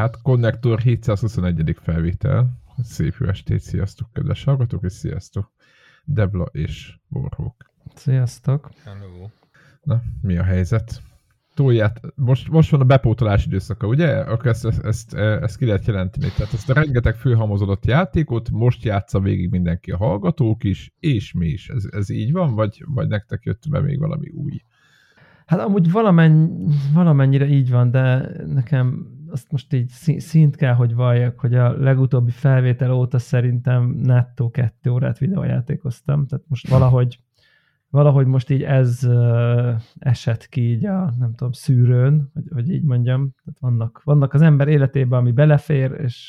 Tehát Konnektor 721. felvétel. Szép jó estét, sziasztok, kedves hallgatók, és sziasztok, Debla és Borhók. Sziasztok. Hello. Na, mi a helyzet? Most van a bepótolás időszaka, ugye? Akkor ezt ki lehet jelenteni. Tehát ezt a rengeteg főhalmozódott játékot most játsza végig mindenki, a hallgatók is, és mi is. Ez így van, vagy nektek jött be még valami új? Hát amúgy valamennyire így van, de nekem azt most így szint kell, hogy valljak, hogy a legutóbbi felvétel óta szerintem nettó 2 órát videójátékoztam. Tehát most valahogy most így ez esett ki így a, nem tudom, szűrőn, hogy így mondjam. Tehát vannak az ember életében, ami belefér,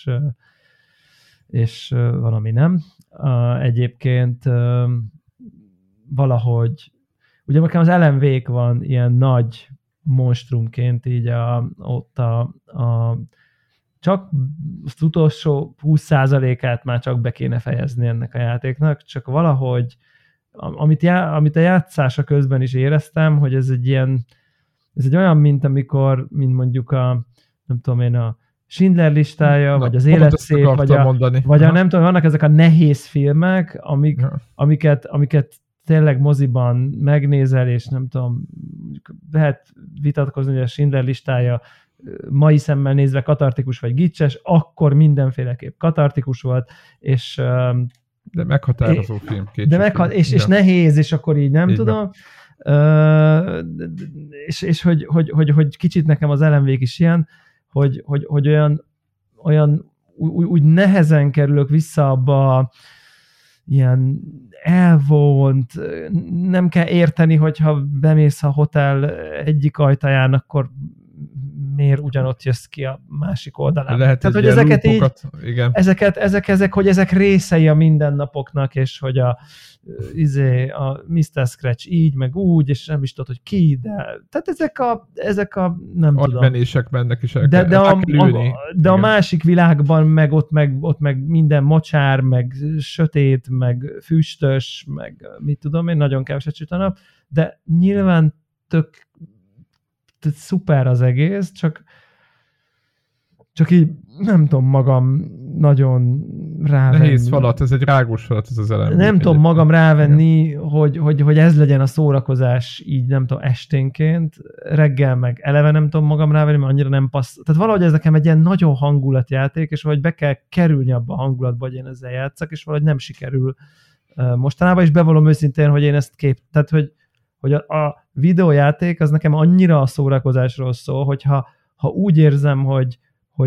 és van, ami nem. Egyébként valahogy, ugye nekem az Alan Wake van ilyen nagy monstrumként, így csak az utolsó 20%-át már csak be kéne fejezni ennek a játéknak, csak valahogy amit a játszása közben is éreztem, hogy ez egy olyan, mint mondjuk nem tudom én, a Schindler listája, vagy az Élet szép, vagy nem tudom, vannak ezek a nehéz filmek, amiket tényleg moziban megnézel, és nem tudom, lehet vitatkozni, hogy a Schindler listája mai szemmel nézve katartikus vagy gicses, akkor mindenféleképp katartikus volt, és de meghatározó film. És nehéz, és akkor így nem tudom. És hogy kicsit nekem az Alan Wake is ilyen, hogy olyan úgy nehezen kerülök vissza abba ilyen elvont, nem kell érteni, hogyha bemész a hotel egyik ajtaján, akkor miért ugyanott jössz ki a másik oldalán. Lehet, tehát, hogy ezeket lúpokat, így, igen. Hogy ezek részei a mindennapoknak, és hogy a Mr. Scratch így, meg úgy, és nem is tudod, hogy ki, de tehát ezek a nem tudom. Agymenések mennek is el de a másik világban meg ott meg minden mocsár, meg sötét, meg füstös, meg mit tudom én, nagyon keveset süt a nap, de nyilván tök szuper az egész, csak így nem tudom magam nagyon rávenni. Nehéz falat, ez egy rágós falat, ez az elem. Nem tudom magam rávenni, hogy ez legyen a szórakozás így nem tudom esténként, reggel meg eleve nem tudom magam rávenni, mert annyira nem passz. Tehát valahogy ez nekem egy ilyen nagyon hangulatjáték, és valahogy be kell kerülni abba a hangulatba, hogy én ezzel játszak, és valahogy nem sikerül mostanában, és bevallom őszintén, hogy én ezt tehát hogy a videójáték az nekem annyira a szórakozásról szól, hogyha úgy érzem, hogy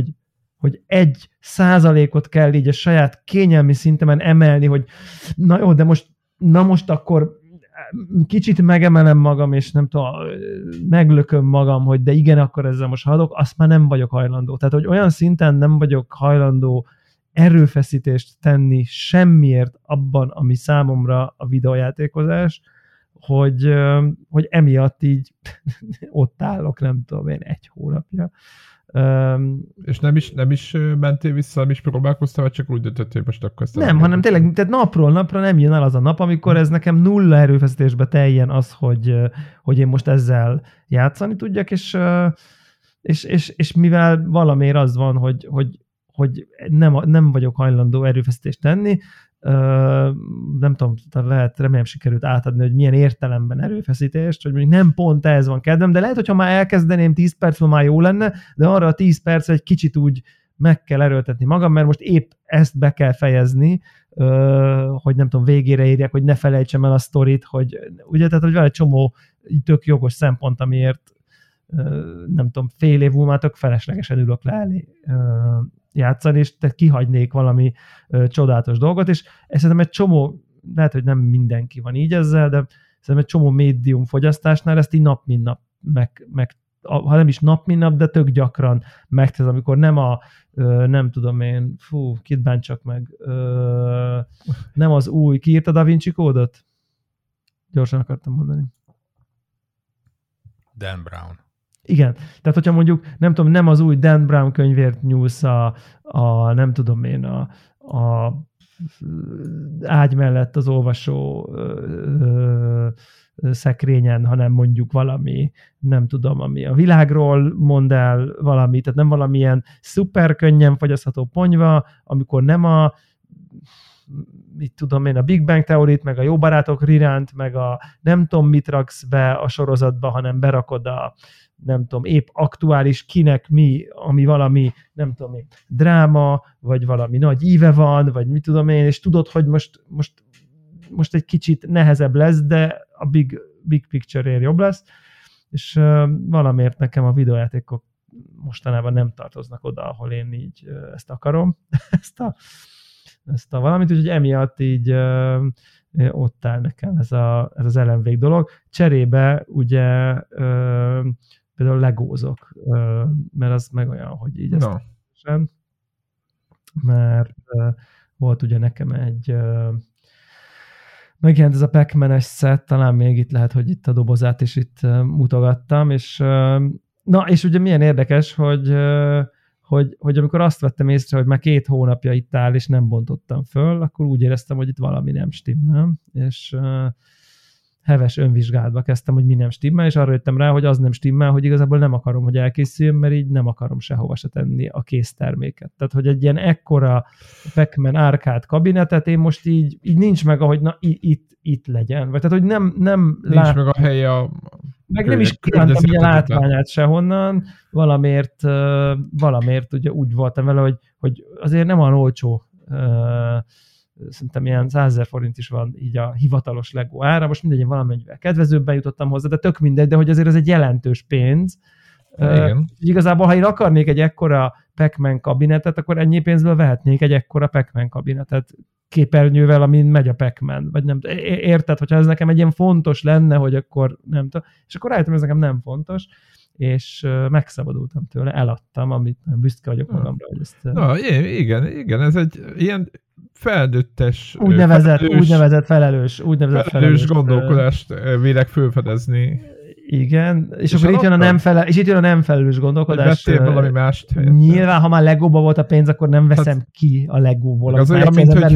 1%-ot kell így a saját kényelmi szintemen emelni, hogy na jó, de most akkor kicsit megemelem magam, és nem tudom, meglököm magam, hogy de igen, akkor ezzel most haladok, azt már nem vagyok hajlandó. Tehát, hogy olyan szinten nem vagyok hajlandó erőfeszítést tenni semmiért abban, ami számomra a videójátékozás, hogy emiatt így ott állok, nem tudom én, 1 hónapja. És nem is mentél vissza, nem is próbálkoztál, vagy csak úgy döntöttél, most akkor ezt... Nem, hanem tényleg, tehát napról napra nem jön el az a nap, amikor ez nekem nulla erőfeszítésbe teljen az, hogy én most ezzel játszani tudjak, és mivel valamiért az van, hogy nem vagyok hajlandó erőfeszítést tenni, nem tudom, remélem sikerült átadni, hogy milyen értelemben erőfeszítést, hogy mondjuk nem pont ez van kedvem, de lehet, hogyha már elkezdeném 10 percben már jó lenne, de arra a 10 perc egy kicsit úgy meg kell erőltetni magam, mert most épp ezt be kell fejezni, hogy nem tudom, végére írják, hogy ne felejtsem el a sztorit, hogy ugye, tehát hogy van egy csomó tök jogos szempont, amiért nem tudom, fél év múlva tök feleslegesen ülök le elé játszani, és tehát kihagynék valami csodálatos dolgot, és szerintem egy csomó, lehet, hogy nem mindenki van így ezzel, de szerintem egy csomó médium fogyasztásnál ezt így nap mint nap, ha nem is nap mint nap, de tök gyakran megtesz, amikor nem nem tudom én, kit bántsak meg, nem az új, ki írta Da Vinci kódot? Gyorsan akartam mondani. Dan Brown. Igen, tehát hogyha mondjuk, nem tudom, nem az új Dan Brown könyvért nyúlsz nem tudom én, a ágy mellett az olvasó szekrényen, hanem mondjuk valami, nem tudom, ami a világról mond el valami, tehát nem valamilyen szuper könnyen fogyasztható ponyva, amikor nem a mit tudom én, a Big Bang Theory-t, meg a Jó barátok Riránt, meg a nem tudom mit raksz be a sorozatba, hanem berakod a nem tudom, épp aktuális kinek mi, ami valami, nem tudom én, dráma, vagy valami nagy íve van, vagy mit tudom én, és tudod, hogy most egy kicsit nehezebb lesz, de a big picture-ért jobb lesz, és valamiért nekem a videójátékok mostanában nem tartoznak oda, ahol én így ezt akarom, ezt a valamit, úgyhogy emiatt így ott áll nekem ez az Alan dolog. Cserébe ugye például legózok, mert az meg olyan, hogy így ezt mert volt ugye nekem egy megjelent ez a Pac-Man-es szett, talán még itt lehet, hogy itt a dobozát is itt mutogattam, és és ugye milyen érdekes, hogy amikor azt vettem észre, hogy már 2 hónapja itt áll, és nem bontottam föl, akkor úgy éreztem, hogy itt valami nem stimmel, és heves önvizsgálatba kezdtem, hogy mi nem stimmel, és arra jöttem rá, hogy az nem stimmel, hogy igazából nem akarom, hogy elkészüljön, mert így nem akarom sehova se tenni a készterméket. Tehát, hogy egy ilyen ekkora Pac-Man árkád kabinetet én most így nincs meg, ahogy na itt legyen. Vagy tehát, hogy nem nincs meg a helye meg nem is kívántam így a látványát sehonnan, valamiért ugye úgy voltam vele, hogy azért nem olyan olcsó, szerintem ilyen 100 000 forint is van így a hivatalos Lego ára, most mindegy, valamennyivel kedvezőbben jutottam hozzá, de tök mindegy, de hogy azért ez egy jelentős pénz. Igazából, ha én akarnék egy ekkora Pac-Man kabinetet, akkor ennyi pénzből vehetnék egy ekkora Pac-Man kabinetet képernyővel, amin megy a Pac-Man, vagy nem érted, hogyha ez nekem egy ilyen fontos lenne, hogy akkor nem tudom, és akkor rájöttem, ez nekem nem fontos, és megszabadultam tőle, eladtam, amit nem büszke vagyok magamra, hogy ezt... Igen, ez egy ilyen felnőttes... Úgynevezett felelős gondolkodást vélek fölfedezni. Igen, és akkor itt jön a nem felelős gondolkodás. Vettél valami mást helyett. Nyilván, ha már Legóba volt a pénz, akkor nem veszem ki a Legóból. Az olyan,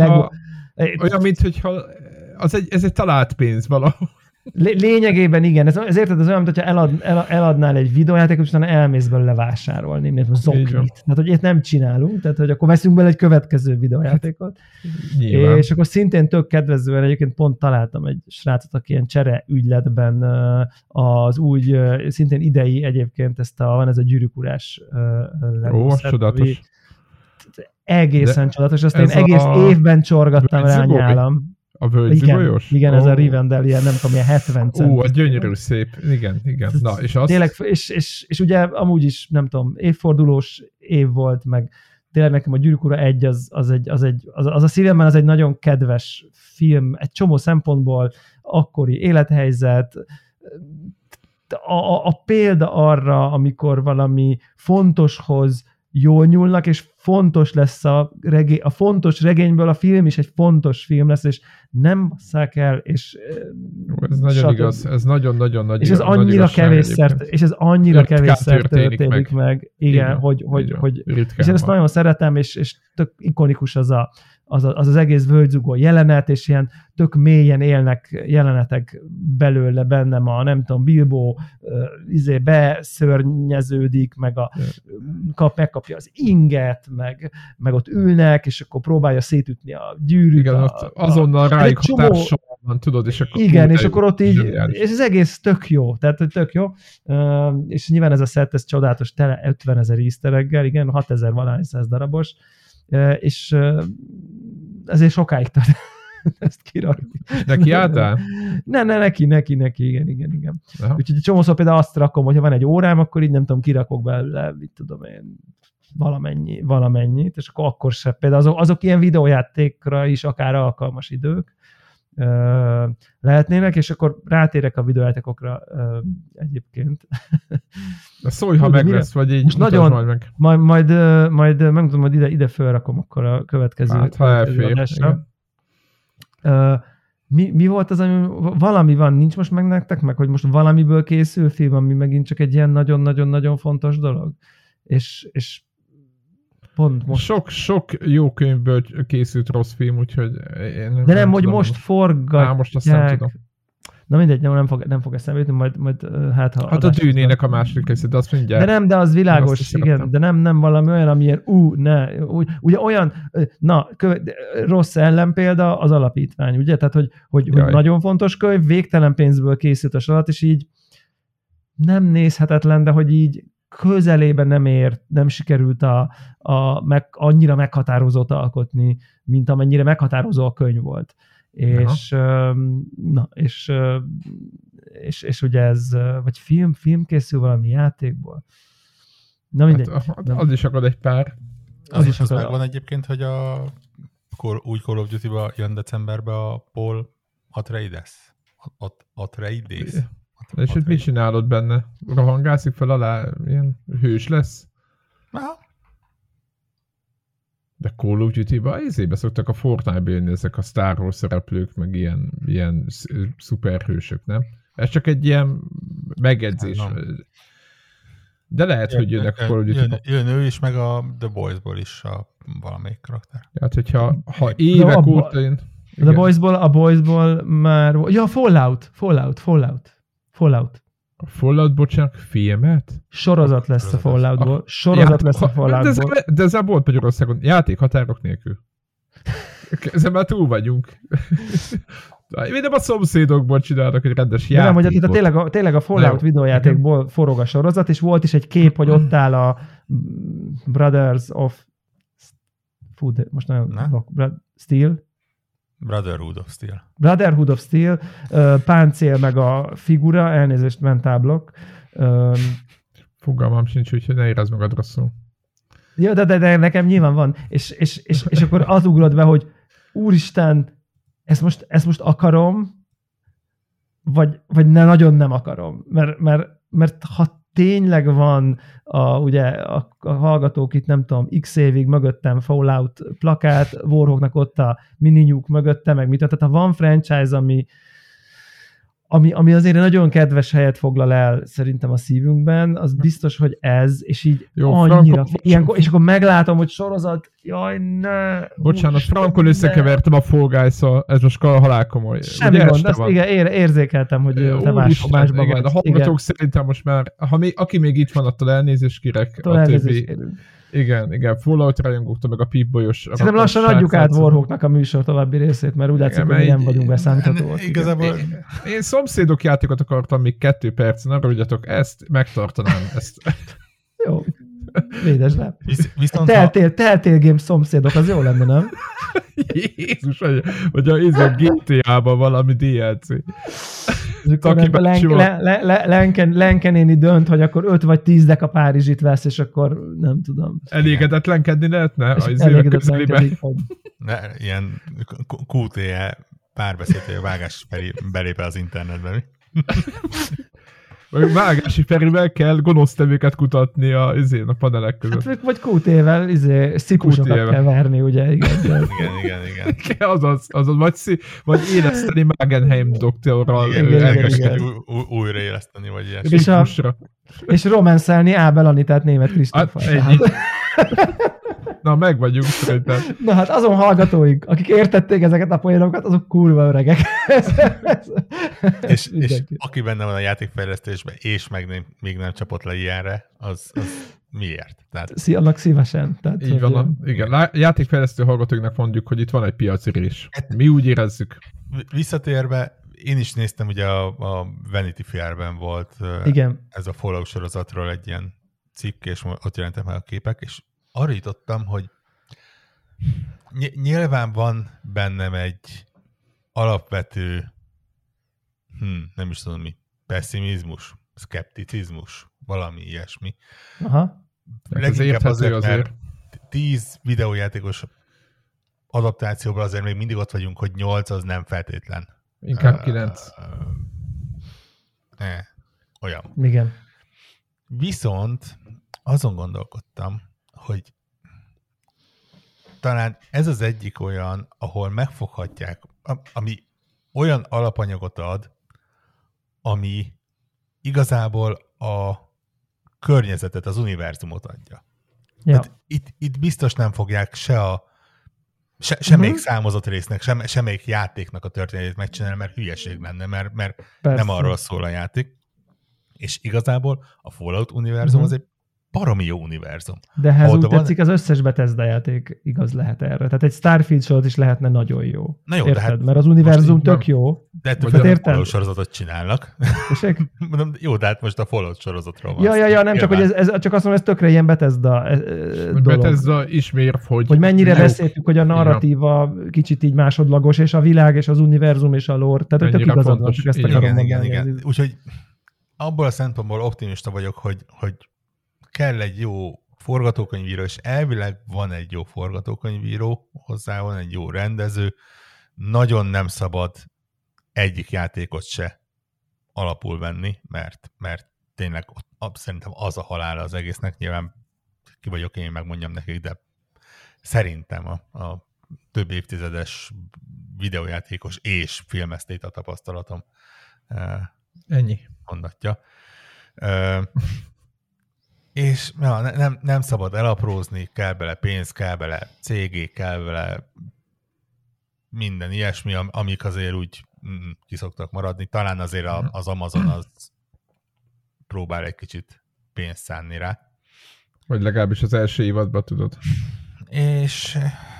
mintha ez egy talált pénz valahol. Lényegében igen, ez érted, az olyan, hogyha eladnál egy videójátékot, és utána elmész belőle vásárolni, mint a zoknit. Tehát, hogy ilyet nem csinálunk, tehát, hogy akkor veszünk bele egy következő videójátékot. Nyilván. És akkor szintén tök kedvezően, egyébként pont találtam egy srácot, aki ilyen csere ügyletben az úgy, szintén idei egyébként van ez a gyűrűk-urás csodálatos. Egészen csodálatos, azt én egész évben csorgattam rá nyálam. A völgygolyós? Igen, ez a Rivendell, ilyen nem tudom, ilyen 70 cent. A gyönyörű szép. Igen. Na, és az... Tényleg, és ugye amúgy is, nem tudom, évfordulós év volt, meg tényleg nekem a Gyűrűk Ura 1 az a szívemben az egy nagyon kedves film, egy csomó szempontból, akkori élethelyzet, a példa arra, amikor valami fontoshoz jól nyúlnak, és fontos lesz a fontos regényből a film is egy fontos film lesz, és nem basszák el, és ez nagyon igaz, ez nagyon-nagyon nagy. És ez annyira kevésszer történik meg. Igen, hogy és én ezt nagyon szeretem, és tök ikonikus az egész völgyzugó jelenet, és ilyen tök mélyen élnek jelenetek belőle bennem nem tudom, Bilbo beszörnyeződik, megkapja az inget, meg ott ülnek, és akkor próbálja szétütni a gyűrűt. Igen, azonnal rájuk hatással van, tudod, és akkor... Igen, és akkor ott így, és ez egész tök jó, tehát tök jó, és nyilván ez a szett, ez csodálatos, tele 50 000 easter egg-gel, igen, 6000 valahány 100 darabos, és ezért sokáig tart ezt kirakni. Neki álltál? Neki, igen. Úgyhogy egy csomószor például azt rakom, hogyha van egy órám, akkor így nem tudom, kirakok belőle, mit tudom én, valamennyit, és akkor se. Például azok ilyen videójátékra is akár alkalmas idők lehetnének, és akkor rátérek a videójátékokra egyébként. Szólj, ha meg lesz, vagy így nagyon, majd megmondom, hogy ide felrakom akkor a következő adásra. Mi volt az, ami valami van, nincs most meg nektek, meg hogy most valamiből készül film, ami megint csak egy ilyen nagyon-nagyon-nagyon fontos dolog? És pont most. Sok jó könyvből készült rossz film, úgyhogy én De nem, hogy most forgatják. Most azt nem tudom. Na mindegy, nem fog eszembe jutni, majd hát ha... Hát a Dűnének a második része, de azt mindjárt. De nem, de az világos, igen, de nem valami olyan, amilyen ugye olyan, rossz ellenpélda az Alapítvány, ugye? Tehát, hogy nagyon fontos könyv, végtelen pénzből készült a sorozat, és így nem nézhetetlen, de hogy így közelében nem sikerült annyira meghatározót alkotni, mint amennyire meghatározó a könyv volt. És ugye ez, vagy film készül valami játékból. Na mindegy. Hát, az is akad egy pár. Az is megvan egyébként, hogy új Call of Duty-ba jön decemberben a Paul Atreides. És mit csinálod benne? Rohangászik fel alá, ilyen hős lesz? Aha. De Call of Duty-ba izébe szoktak a Fortnite-ba jönni ezek a Star Wars szereplők, meg ilyen szuperhősök, nem? Ez csak egy ilyen megedzés. De lehet, hogy jönnek a Call of Duty-ba. Jön ő is, meg a The Boys-ból is valamelyik karakter. Hát, hogyha évek óta jön... A Boys-ból már... Ja, Fallout. A Fallout, bocsánat, filmet? Sorozat lesz a Falloutból. Sorozat lesz a Falloutból. De ezzel volt Magyarországon játékhatárok nélkül. Ezzel már túl vagyunk. Minden a szomszédokból csinálnak egy rendes játékot. Nem, hogy tényleg a Fallout videójátékból forog a sorozat, és volt is egy kép, hogy ott áll a Brotherhood of Steel, páncél meg a figura, elnézést, mentáblok. Fogalmam sincs, úgyhogy ne érezd magad rosszul. Ja, de nekem nyilván van. És akkor az ugrott be, hogy úristen, ezt most akarom, vagy nagyon nem akarom. Mert ha tényleg van ugye a hallgatók itt, nem tudom, x évig mögöttem Fallout plakát, Warhawknak ott a mininyúk mögötte, meg mit. Tehát ha van franchise, ami azért nagyon kedves helyet foglal el szerintem a szívünkben, az biztos, hogy ez, és így jó, annyira... Ilyenkor, és akkor meglátom, hogy sorozat, jaj, ne... Bocsánat, Frankon összekevertem a Fall Guys-szal, ez most halálkomoly. Semmi gond, azt igen, érzékeltem, hogy te másban vagy. A hallgatók szerintem most már, aki még itt van, attól elnézést kérek. A többi... Igen, Fallout rajongóktól, meg a Pip-bolyos... Szerintem lassan adjuk át Warhawknak a műsor további részét, mert úgy látszik, hogy nem vagyunk beszámíthatóak. Igazából... Én szomszédok játékot akartam még 2 percen, arra ugyatok, ezt megtartanám. Jó, védes le. Viszont Telltale Games szomszédok, az jó lenne, nem? Jézus, vagy a GTA-ban valami DLC. Lenke néni dönt, hogy akkor 5 vagy 10 deka Párizsit vesz, és akkor nem tudom. Elégedetlenkedni lehetne? Elégedetlenkedik. Ilyen QTE párbeszéd, hogy a Vágás Feri belép az internetbe. Vagy Vágási Ferivel kell gonosz tevéket kutatni a panelek között. Hát, vagy QT-vel szikusokat kell verni, ugye? Igen. Azaz, vagy éleszteni Magenheim doktorral. Újraéleszteni, vagy ilyesmi. És romenszelni Ábel Anitát Németh Kristóffal. Na, meg vagyunk szerintem. Na hát azon hallgatóink, akik értették ezeket a poénokat, azok kurva öregek. és aki benne van a játékfejlesztésben, és még nem csapott le ilyenre, az miért? Annak szívesen. Tehát, így van. Igen, játékfejlesztő hallgatóinknak mondjuk, hogy itt van egy piacirés. Mi úgy érezzük. Visszatérve, én is néztem, ugye a Vanity Fair-ben volt ez a Fallout sorozatról egy ilyen cikk, és ott jelentem el a képek, és arra jutottam, hogy nyilván van bennem egy alapvető, nem is tudom mi, pessimizmus, szkepticizmus, valami ilyesmi. Aha. Leginkább azért, mert 10 videójátékos adaptációban azért még mindig ott vagyunk, hogy 8 az nem feltétlen. Inkább 9. Olyan. Igen. Viszont azon gondolkodtam, hogy talán ez az egyik olyan, ahol megfoghatják, ami olyan alapanyagot ad, ami igazából a környezetet, az univerzumot adja. Ja. Itt biztos nem fogják semmelyik számozott résznek, semmelyik játéknak a történetét megcsinálni, mert hülyeség lenne, mert nem arról szól a játék. És igazából a Fallout univerzum az egy baromi jó univerzum. De ehhez úgy tetszik, az összes Bethesda játék igaz lehet erre. Tehát egy Starfield sorozat is lehetne nagyon jó. Na jó, érted? hát mert az univerzum tök jó. De ettől Fallout sorozatot csinálnak. Mondom, jó, de hát most a Fallout sorozatról van. Ja, nem csak, hogy ez csak azt mondom, ez tökre ilyen Bethesda dolog. Bethesda ismét, hogy mennyire beszéltük, hogy a narratíva kicsit így másodlagos, és a világ, és az univerzum, és a lore. Tehát tök igazad van, csak ezt akarom mondani. Igen. Úgyhogy abból a szempontból optimista vagyok, hogy kell egy jó forgatókönyvíró, és elvileg van egy jó forgatókönyvíró, hozzá van egy jó rendező, nagyon nem szabad egyik játékot se alapul venni, mert tényleg szerintem az a halála az egésznek, nyilván ki vagyok én, megmondjam nekik, de szerintem a több évtizedes videójátékos és filmesztét a tapasztalatom ennyi mondatja. És nem szabad elaprózni, kell bele pénz, kell bele CG, kell bele minden ilyesmi, amik azért úgy ki szoktak maradni. Talán azért az Amazon az próbál egy kicsit pénzt szánni rá. Vagy legalábbis az első évadban, tudod. És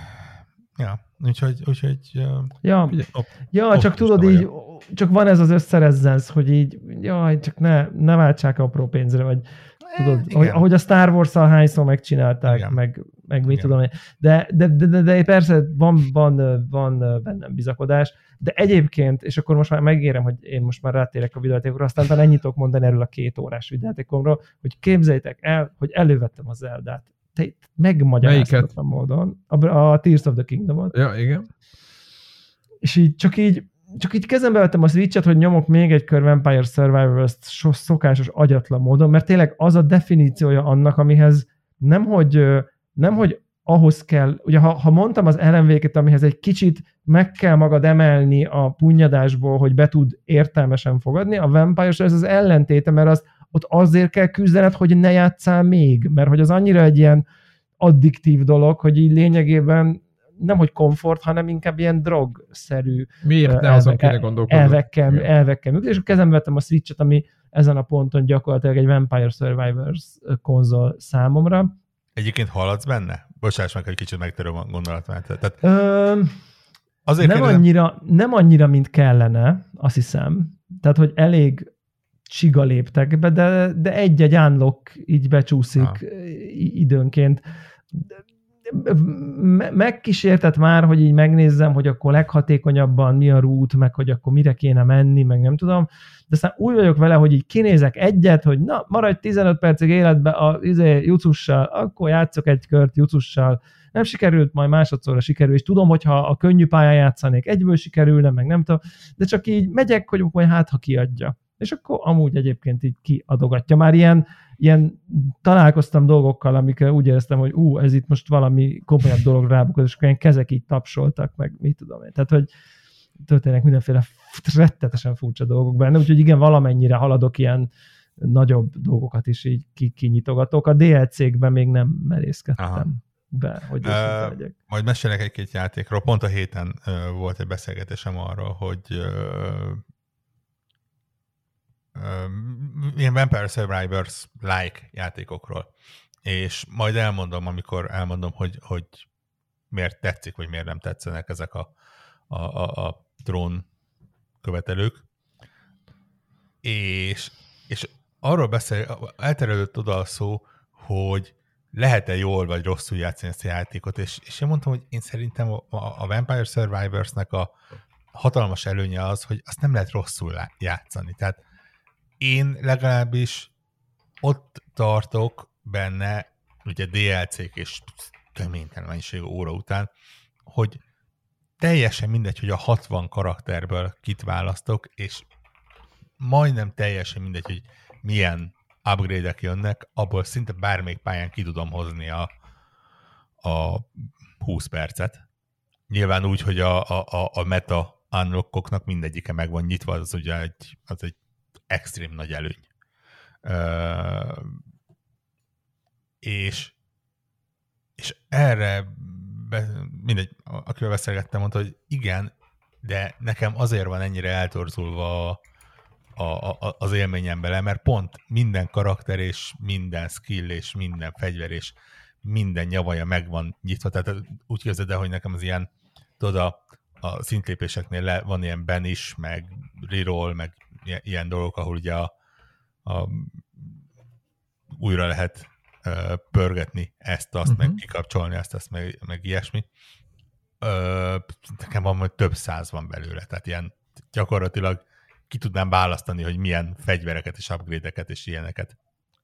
úgyhogy csak tudod így, csak van ez az összerezzensz, hogy így, csak ne váltsák apró pénzre, vagy tudod, ahogy a Star Wars-szal hányszor megcsinálták, igen. meg mit tudom én. De persze van bennem bizakodás, de egyébként, és akkor most már megérem, hogy én most már rátérek a videójátékokra, aztán talán ennyit tudok mondani erről a 2 órás videójátékomról, hogy képzeljétek el, hogy elővettem a Zeldát. Megmagyaráztatlan módon. A Tears of the Kingdom-ot. Ja, igen. És így csak így kezembe vettem a Switch-et, hogy nyomok még egy kör Vampire Survivors-t szokásos agyatlan módon, mert tényleg az a definíciója annak, amihez nemhogy ahhoz kell, ugye ha mondtam az LMV-ket, amihez egy kicsit meg kell magad emelni a punnyadásból, hogy be tud értelmesen fogadni, a Vampire ez az ellentéte, mert ott azért kell küzdened, hogy ne játsszál még, mert hogy az annyira egy ilyen addiktív dolog, hogy így lényegében nem hogy komfort, hanem inkább ilyen drogszerű elvekkel működik. És a kezembe vettem a Switch-et, ami ezen a ponton gyakorlatilag egy Vampire Survivors konzol számomra. Egyébként haladsz benne? Bocsáss meg, hogy kicsit megtöröm a gondolatát. Nem annyira, mint kellene, azt hiszem. Tehát, hogy elég csiga léptek be, de egy-egy unlock így becsúszik időnként. Megkísértett már, hogy így megnézzem, hogy akkor leghatékonyabban mi a rút, meg hogy akkor mire kéne menni, meg nem tudom, de aztán úgy vagyok vele, hogy így kinézek egyet, hogy na, maradj 15 percig életbe a Jucussal, akkor játszok egy kört Jucussal, nem sikerült, majd másodszorra sikerül, és tudom, hogyha a könnyű pályán játszanék, egyből sikerülne, meg nem tudom, de csak így megyek, hogy majd hát, ha kiadja. És akkor amúgy egyébként így kiadogatja. Már ilyen találkoztam dolgokkal, amikre úgy éreztem, hogy ez itt most valami komolyabb dolog rábukott, és akkor ilyen kezek így tapsoltak, meg mit tudom én. Tehát, hogy történnek mindenféle rettetesen furcsa dolgok benne, úgyhogy igen, valamennyire haladok ilyen nagyobb dolgokat is így kinyitogatok. A DLC-kben még nem merészkedtem be, hogy legyek. Majd mesélek egy-két játékról. Pont a héten volt egy beszélgetésem arról, hogy ilyen Vampire Survivors-like játékokról. És majd elmondom, amikor elmondom, hogy miért tetszik, vagy miért nem tetszenek ezek a drón követelők. És arról elterjedett oda a szó, hogy lehet-e jól vagy rosszul játszani ezt a játékot, és én mondtam, hogy én szerintem a Vampire Survivors-nek a hatalmas előnye az, hogy azt nem lehet rosszul játszani. Tehát én legalábbis ott tartok benne, ugye DLC-k és töménytelen mennyiségű óra után, hogy teljesen mindegy, hogy a 60 karakterből kit választok, és majdnem teljesen mindegy, hogy milyen upgrade-ek jönnek, abból szinte bármelyik pályán ki tudom hozni a 20 percet. Nyilván úgy, hogy a meta unlockoknak mindegyike meg van nyitva, az ugye egy extrém nagy előny. És akivel beszélgettem, mondta, hogy igen, de nekem azért van ennyire eltorzulva az élményem bele, mert pont minden karakter és minden skill és minden fegyver és minden nyavaja meg van nyitva. Tehát úgy képzeld el, hogy nekem az ilyen, tudod, a szintlépéseknél van ilyen banish, meg reroll, meg ilyen dolgok, ahol ugye újra lehet pörgetni ezt-azt, meg kikapcsolni ezt meg ilyesmi. Nekem van, hogy több száz van belőle, tehát ilyen gyakorlatilag ki tudnám választani, hogy milyen fegyvereket és upgrade-eket és ilyeneket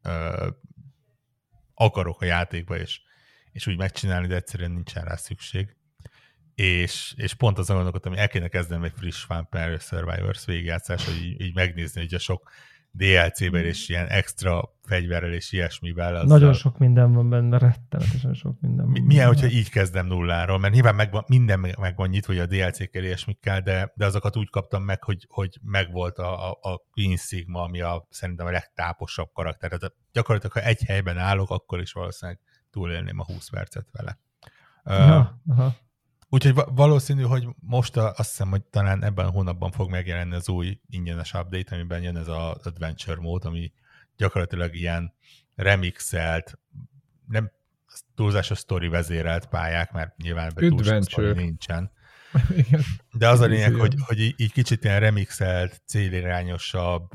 akarok a játékba, és úgy megcsinálni, de egyszerűen nincsen rá szükség. És pont azon gondolkodtam, hogy el kéne kezdenem egy friss Vampire Survivors végigjátszás, hogy így megnézni, hogy a sok DLC-ben és ilyen extra fegyverrel és ilyesmivel. Nagyon sok minden van benne, rettenetesen sok minden van. Milyen, hogyha így kezdem nulláról, mert nyilván minden meg van nyitva, hogy a DLC-kkel ilyesmikkel, de azokat úgy kaptam meg, hogy megvolt a Queen Sigma, ami szerintem a legtáposabb karakter. Tehát gyakorlatilag, ha egy helyben állok, akkor is valószínűleg túlélném a 20 percet vele. Aha. Úgyhogy valószínű, hogy most azt hiszem, hogy talán ebben a hónapban fog megjelenni az új ingyenes update, amiben jön ez az Adventure mód, ami gyakorlatilag ilyen remixelt, nem túlzásos sztori vezérelt pályák, mert nyilván túl sok sztori nincsen. De az a lényeg, hogy így kicsit ilyen remixelt, célirányosabb,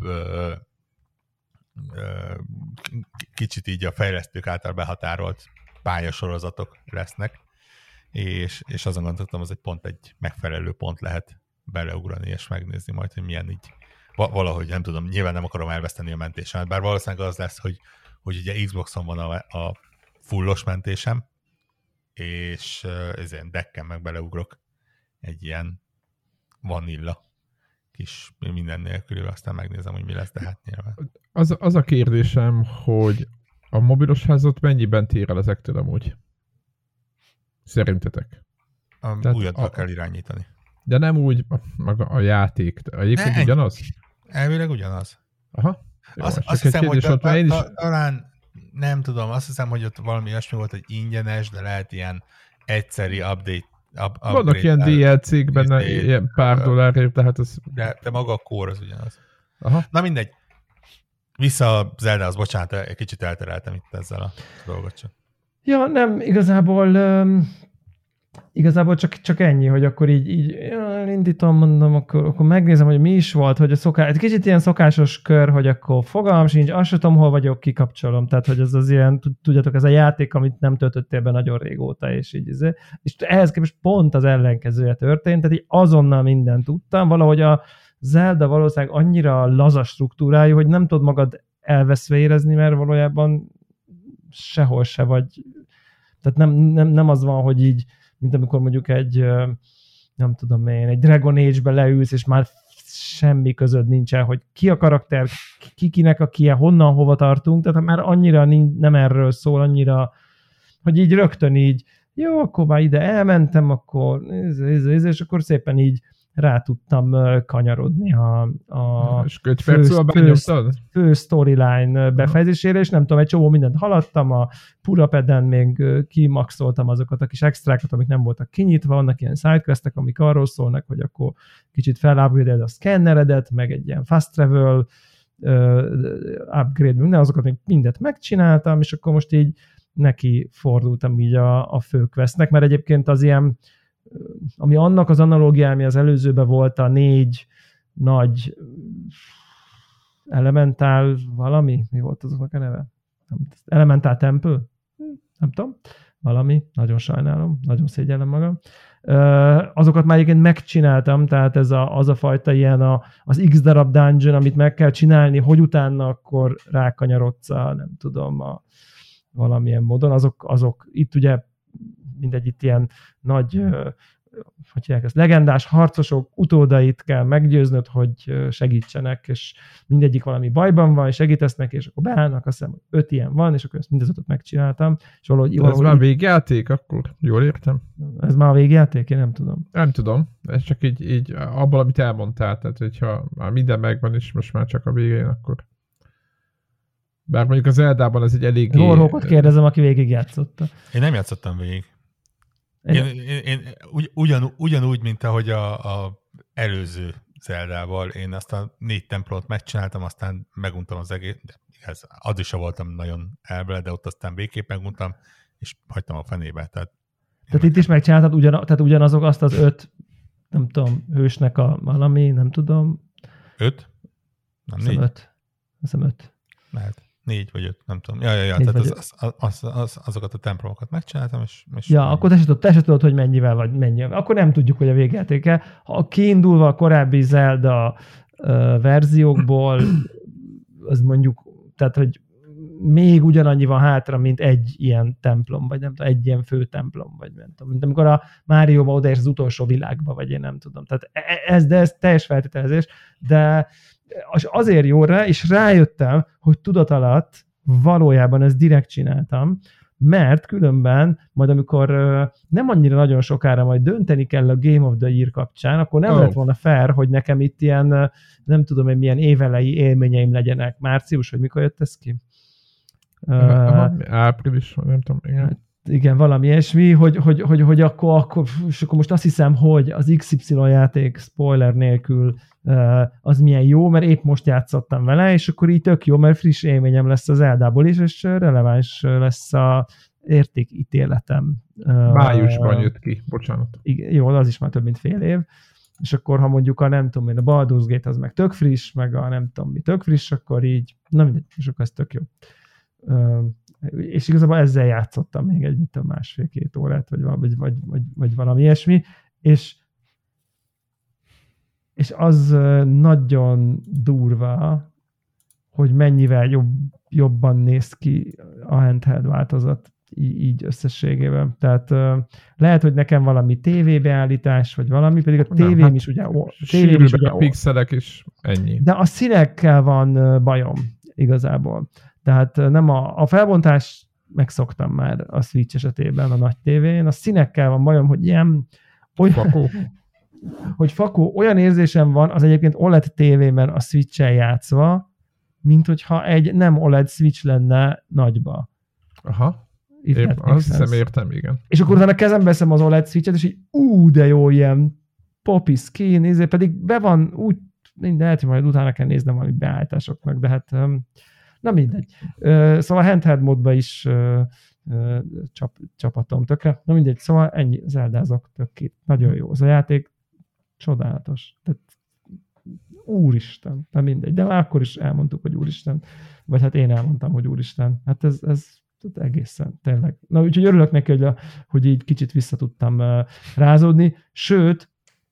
kicsit így a fejlesztők által behatárolt pályasorozatok lesznek. És azon gondoltam, az egy megfelelő pont lehet beleugrani és megnézni majd, hogy milyen így valahogy, nem tudom, nyilván nem akarom elveszteni a mentésemet, bár valószínűleg az lesz, hogy ugye Xboxon van a fullos mentésem, és ezért decken meg beleugrok egy ilyen vanilla kis minden nélkül, aztán megnézem, hogy mi lesz, de hát nyilván. Az a kérdésem, hogy a mobilos házat mennyiben tér el ezektől amúgy? Szerintetek? Újat kell irányítani. De nem úgy maga a játék. Egyébként ugyanaz? Elvileg ugyanaz. Aha. Jó, azt hiszem, hogy talán nem tudom, azt hiszem, hogy ott valami olyasmi volt, hogy ingyenes, de lehet ilyen egyszeri update. Vannak ilyen DLC-k benne, ilyen pár dollárért, tehát ez... De maga a core az ugyanaz. Aha. Na mindegy. Vissza a Zeldához, bocsánat, egy kicsit eltereltem itt ezzel a dolgot csak. Ja, nem, igazából csak ennyi, hogy akkor így elindítom, mondom, akkor megnézem, hogy mi is volt, hogy egy kicsit ilyen szokásos kör, hogy akkor fogalmam sincs, azt sem tudom, hol vagyok, kikapcsolom. Tehát, hogy ez az ilyen, tudjátok, ez a játék, amit nem töltöttél be nagyon régóta, és ehhez képest pont az ellenkezője történt, tehát így azonnal mindent tudtam, valahogy a Zelda valószínűleg annyira laza struktúrájú, hogy nem tudod magad elveszve érezni, mert valójában sehol se vagy. Tehát nem az van, hogy így, mint amikor mondjuk nem tudom én, egy Dragon Age-be leülsz, és már semmi közöd nincsen, hogy ki a karakter, kinek a kie, honnan, hova tartunk, tehát már annyira nem erről szól, annyira, hogy így rögtön így, jó, akkor már ide elmentem, akkor és akkor szépen így rá tudtam kanyarodni a fő storyline befejezésére, és nem tudom, egy csomó mindent haladtam, a Purapeden még kimaxoltam azokat a kis extrákat, amik nem voltak kinyitva, vannak ilyen sidequestek, amik arról szólnak, hogy akkor kicsit felupgrade-ed a szkenneredet, meg egy ilyen fast travel upgrade, minden azokat még mindet megcsináltam, és akkor most így neki fordultam így a fő questnek, mert egyébként az ilyen ami annak az analógia, ami az előzőben volt a 4 nagy Elementál valami? Mi volt azoknak a neve? Elementál Temple? Nem tudom. Valami. Nagyon sajnálom. Nagyon szégyellem magam. Azokat már egyébként megcsináltam, tehát ez az a fajta ilyen az X darab dungeon, amit meg kell csinálni, hogy utána akkor rákanyarodsz nem tudom, valamilyen módon. Azok itt ugye mindegy itt ilyen nagy, hogy hívják ezt, legendás harcosok utódait kell meggyőznöd, hogy segítsenek, és mindegyik valami bajban van, és segítesznek, és akkor beállnak, azt hiszem, 5 ilyen van, és akkor ezt mindezötöt megcsináltam. És valahogy ez már végjáték, akkor jól értem? Ez már a végjáték? Én nem tudom. Nem tudom, ez csak így abból, amit elmondtál, tehát hogyha már minden megvan, és most már csak a végén, akkor... Bár mondjuk az Zeldában ez egy eléggé... Lorhókot kérdezem, aki végig játszotta. Én nem játszottam végig. Én ugyanúgy, mint ahogy a előző Zeldával, én azt a 4 templomot megcsináltam, aztán meguntam az egész, de igaz, az is voltam nagyon elvele, de ott aztán végképp meguntam, és hagytam a fenébe. Tehát itt is megcsináltad tehát ugyanazok azt az 5, nem tudom, hősnek a valami, nem tudom. 5? Nem, 4? 5. Hiszem 5. Lehet. 4 vagy 5, nem tudom. Ja, tehát azokat a templomokat megcsináltam, és akkor te se tudod, hogy mennyivel vagy mennyivel. Akkor nem tudjuk, hogy a végjátéke. Ha kiindulva a korábbi Zelda verziókból, az mondjuk, tehát, hogy még ugyanannyi van hátra, mint egy ilyen templom, vagy nem tudom, egy ilyen fő templom, vagy nem tudom, mint amikor a Márióba odaérsz az utolsó világba, vagy én nem tudom. Tehát ez teljes feltételezés, de azért jó rá, és rájöttem, hogy tudat alatt valójában ezt direkt csináltam, mert különben majd amikor nem annyira nagyon sokára majd dönteni kell a Game of the Year kapcsán, akkor nem lett volna fair, hogy nekem itt ilyen, nem tudom, hogy milyen évelei élményeim legyenek. Március, vagy mikor jött ez ki? Április, nem tudom, igen, valami ilyesmi, hogy akkor most azt hiszem, hogy az XY játék spoiler nélkül az milyen jó, mert épp most játszottam vele, és akkor így tök jó, mert friss élményem lesz az Zeldából is, és releváns lesz a értékítéletem. Májusban jött ki, bocsánat. Igen, jó, az is már több mint fél év. És akkor, ha mondjuk a nem tudom én, a Baldur's Gate az meg tök friss, meg a nem tudom mi tök friss, akkor így, na mindegy, és akkor ez tök jó. És igazából ezzel játszottam még egy, másfél-két órát, vagy valami ilyesmi, és az nagyon durva, hogy mennyivel jobban néz ki a handheld változat így összességében. Tehát lehet, hogy nekem valami tévébeállítás, vagy valami, pedig a tévém is ugye... A pixelek is ennyi. De a színekkel van bajom igazából. Tehát nem a felbontás megszoktam már a Switch esetében a nagy tévén, a színekkel van bajom, hogy ilyen fakó, olyan érzésem van az egyébként OLED tévében a Switch-el játszva, mint hogyha egy nem OLED Switch lenne nagyba. Aha. Azt hiszem értem, igen. És akkor utána kezembe veszem az OLED Switch-et, és így de jó, ilyen poppy skin, pedig be van úgy, lehet, hogy majd utána kell néznem valami beállításoknak, de hát na mindegy. Szóval handheld módban is csapatom tökre. Na mindegy, szóval ennyi, zeldázok tök. Nagyon jó. Az a játék csodálatos. Tehát, úristen, nem mindegy. De már akkor is elmondtuk, hogy úristen. Vagy hát én elmondtam, hogy úristen. Hát ez egészen, tényleg. Na úgyhogy örülök neki, hogy így kicsit vissza tudtam rázódni. Sőt,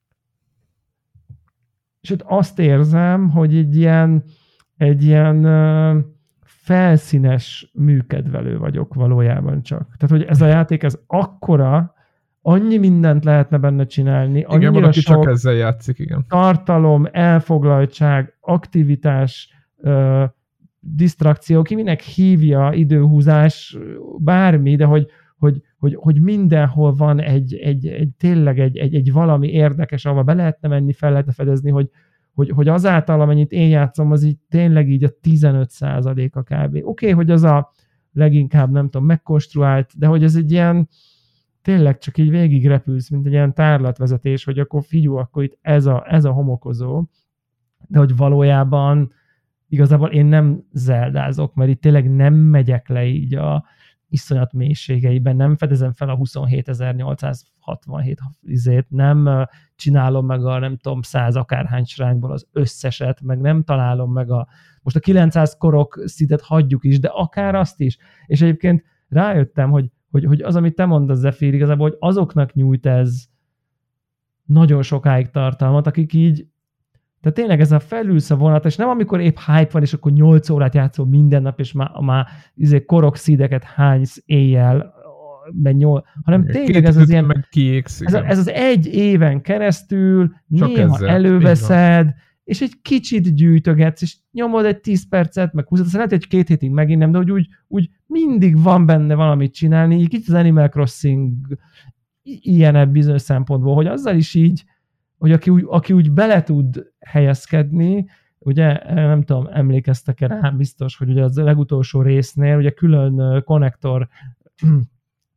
azt érzem, hogy egy ilyen felszínes műkedvelő vagyok valójában csak. Tehát, hogy ez a játék, ez akkora, annyi mindent lehetne benne csinálni, annyira igen, valaki sok csak ezzel játszik, igen. Tartalom, elfoglaltság, aktivitás, disztrakció, ki minek hívja, időhúzás, bármi, de hogy mindenhol van tényleg egy valami érdekes, ahol be lehetne menni, fel lehetne fedezni, hogy azáltal, amennyit én játszom, az így tényleg így a 15%-a kb. Oké, hogy az a leginkább, nem tudom, megkonstruált, de hogy ez egy ilyen, tényleg csak így végig repülsz, mint egy ilyen tárlatvezetés, hogy akkor figyelj, akkor itt ez a homokozó, de hogy valójában igazából én nem zeldázok, mert itt tényleg nem megyek le így a iszonyat mélységeiben, nem fedezem fel a 27.867 izét, nem csinálom meg a nem tudom 100 akárhány sránkból az összeset, meg nem találom meg most a 900 korok szidet hagyjuk is, de akár azt is. És egyébként rájöttem, hogy az, amit te mondasz, Zephyr, igazából, hogy azoknak nyújt ez nagyon sokáig tartalmat, akik így, de tényleg ez a felülsz a vonat, és nem amikor épp hype van, és akkor 8 órát játszol minden nap, és már korok szídeket hánysz éjjel, hanem tényleg ez az ilyen, meg kiégsz, ez az egy éven keresztül csak néha ezzel előveszed, és egy kicsit gyűjtögetsz, és nyomod egy 10 percet, meg 20, aztán lehet, hogy 2 hétig megint nem, de úgy mindig van benne valamit csinálni, így kicsit az Animal Crossing ilyenebb bizonyos szempontból, hogy azzal is így, hogy aki úgy bele tud helyezkedni, ugye nem tudom, emlékeztek-e rá, biztos, hogy ugye az legutolsó résznél ugye külön konnektor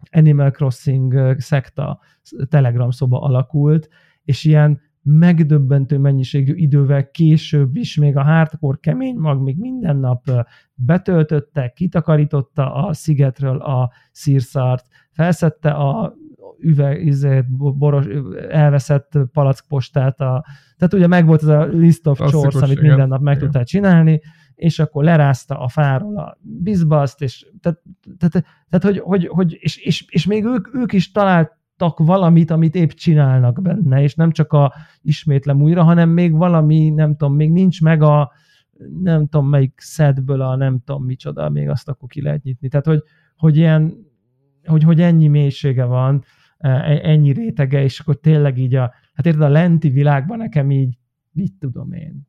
Animal Crossing szekta Telegram szoba alakult, és ilyen megdöbbentő mennyiségű idővel később is még a hardcore kemény mag még minden nap betöltötte, kitakarította a szigetről a szírszart, felszedte a boros, elveszett palackpostát, tehát ugye megvolt ez a list of chores, amit minden nap meg tudtál csinálni, és akkor lerázta a fáról a bizbaszt, és tehát és még ők is találtak valamit, amit épp csinálnak benne, és nem csak a ismétlem újra, hanem még valami, nem tudom, még nincs meg a nem tudom melyik setből a nem tudom micsoda, még azt akkor ki lehet nyitni. Tehát, hogy ilyen, hogy ennyi mélysége van, ennyi rétege, és akkor tényleg így hát érted, a lenti világban nekem így, mit tudom én,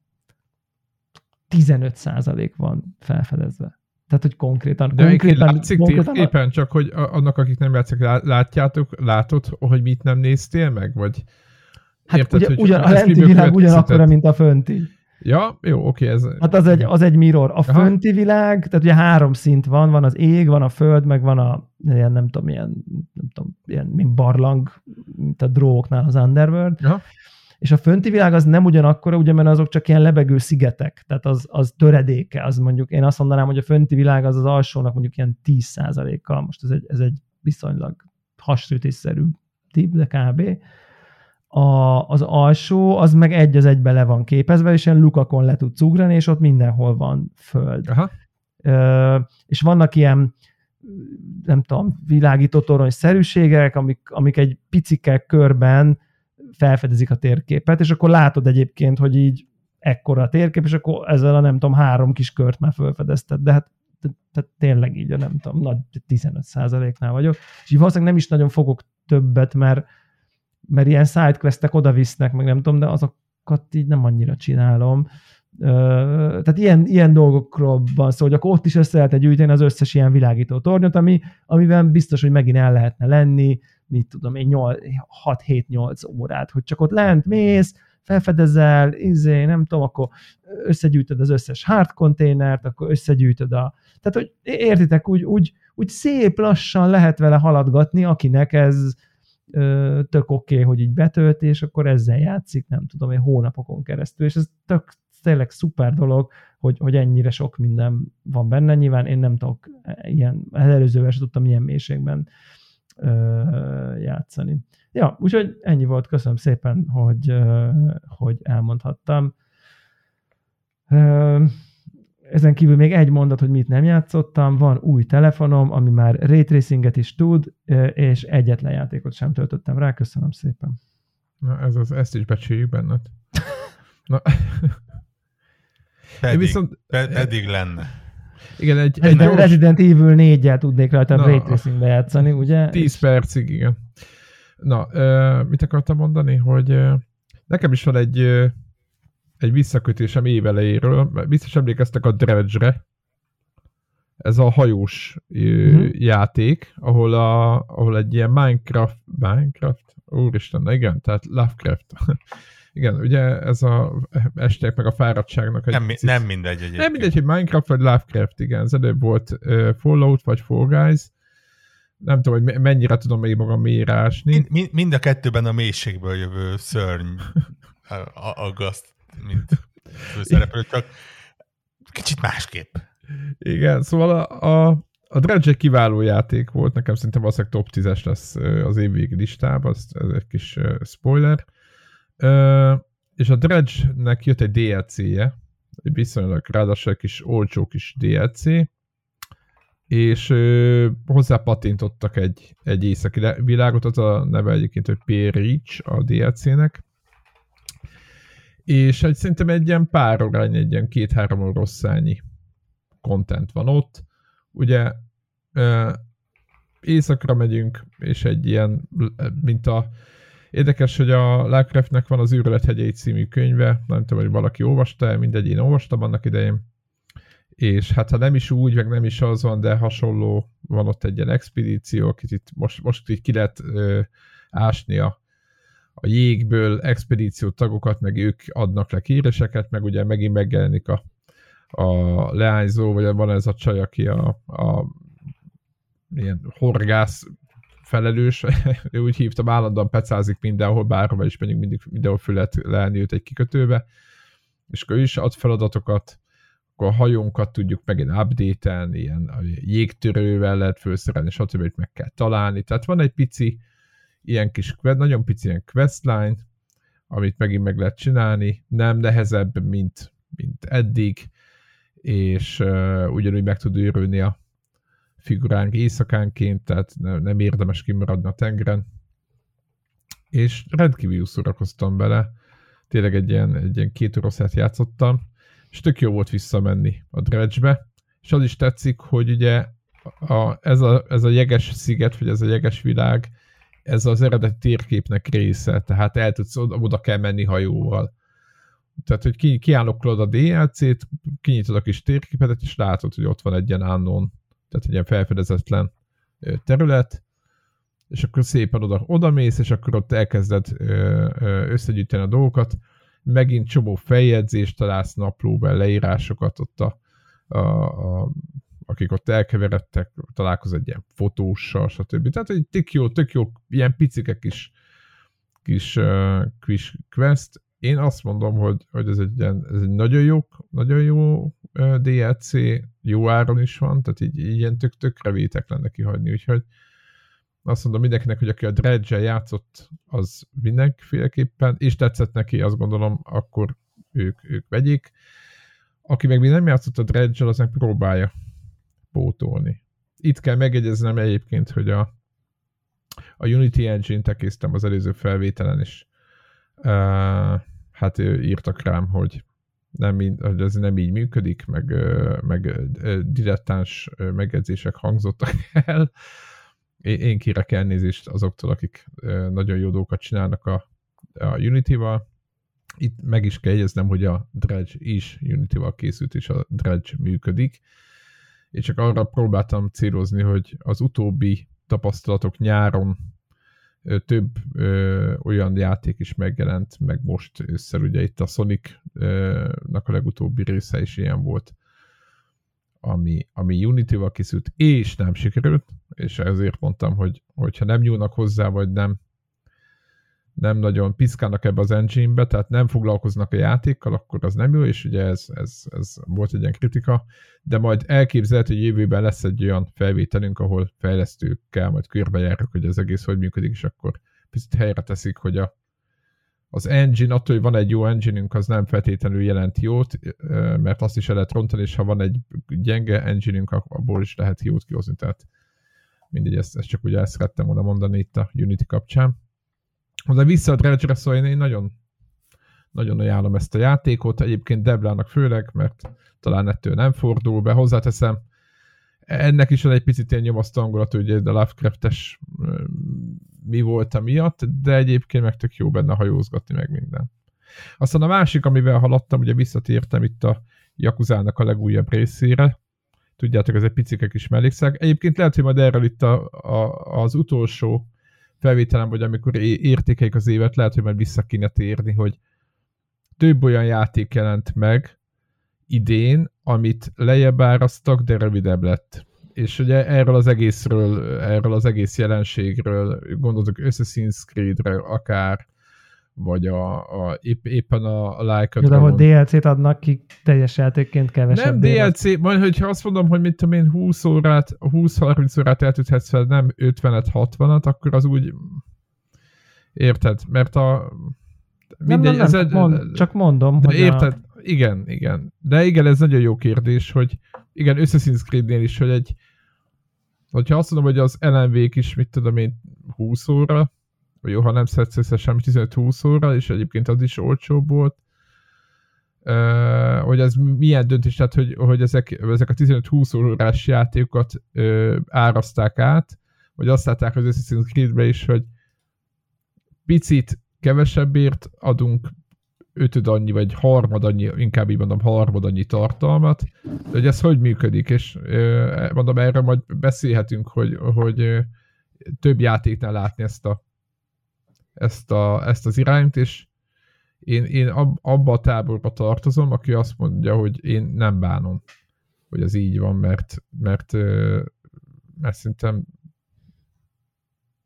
15% van felfedezve. Tehát, hogy konkrétan látszik éppen csak, hogy annak, akik nem játszik, látod, hogy mit nem néztél meg? Vagy hát érted, ugyan a lenti világ ugyanakkora, mint a fönti. Ja, jó, oké. Hát az egy mirror. A fönti világ, tehát ugye 3 szint van az ég, van a föld, meg van a ilyen, nem tudom, ilyen mint barlang, mint a dróknál az Underworld. Aha. És a fönti világ az nem ugyanakkora, ugye, mert azok csak ilyen lebegő szigetek, tehát az töredéke, az mondjuk, én azt mondanám, hogy a fönti világ az alsónak mondjuk ilyen 10%-kal, most ez egy viszonylag hasonlítésszerű tipp, de kb. Az alsó, az meg egy az egybe le van képezve, és ilyen lukakon le tudsz ugrani, és ott mindenhol van föld. Aha. És vannak ilyen, nem tudom, világító torony-szerűségek, amik egy picike körben felfedezik a térképet, és akkor látod egyébként, hogy így ekkora a térkép, és akkor ezzel a nem tudom, 3 kis kört már felfedezted, de hát tehát tényleg így, nem tudom, nagy 15%-nál vagyok, és így valószínűleg nem is nagyon fogok többet, mert ilyen sidequestek oda-visznek, meg nem tudom, de azokat így nem annyira csinálom. Tehát ilyen dolgokról van szó, hogy akkor ott is össze lehetne gyűjteni az összes ilyen világító tornyot, amivel biztos, hogy megint el lehetne lenni, mit tudom én, 6-7-8 órát, hogy csak ott lent mész, felfedezel, nem tudom, akkor összegyűjtöd az összes hard konténert, akkor összegyűjtöd tehát, hogy értitek, úgy szép lassan lehet vele haladgatni, akinek ez tök oké, hogy így betölt, és akkor ezzel játszik, nem tudom én, hónapokon keresztül, és ez tényleg szuper dolog, hogy ennyire sok minden van benne. Nyilván én nem tudok ilyen, előzővel sem tudtam ilyen mélységben játszani. Ja, úgyhogy ennyi volt, köszönöm szépen, hogy elmondhattam. Ezen kívül még egy mondat, hogy mit nem játszottam. Van új telefonom, ami már ray tracinget is tud, és egyetlen játékot sem töltöttem rá. Köszönöm szépen. Na, ezt is becsüljük benned. Na. Pedig lenne. Igen, egy Resident Evil 4-jel tudnék rajta ray tracingbe játszani, ugye? 10 percig, igen. Na, mit akartam mondani, hogy nekem is van egy visszakötésem évelejéről, biztos emlékeztek a Dredge-re, ez a hajós játék, ahol egy ilyen Minecraft, úristen, igen, tehát Lovecraft. Igen, ugye ez a estek meg a fáradtságnak. Nem mindegy egyébként. Nem mindegy, hogy Minecraft vagy Lovecraft, igen, ez előbb volt Fallout vagy Fall Guys. Nem tudom, hogy mennyire tudom még magam mélyre ásni. Mind a kettőben a mélységből jövő szörny aggaszt, mint főszereplő, csak kicsit másképp. Igen, szóval a Dredge egy kiváló játék volt, nekem szerintem valószínűleg top 10-es lesz az évvégi listában, ez egy kis spoiler. És a Dredge-nek jött egy DLC-je, egy viszonylag ráadásul egy kis olcsó kis DLC, és hozzá patintottak egy északi világot, az a neve egyébként, hogy P-Reach a DLC-nek, és szerintem egy ilyen pár órány, egy ilyen 2-3 oroszányi content van ott. Ugye északra megyünk, és egy ilyen, mint érdekes, hogy a Lovecraftnek van az Űrölet hegyei című könyve, nem tudom, hogy valaki olvasta, mindegy, én olvastam annak idején, és hát ha nem is úgy, meg nem is az van, de hasonló, van ott egy ilyen expedíció, akit itt most így ki lehet ásni a jégből expedíció tagokat, meg ők adnak le kéréseket, meg ugye megint megjelenik a leányzó, vagy van ez a csaj, aki a ilyen horgász felelős, ő úgy hívtam, állandóan pecázik mindenhol, bárhova is menjünk, mindig mindenhol föl lehet leelni őt egy kikötőbe, és akkor ő is ad feladatokat, akkor a hajónkat tudjuk megint update-elni, ilyen a jégtörővel lehet felszerelni, stb. Hogy meg kell találni. Tehát van egy pici, ilyen kis, nagyon pici ilyen questline, amit megint meg lehet csinálni, nem nehezebb, mint eddig, és ugyanúgy meg tud őrülni a figuránk éjszakánként, tehát nem érdemes kimaradni a tengeren. És rendkívül szórakoztam bele, tényleg egy ilyen 2 órát játszottam, és tök jó volt visszamenni a Dredge-be, és az is tetszik, hogy ugye ez a jeges sziget, vagy ez a jeges világ, ez az eredeti térképnek része, tehát el tudsz, oda kell menni hajóval. Tehát, hogy kiállokolod a DLC-t, kinyitod a kis térképet, és látod, hogy ott van egy ilyen unknown, tehát egy ilyen felfedezetlen terület, és akkor szépen odamész, és akkor ott elkezded összegyűjteni a dolgokat, megint csomó feljegyzést találsz, naplóba, leírásokat, ott akik ott elkeveredtek, találkoz egy ilyen fotóssal, stb. Tehát egy tök jó, ilyen picike kis quest. Én azt mondom, hogy ez egy nagyon jó DLC, jó áron is van, tehát így ilyen tök revétek lenne kihagyni, úgyhogy azt mondom mindenkinek, hogy aki a Dredge-el játszott, az mindenféleképpen, és tetszett neki, azt gondolom, akkor ők vegyék. Aki meg még nem játszott a Dredge-el, az meg próbálja pótolni. Itt kell megjegyeznem egyébként, hogy a Unity Engine-t elkésztem az előző felvételen, és hát írtak rám, hogy ez nem így működik, meg dilettáns megjegyzések hangzottak el. Én kérek elnézést azoktól, akik nagyon jó dolgokat csinálnak a Unity-val. Itt meg is kell jegyeznem, hogy a Dredge is Unity-val készült, és a Dredge működik. És csak arra próbáltam célozni, hogy az utóbbi tapasztalatok nyáron több olyan játék is megjelent, meg most ősszel ugye itt a Sonic-nak a legutóbbi része is ilyen volt, ami Unity-val készült, és nem sikerült, és ezért mondtam, hogy ha nem nyúlnak hozzá, vagy nem nagyon piszkálnak ebbe az engine-be, tehát nem foglalkoznak a játékkal, akkor az nem jó, és ugye ez volt egy ilyen kritika, de majd elképzelhető, hogy jövőben lesz egy olyan felvételünk, ahol fejlesztőkkel majd körbejárjuk, hogy az egész hogy működik, és akkor picit helyre teszik, hogy az engine, attól, hogy van egy jó engine-ünk, az nem feltétlenül jelent jót, mert azt is el lehet rontani, és ha van egy gyenge engine-ünk, abból is lehet jót kihozni, tehát mindegy, ezt csak ugye ezt szerettem volna mondani itt a Unity kapcsán. De vissza a Dredge-re, szóval én nagyon, nagyon ajánlom ezt a játékot, egyébként Deblának főleg, mert talán ettől nem fordul be, hozzáteszem, ennek is van egy picit ilyen nyomasztó hangulatú, ugye a Lovecraft-es mi volt miatt, de egyébként meg tök jó benne hajózgatni meg minden. Aztán a másik, amivel haladtam, ugye visszatértem itt a Yakuzának a legújabb részére, tudjátok, ez egy picike kis mellékszeg. Egyébként lehet, hogy majd erről itt az utolsó felvételem, vagy amikor értékeljük az évet, lehet, hogy majd vissza kéne térni, hogy több olyan játék jelent meg idén, amit lejjebb áraztak, de rövidebb lett. És ugye erről az egész jelenségről, gondoltok Assassin's Creed-re akár, vagy éppen a Like a Dragon. De ahol DLC-t adnak ki teljes játékként kevesebb. Nem DLC, majd hogyha azt mondom, hogy mit tudom én 20-30 órát eltűnhetsz fel, nem 50-et, 60-at, akkor az úgy érted, mert mindegy, csak mondom, hogy érted, igen. De igen, ez nagyon jó kérdés, hogy igen, Assassin's Creed-nél is, hogy hogyha azt mondom, hogy az LMV-k is, mit tudom én, 20 óra, vagy jó, ha nem szedsz össze semmi, 15-20 óra, és egyébként az is olcsóbb volt, hogy ez milyen döntés, tehát hogy ezek a 15-20 órás játékokat árazták át, vagy azt látták az Assassin's Creed-be is, hogy picit kevesebbért adunk ötöd annyi, vagy harmad annyi, inkább így mondom, harmad annyi tartalmat, de hogy ez hogy működik, és mondom, erről majd beszélhetünk, hogy több játéknál látni ezt az irányt, és én abba a táborba tartozom, aki azt mondja, hogy én nem bánom, hogy ez így van, mert szerintem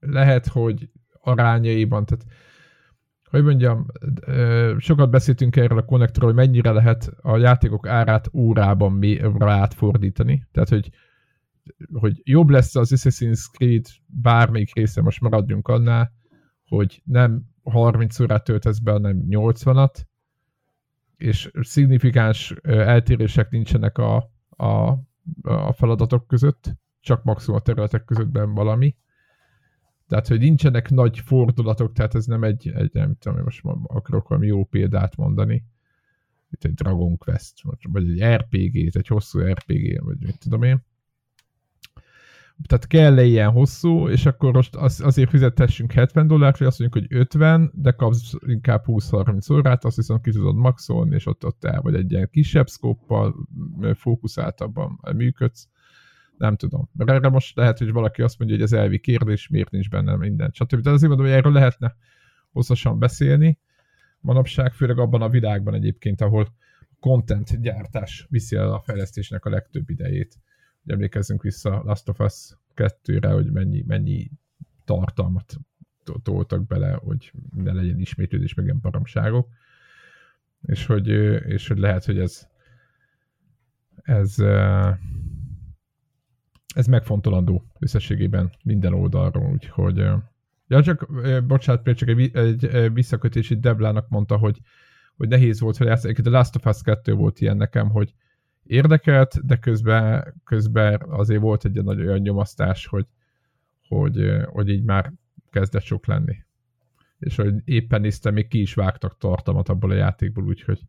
lehet, hogy arányaiban, tehát hogy mondjam, sokat beszéltünk erről a konnektorról, hogy mennyire lehet a játékok árát órában átfordítani. Tehát, hogy jobb lesz az Assassin's Creed bármelyik része, most maradjunk annál, hogy nem 30 órát töltesz be, hanem 80-at, és szignifikáns eltérések nincsenek a feladatok között, csak maximum a területek közöttben valami. Tehát, hogy nincsenek nagy fordulatok, tehát ez nem egy nem tudom, most akarok valami jó példát mondani, itt egy Dragon Quest, vagy egy RPG, egy hosszú RPG, vagy mit tudom én. Tehát kell ilyen hosszú, és akkor most azért fizetessünk $70, hogy azt mondjuk, hogy 50, de kapsz inkább 20-30 órát, azt viszont ki tudod maxolni, és ott el vagy egy ilyen kisebb szkóppal, fókuszáltabban működsz. Nem tudom. Mert erre most lehet, hogy valaki azt mondja, hogy ez elvi kérdés, miért nincs benne minden, stb. De azért mondom, hogy erről lehetne hosszasan beszélni manapság, főleg abban a világban egyébként, ahol content gyártás viszi el a fejlesztésnek a legtöbb idejét. Hogy emlékezzünk vissza Last of Us 2-re, hogy mennyi tartalmat toltak bele, hogy ne legyen ismétlődés, meg ilyen baromságok. És hogy lehet, hogy ez megfontolandó összességében minden oldalról, úgyhogy... Ja, bocsánat, csak egy visszakötés, itt Deblának mondta, hogy nehéz volt feljátszani. A Last of Us 2 volt ilyen nekem, hogy érdekelt, de közben azért volt egy nagy olyan nyomasztás, hogy így már kezdett sok lenni. És hogy éppen néztem, még ki is vágtak tartalmat abból a játékból, úgyhogy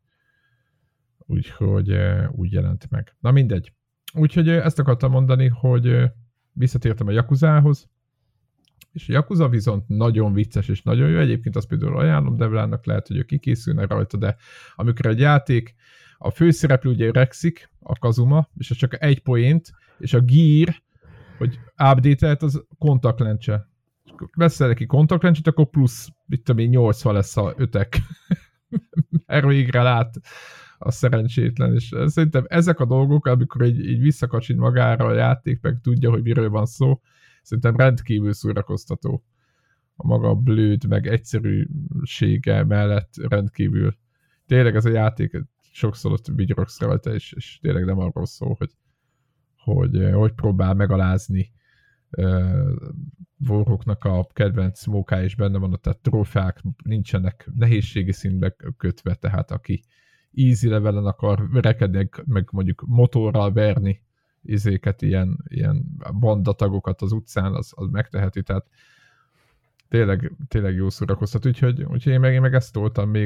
úgy jelent meg. Na mindegy. Úgyhogy ezt akartam mondani, hogy visszatértem a Yakuzához, és a Yakuza viszont nagyon vicces és nagyon jó. Egyébként azt például ajánlom Devlának, lehet, hogy ő kikészülne rajta, de amikor egy játék, a főszereplő ugye öregszik, a Kazuma, és az csak egy poént, és a gear, hogy update-elt, az kontaktlencse. Veszel neki kontaktlencset, akkor plusz, mit tudom én, 80 lesz a ötek. Erről végre lát a szerencsétlen, és szerintem ezek a dolgok, amikor így visszakacsint magára a játék, meg tudja, hogy miről van szó, szerintem rendkívül szórakoztató. A maga blőd, meg egyszerűsége mellett rendkívül. Tényleg ez a játék sokszor ott vigyorogsz rajta, és tényleg nem arról szól, hogy próbál megalázni Warhawknak a kedvenc mókája is benne van, tehát trófeák nincsenek nehézségi szintbe kötve, tehát aki easy levelen akar verekedni, meg mondjuk motorral verni ilyen bandatagokat az utcán, az megteheti, tehát tényleg jó szórakoztat, úgyhogy én meg ezt toltam még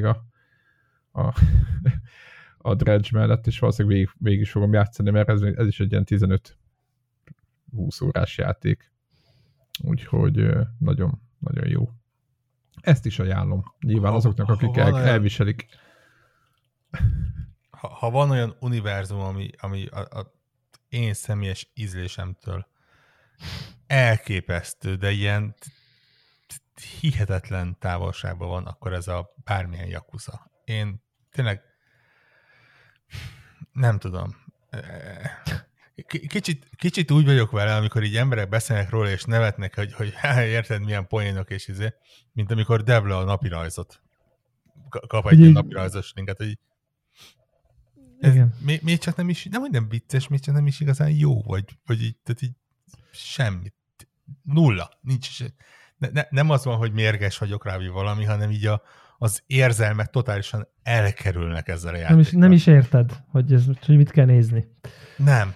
a Dredge mellett, és valószínűleg végig is fogom játszani, mert ez is egy ilyen 15-20 órás játék. Úgyhogy nagyon, nagyon jó. Ezt is ajánlom. Nyilván azoknak, akik elviselik. Ha van olyan univerzum, ami a én személyes ízlésemtől elképesztő, de ilyen hihetetlen távolságban van, akkor ez a bármilyen Yakuza. Én tényleg nem tudom. Kicsit úgy vagyok vele, amikor így emberek beszélnek róla, és nevetnek, hogy érted, milyen poénok, és mint amikor Devla a napirajzot kap egy ilyen napirajzos linket, hogy még csak nem is, nem hogy nem vicces, még csak nem is igazán jó, vagy így, tehát így semmit. Nulla. Nincs. Nem az van, hogy mérges vagyok rá, vagy valami, hanem így az érzelmek totálisan elkerülnek ezzel a játékkal. Nem is érted, hogy mit kell nézni. Nem.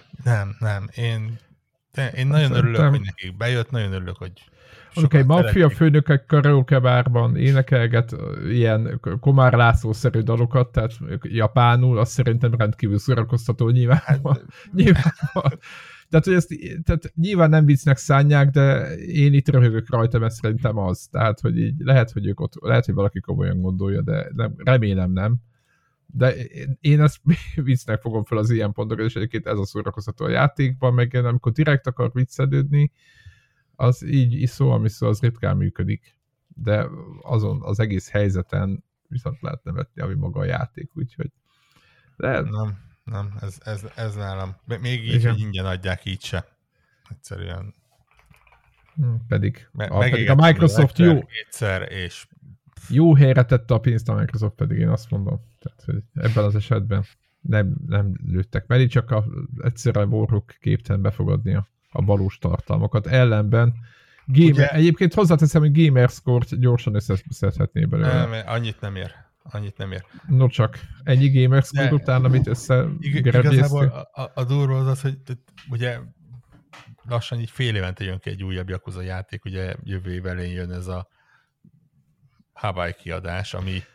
Én nagyon örülök, hogy nekik bejött, nagyon örülök, hogy Oké, maffia főnökek karaoke bárban énekelget ilyen Komár László-szerű dalokat, tehát japánul, azt szerintem rendkívül szórakoztató nyilván. Tehát, hogy tehát nyilván nem viccnek szánják, de én itt röhögök rajta, mert szerintem az. Tehát, hogy így lehet, hogy valaki komolyan gondolja, de remélem nem. De én ezt viccnek fogom fel az ilyen pontokat, és egyébként ez a szórakoztató a játékban, meg amikor direkt akar viccelődni, az így szó, az ritkán működik. De azon az egész helyzeten viszont lehet nevetni, ami maga a játék, úgyhogy... De... Nem, ez nálam. Még így, igen. Hogy ingyen adják, így se. Egyszerűen. Pedig a Microsoft egyszer, és jó helyre tette a pénzt a Microsoft, pedig én azt mondom. Tehát, hogy ebben az esetben nem lőttek mellé, csak egyszerűen Warhawk képtelen befogadni a valós tartalmakat. Ellenben egyébként hozzáteszem, hogy Gamerscore-t gyorsan összeszedhetné belőle. Nem, annyit nem ér. No csak, ennyi Gamerscore után, amit összegerebjéztünk. Igazából a durva az, hogy ugye lassan így fél évente jön ki egy újabb Yakuza játék, ugye jövő év elején jön ez a Hawaii kiadás,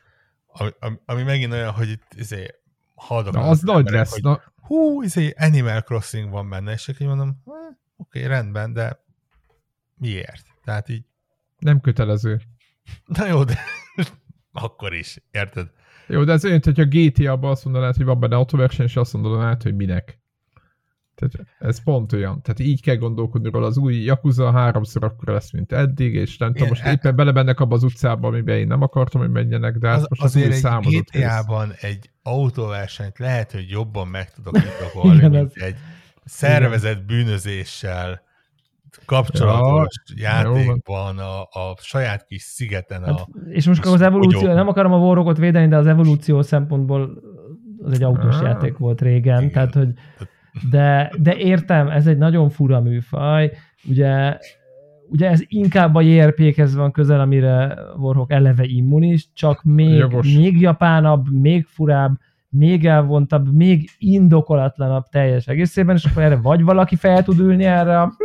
ami megint olyan, hogy itt haldoknak. Az nagy lesz. Hogy, Animal Crossing van benne, és akkor így mondom, oké, rendben, de miért? Tehát így... Nem kötelező. Na jó, de akkor is, érted? Jó, de ez olyan, hogyha GTA-ban azt mondanád, hogy van benne autóverseny, és azt mondanád, hogy minek. Tehát ez pont olyan. Tehát így kell gondolkodni róla, az új Yakuza 3-szor akkor lesz, mint eddig, és nem tudom, most éppen belemennek abba az utcába, amiben én nem akartam, hogy menjenek, de most azért egy GTA-ban egy autóversenyt lehet, hogy jobban meg tudok indokolni, mint egy szervezett bűnözéssel kapcsolatos játékban a saját kis szigeten. És most az evolúció, nem akarom a Warhawkot védeni, de az evolúció szempontból az egy autós játék volt régen, igen. Tehát hogy de értem, ez egy nagyon fura műfaj, ugye ez inkább a JRPG-hez van közel, amire Warhawk eleve immunis, csak még japánabb, még furább, még elvontabb, még indokolatlanabb teljes egészében, és akkor erre vagy valaki fel tud ülni erre a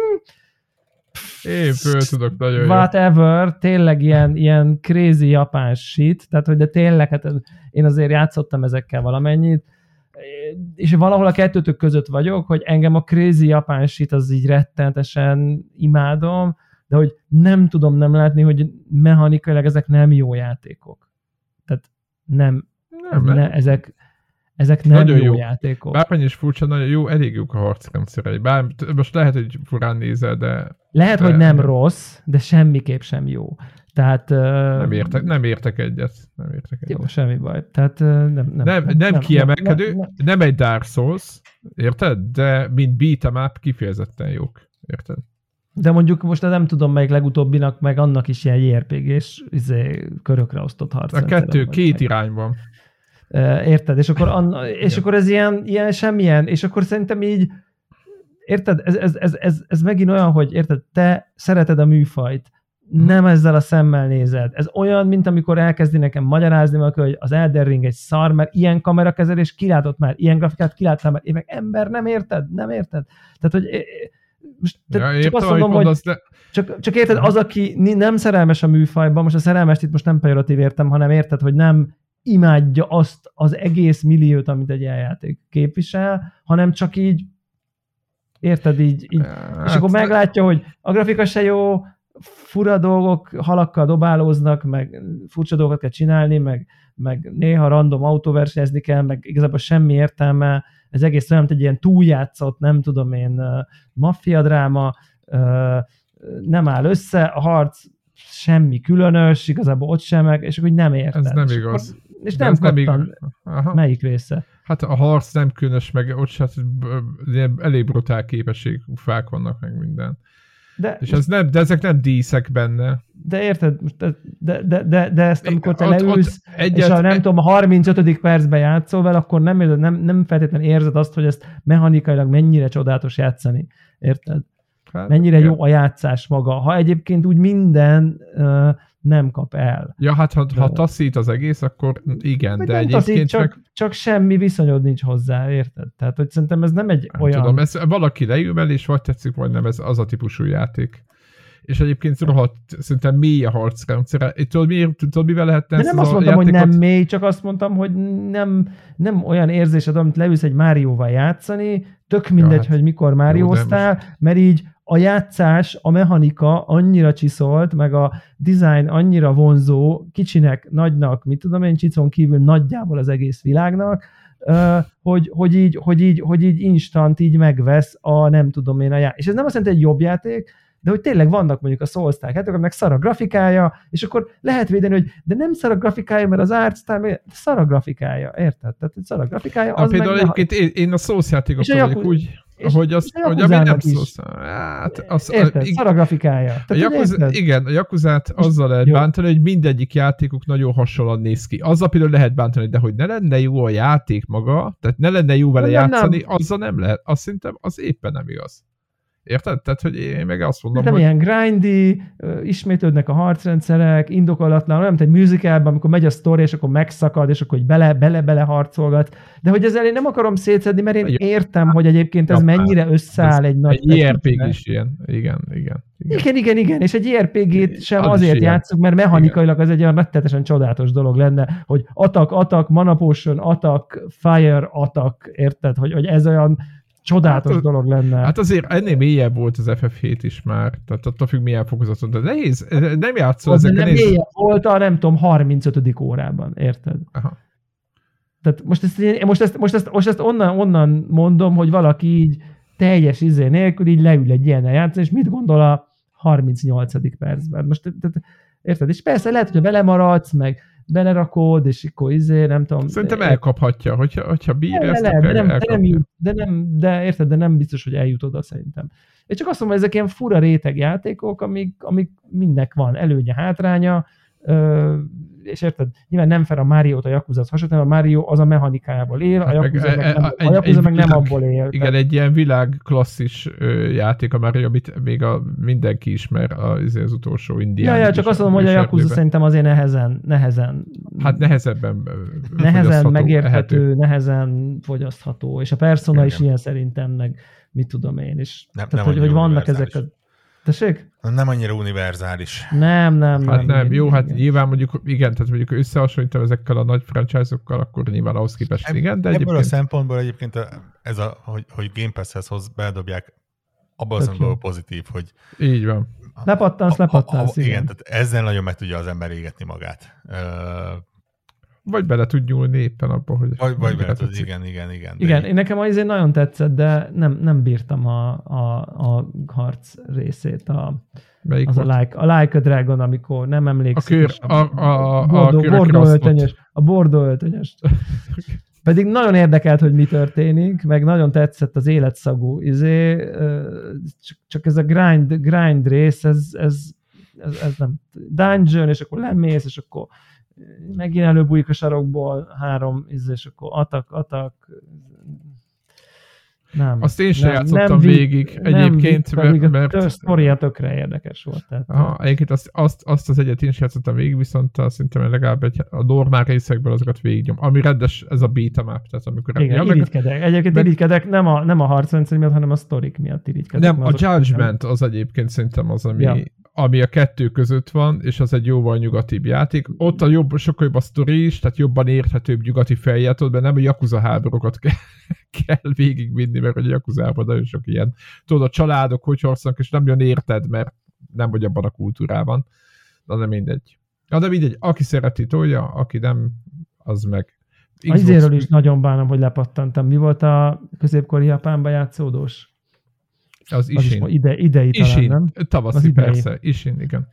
én föl tudok nagyon whatever, tényleg ilyen crazy japán shit, tehát hogy de tényleg, hát én azért játszottam ezekkel valamennyit, és valahol a kettőtök között vagyok, hogy engem a crazy japán shit az így rettenetesen imádom, de hogy nem tudom nem látni, hogy mechanikailag ezek nem jó játékok. Tehát ezek nem jó játékok. Bármennyi is furcsa, nagyon jó, elég jók a harcrendszerei. Bár most lehet, hogy furán nézel, de... Lehet, hogy nem rossz, de semmiképp sem jó. Tehát... Nem értek egyet. Jó, semmi baj. Tehát nem kiemelkedő, nem egy Dark Souls, érted? De mint beat'em up kifejezetten jók, érted? De mondjuk most nem tudom, melyik legutóbbinak, meg annak is ilyen JRPG-s körökre osztott harcrendszer. A két irányban. Érted? És akkor ez ilyen semmilyen, és akkor szerintem így, érted? Ez megint olyan, hogy érted, te szereted a műfajt, nem ezzel a szemmel nézed. Ez olyan, mint amikor elkezdi nekem magyarázni, hogy az Elden Ring egy szar, mert ilyen kamerakezelés kilátott már, ilyen grafikát kiláttál már, én meg ember, nem érted? Tehát, hogy most csak azt mondom, hogy csak érted, az, aki nem szerelmes a műfajban, most a szerelmest itt most nem pejoratív értem, hanem érted, hogy nem imádja azt az egész milliót, amit egy eljáték képvisel, hanem csak így, érted, így és akkor meglátja, hogy a grafika se jó, fura dolgok, halakkal dobálóznak, meg furcsa dolgokat kell csinálni, meg néha random autóversenyezni kell, meg igazából semmi értelme, ez egész olyan, mint egy ilyen túljátszott, nem tudom én, maffia dráma, nem áll össze, a harc semmi különös, igazából ott sem meg, és akkor nem érted. Ez nem igaz. És nem kaptam. Melyik része? Hát a harc nem különös, meg ott sem elég brutál képességfák vannak, meg minden. De ezek nem díszek benne. De érted, de ezt amikor te leülsz, és nem tudom, a 35. percben játszol vele, akkor nem feltétlenül érzed azt, hogy ezt mechanikailag mennyire csodálatos játszani. Érted? Hát, mennyire jó a játszás maga. Ha egyébként úgy minden nem kap el. Ja, hát ha taszít az egész, akkor igen, de egyébként taszít, csak semmi viszonyod nincs hozzá, érted? Tehát, hogy szerintem ez nem egy nem olyan... Tudom, ez valaki leül el, és vagy tetszik, vagy nem, ez az a típusú játék. És egyébként rohadt, szerintem mély a harcrendszere. Tudod, mivel lehetne ezt? De nem azt mondtam, hogy nem mély, csak azt mondtam, hogy nem olyan érzésed, amit leülsz egy Márióval játszani, tök mindegy, hogy mikor Márióztál, mert így a játszás, a mechanika annyira csiszolt, meg a design annyira vonzó, kicsinek, nagynak, mit tudom én, csicon kívül nagyjából az egész világnak, hogy így instant így megvesz a nem tudom én a játék. És ez nem azt jelenti, hogy egy jobb játék, de hogy tényleg vannak mondjuk a Souls-like játékok, meg szar a grafikája, és akkor lehet védeni, hogy de nem szar a grafikája, mert az artstyle, szar a grafikája, érted? Tehát szar a grafikája, az például egyébként én a Souls játékokkal vagyok úgy... hogy ami nem szólsz. Hát, érted? Szar a grafikája. Igen, a Yakuzát azzal lehet bántani, hogy mindegyik játékuk nagyon hasonlóan néz ki. Azzal például lehet bántani, de hogy ne lenne jó a játék maga, tehát ne lenne jó vele játszani, azzal nem lehet. Azt szerintem az éppen nem igaz. Érted? Tehát, hogy én meg azt mondom, hogy... ilyen grindy, ismétlődnek a harcrendszerek, indokolatlan, olyan, mint egy musicalban, amikor megy a sztori, és akkor megszakad, és akkor bele harcolgat. De hogy ezzel én nem akarom szétszedni, mert én értem, hogy egyébként ez mennyire összeáll egy nagy... Egy IRPG is ilyen. Igen. És egy IRPG-t sem azért játszunk, mert mechanikailag az egy olyan rettetesen csodálatos dolog lenne, hogy attack, mana potion, attack, fire, attack, érted? Hogy ez olyan csodálatos dolog lenne. Hát azért ennél mélyebb volt az FF7 is már, tehát attól függ milyen fokozaton, de nehéz, nem játszol ezek a néz... mélyebb volt a nem tudom 35. órában, érted? Aha. Tehát most ezt onnan mondom, hogy valaki így teljes nélkül így leül egy ilyennel játszani, és mit gondol a 38. percben? Most érted? És persze lehet, hogyha belemaradsz, meg belerakod, és akkor nem tudom... Szerintem elkaphatja, hogyha bírja ezt, de érted, de nem biztos, hogy eljut oda szerintem. Én csak azt mondom, hogy ezek ilyen fura réteg játékok, amik mindnek van előnye, hátránya, és érted, nyilván nem fel a Mario-t a Yakuza-hoz hasonlóan, a Mario az a mechanikájából él, a Yakuza meg nem abból él. Igen, egy ilyen világ klasszis játék a Mario, amit még mindenki ismer az utolsó indián. Ja, csak azt mondom, hogy a Yakuza szerintem azért nehezen. Hát nehezebben megérthető, nehezen fogyasztható, és a Persona is ilyen szerintem, meg mit tudom én, és hogy vannak ezek a... Tessék? Nem annyira univerzális. Nem. Hát nem, jó, hát nyilván mondjuk, igen, tehát mondjuk összehasonlítom ezekkel a nagy franchise-okkal, akkor nyilván ahhoz képest igen, de ebből egyébként... a szempontból egyébként ez hogy Game Pass-hez bedobják, abban az szempontból pozitív, hogy... Így van. Lepattansz, igen. Tehát ezzel nagyon meg tudja az ember égetni magát. Vagy bele tud nyúlni éppen abba, hogy... Vagy bele tud, igen. Igen, én nekem azért nagyon tetszett, de nem bírtam a harc részét. A Like a Dragon, amikor nem emlékszik. A bordó öltönyös. Pedig nagyon érdekelt, hogy mi történik, meg nagyon tetszett az életszagú csak ez a grind rész, ez nem dungeon, és akkor lemész, és akkor megint előbújik a sarokból 3, és akkor attack. Nem. Azt én sem játszottam végig egyébként, mert a sztoria tökre érdekes volt. Egyébként azt az egyet én sem játszottam végig, viszont szerintem legalább a normál részekből azokat végignyom. Ami rendes, ez a beat'em up, tehát amikor... Igen, irigykedek. Egyébként irigykedek nem a harcrendszer miatt, hanem a sztorik miatt irigykedek. Nem, a Judgment az egyébként szerintem az, ami a kettő között van, és az egy jóval nyugatibb játék. Ott sokkal jobb a sztori is, tehát jobban érthetőbb nyugati feljátot, de nem a Yakuza háborúkat kell végigvinni, mert a Yakuzában nagyon sok ilyen. Tudod, a családok hogy harcolnak, és nem jön érted, mert nem vagy abban a kultúrában. De mindegy. De mindegy, aki szereti tolja, aki nem, az meg... Azért is nagyon bánom, hogy lepattantam. Mi volt a középkori Japánban játszódós? Az Ishin. Idei Ishin. talán, nem? Tavaszi, persze. Ishin, igen.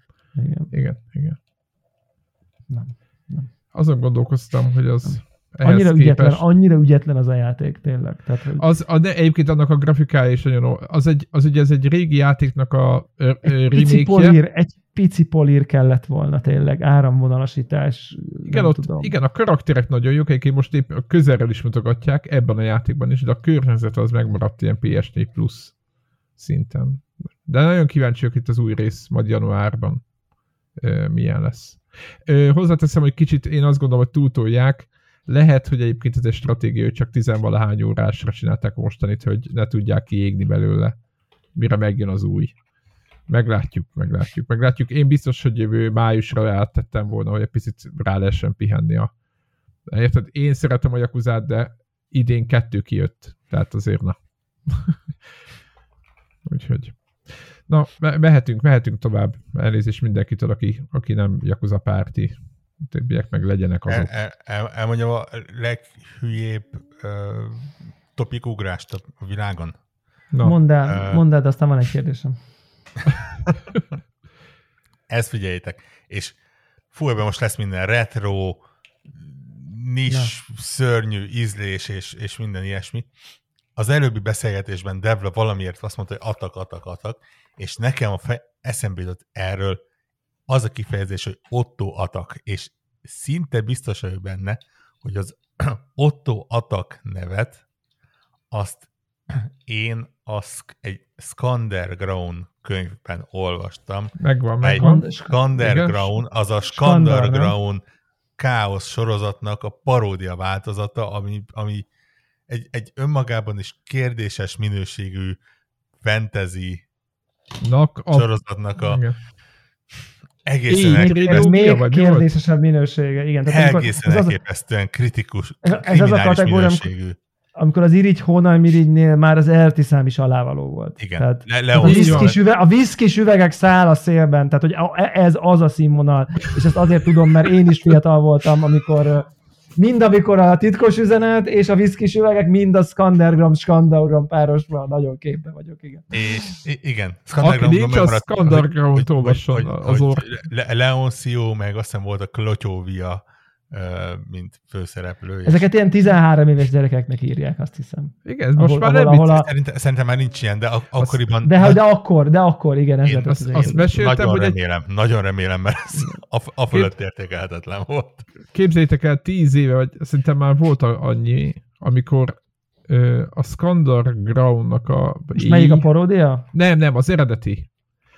Nem. Azon gondolkoztam, hogy az annyira ügyetlen az a játék, tényleg. Tehát, hogy... egyébként annak a grafikája is nagyon... Ez egy régi játéknak a remake-je. Egy pici polír kellett volna tényleg, áramvonalasítás. Igen, a karakterek nagyon jók, egyébként most épp közelről is mutogatják, ebben a játékban is, de a környezet az megmaradt ilyen PS4 Plus szinten. De nagyon kíváncsi vagyok itt az új rész, majd januárban milyen lesz. Hozzáteszem, hogy kicsit én azt gondolom, hogy túltolják. Lehet, hogy egyébként ez egy stratégia, hogy csak 10-valahány órásra csinálták mostanit, hogy ne tudják kiégni belőle, mire megjön az új. Meglátjuk. Én biztos, hogy jövő májusra áttettem volna, hogy egy picit rá lehessen pihenni Érted? Én szeretem a Yakuzát, de idén 2 kijött. Tehát azért na. Úgyhogy. Na, mehetünk tovább. Elnézést mindenkitől, aki nem Yakuza párti. A többiek meg legyenek azok. Elmondjam a leghülyébb topikugrást a világon. Mondd el, de aztán van egy kérdésem. Ezt figyeljétek. És ebben most lesz minden retro, nis, szörnyű ízlés és minden ilyesmi. az előbbi beszélgetésben Devla valamiért azt mondta, hogy atak, és nekem eszembe jutott erről az a kifejezés, hogy Otto atak, és szinte biztos vagyok benne, hogy az Otto atak nevet azt én egy Skandergraun könyvben olvastam. Megvan. Skandergraun, az a Skandergraun káosz sorozatnak a paródia változata, ami egy önmagában is kérdéses minőségű fantasy sorozatnak a egészen még kérdésesebb minősége. Igen, tehát egészen elképesztően kritikus, kriminális minőségű. Amikor az Irigy Hónalmirigynél már az elti szám is alávaló volt. Igen. Tehát a viszkis üvegek száll a szélben, tehát hogy ez az a színvonal, és ezt azért tudom, mert én is fiatal voltam, amikor a titkos üzenet és a viszkis üvegek mind a Skandergram párosban nagyon képbe vagyok, igen. Igen. Aki nincs, a Skandergram-t olvasson az orr. Leoncio, meg azt hiszem volt a Klotyóvia, mint főszereplő. Ezeket ilyen 13 éves gyerekeknek írják, azt hiszem. Igen, most már nem Szerintem már nincs ilyen, de akkoriban... De akkor, igen. Én azt meséltem, nagyon remélem, mert ez a fölött értékelhetetlen volt. Képzeljétek el, 10 éve, vagy szerintem már volt annyi, amikor a Skandergraunnak a... Most melyik a paródia? Nem, az eredeti.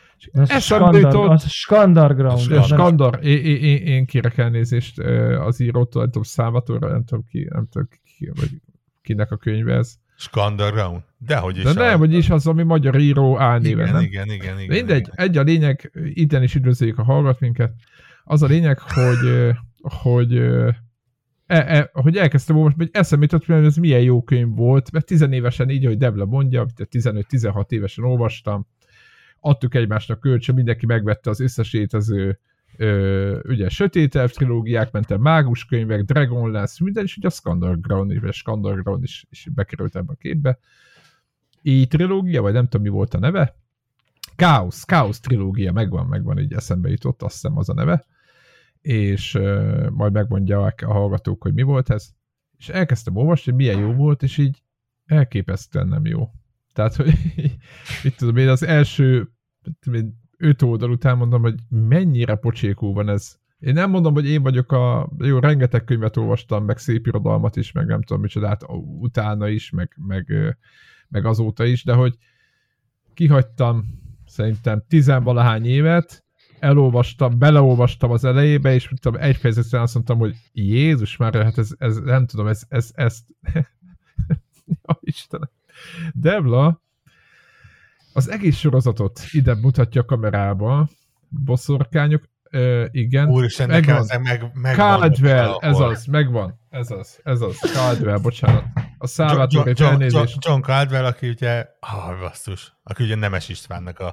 Skandergraun. Én kérek elnézést az írótól, nem tudom, Salvatore, nem tudom ki, vagy kinek a könyve ez. Skandergraun? Dehogy is. De nem, hogy is az, ami magyar író álnéven. Igen. Mindegy, egy a lényeg, innen is üdvözöljük a hallgat minket. Az a lényeg, hogy elkezdtem olvasni, hogy eszembe jutott, hogy ez milyen jó könyv volt, mert 10 évesen így, hogy Devla mondja, 15-16 évesen olvastam, adtuk egymásnak kölcsön, mindenki megvette az összes létező ugye Sötét Elf trilógiák, mentem mágus könyvek, Dragonlance, minden, és ugye a Skandergraun is bekerült ebbe a képbe. Így trilógia, vagy nem tudom, mi volt a neve. Chaos trilógia, megvan, így eszembe jutott, azt hiszem az a neve. És majd megmondják a hallgatók, hogy mi volt ez. És elkezdtem olvasni, hogy milyen jó volt, és így elképesztően nem jó. Tehát, hogy mit tudom én, az első 5 oldal után mondom, hogy mennyire pocsékú van ez. Én nem mondom, hogy én vagyok jó, rengeteg könyvet olvastam, meg szép irodalmat is, meg nem tudom micsodát utána is, meg azóta is, de hogy kihagytam szerintem 10-valahány évet, beleolvastam az elejébe, és tudom, egy fejezetben azt mondtam, hogy Jézus már, hát ez nem tudom, ez ja, Istenem. Devla az egész sorozatot ide mutatja a kamerába, boszorkányok, igen. Úristen, nekem megvan. Caldwell, ez az, Caldwell, bocsánat. A Salvatore elnézést. John Caldwell, aki ugye, aki ugye Nemes Istvánnak a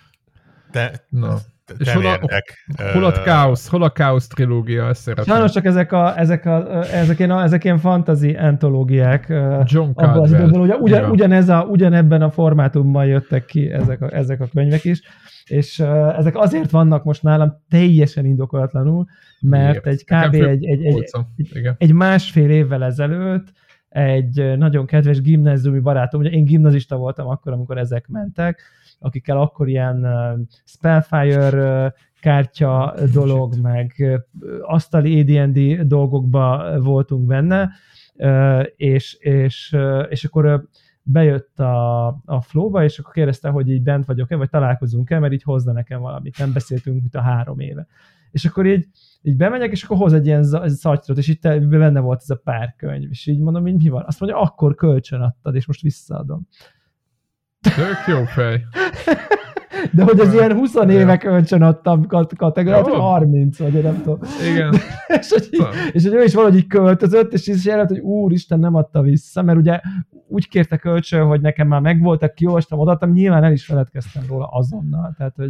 és hol a Chaos trilógia, ezt szeretném. Sajnos csak ezek ilyen fantasy antológiák. John Caldwell. Ugyanebben a formátumban jöttek ki ezek a könyvek is, és ezek azért vannak most nálam teljesen indokolatlanul, mert egy másfél évvel ezelőtt egy nagyon kedves gimnáziumi barátom, ugye én gimnazista voltam akkor, amikor ezek mentek, akikkel akkor ilyen Spellfire kártya dolog, meg asztali AD&D dolgokba voltunk benne, és akkor bejött a Flow-ba, és akkor kérdezte, hogy így bent vagyok-e, vagy találkozunk-e, mert így hozna nekem valamit, nem beszéltünk, mint a 3 éve. És akkor így bemegyek, és akkor hoz egy ilyen szatyrot, és itt benne volt ez a pár könyv, és így mondom, mi van? Azt mondja, akkor kölcsön adtad, és most visszaadom. Tök jó fej. De hogy ez ilyen 20 éve kölcsön adtam kategóriát, 30, vagy nem tudom. Igen. és hogy ő is valahogy így költözött, és így jelent, hogy úristen, nem adta vissza, mert ugye úgy kérte kölcsön, hogy nekem már megvoltak, kiolvastam, odaadtam, nyilván el is feledkeztem róla azonnal. Tehát, hogy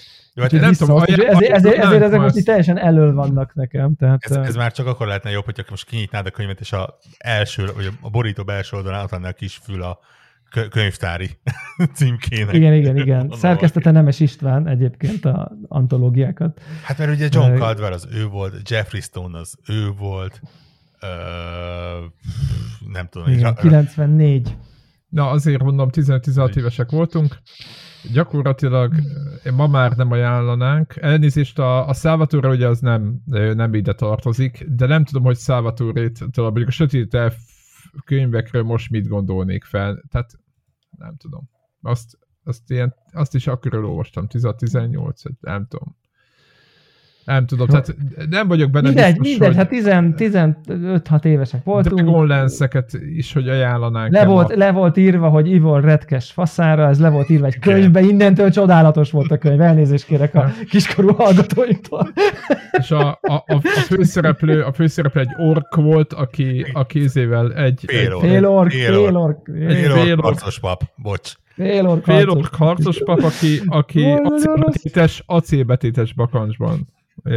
ezért ezek most így teljesen elől vannak nekem. Tehát, ez már csak akkor lehetne jobb, hogyha most kinyitnád a könyvet, és a borító belső oldalán ott lenne a kis fül a könyvtári címkének. Igen. Szerkesztete Nemes István egyébként az antológiákat. Hát mert ugye John Caldwell az ő volt, Jeffrey Stone az ő volt, nem tudom. Igen, 94. Na azért mondom, 15-16 évesek voltunk. Gyakorlatilag ma már nem ajánlanánk. Elnézést, a Salvatore ugye az nem ide tartozik, de nem tudom, hogy Salvatore-től mondjuk a sötét elf könyvekről most mit gondolnék fel. Tehát nem tudom. Azt is akkor olvastam, 18, nem tudom. Nem tudom, tehát nem vagyok benne mindegy, hát 15-6 évesek voltunk. Dragonlance-eket is, hogy ajánlanánk. Le volt írva, hogy Ivor retkes faszára, ez le volt írva egy könyvbe, innentől csodálatos volt a könyv. Elnézést kérek a kiskorú hallgatóinktól. És a főszereplő egy ork volt, aki izével fél ork harcos pap, bocs. Fél ork harcos pap, aki acélbetétes bakancsban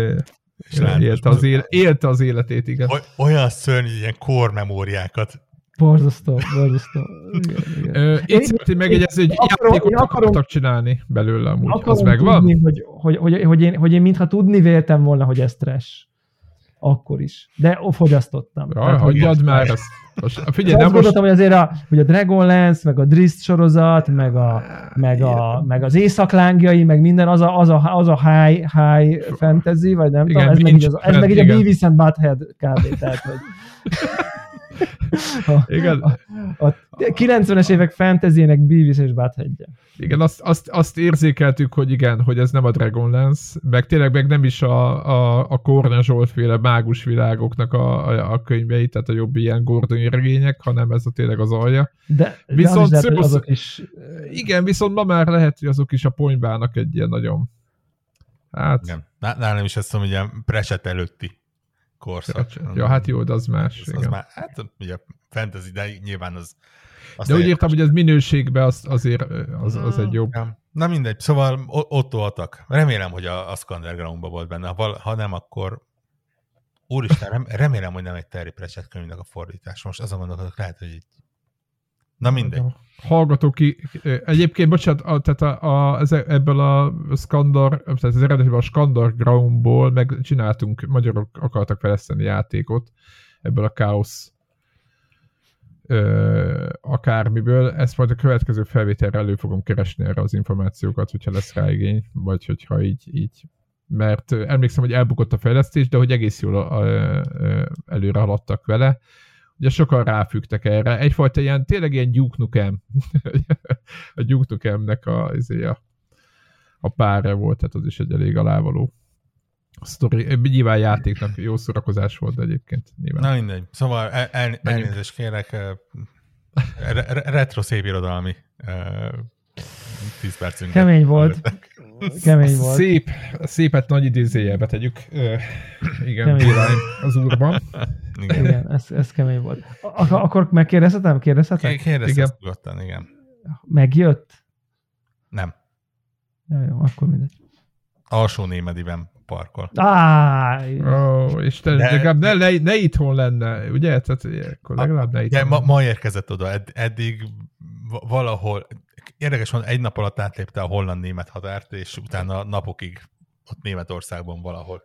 élte az életét, igen. Olyan szörnyű, ilyen core-memóriákat. Borzasztó. Itt szeretném megjegyezni, hogy játékot akartak csinálni belőle amúgy. Az megvan? Tudni, hogy én mintha tudni véltem volna, hogy ez trash. Akkor is. De fogyasztottam. Hagyjad már ezt. Figyelj, azt gondoltam, hogy azért hogy a Dragonlance, meg a Drizzt sorozat, meg az Éjszaklángjai, meg minden, az a high fantasy, vagy nem tudom, ez meg így a Beavis and Butthead kb. Tehát, hogy igen. A 90-es évek fantasynek Beavis és Buttheadje. Igen, azt érzékeltük, hogy igen, hogy ez nem a Dragonlance, meg tényleg meg nem is a Korna Zsolt-féle mágus világoknak a könyvei, tehát a jobb ilyen Gordoni regények, hanem ez tényleg az alja. De viszont az is azok is... Igen, viszont ma már lehet, hogy azok is a ponyvának egy ilyen nagyon... Hát... Igen. Nálam is ezt mondom, hogy ilyen Pratchett előtti korszak. Ja, hát jó, de az más. Az már, hát ugye fantasy, de nyilván az de úgy értem, hogy ez minőségben azért az egy jobb. Ja. Na mindegy, szóval ott voltak. Remélem, hogy a Skandergroundban volt benne. Ha nem, akkor úristen, remélem, hogy nem egy Terry Pratchett könyvnek a fordítás. Most azon gondolkodok, lehet, hogy így. Na mindegy. Hallgatok ki. Egyébként, bocsánat, tehát ebből a Skandar, tehát az eredetiben a Skandergroundból meg csináltunk, magyarok akartak fejleszteni játékot ebből a Chaos akármiből. Ezt majd a következő felvételre elő fogom keresni erre az információkat, hogyha lesz rá igény, vagy hogyha így. Mert emlékszem, hogy elbukott a fejlesztés, de hogy egész jól előre haladtak vele. Ugye sokan ráfügtek erre. Egyfajta ilyen, tényleg ilyen Duke Nukem. A Duke Nukemnek a párja volt, tehát az is egy elég alávaló sztori. Nyilván játéknak jó szórakozás volt, de egyébként nyilván. Na mindegy. Szóval elnézést kérek. Retro szép irodalmi 10 percünk. Kemény volt. Kemény volt. Szépet nagy idézőjelbe tegyük. Igen, Birány az úrban. Igen, ez kemény volt. Akkor megkérdezhetem? Kérdezhetem nyugodtan, igen. Megjött? Nem. Jó, akkor mindegy. Alsó Némediben parkol. Isten, legalább ne itthon lenne, ugye? Tehát akkor legalább ne itthon. Ma érkezett oda, eddig valahol, érdekes van, egy nap alatt átlépte a holland-német határt, és utána napokig ott Németországban valahol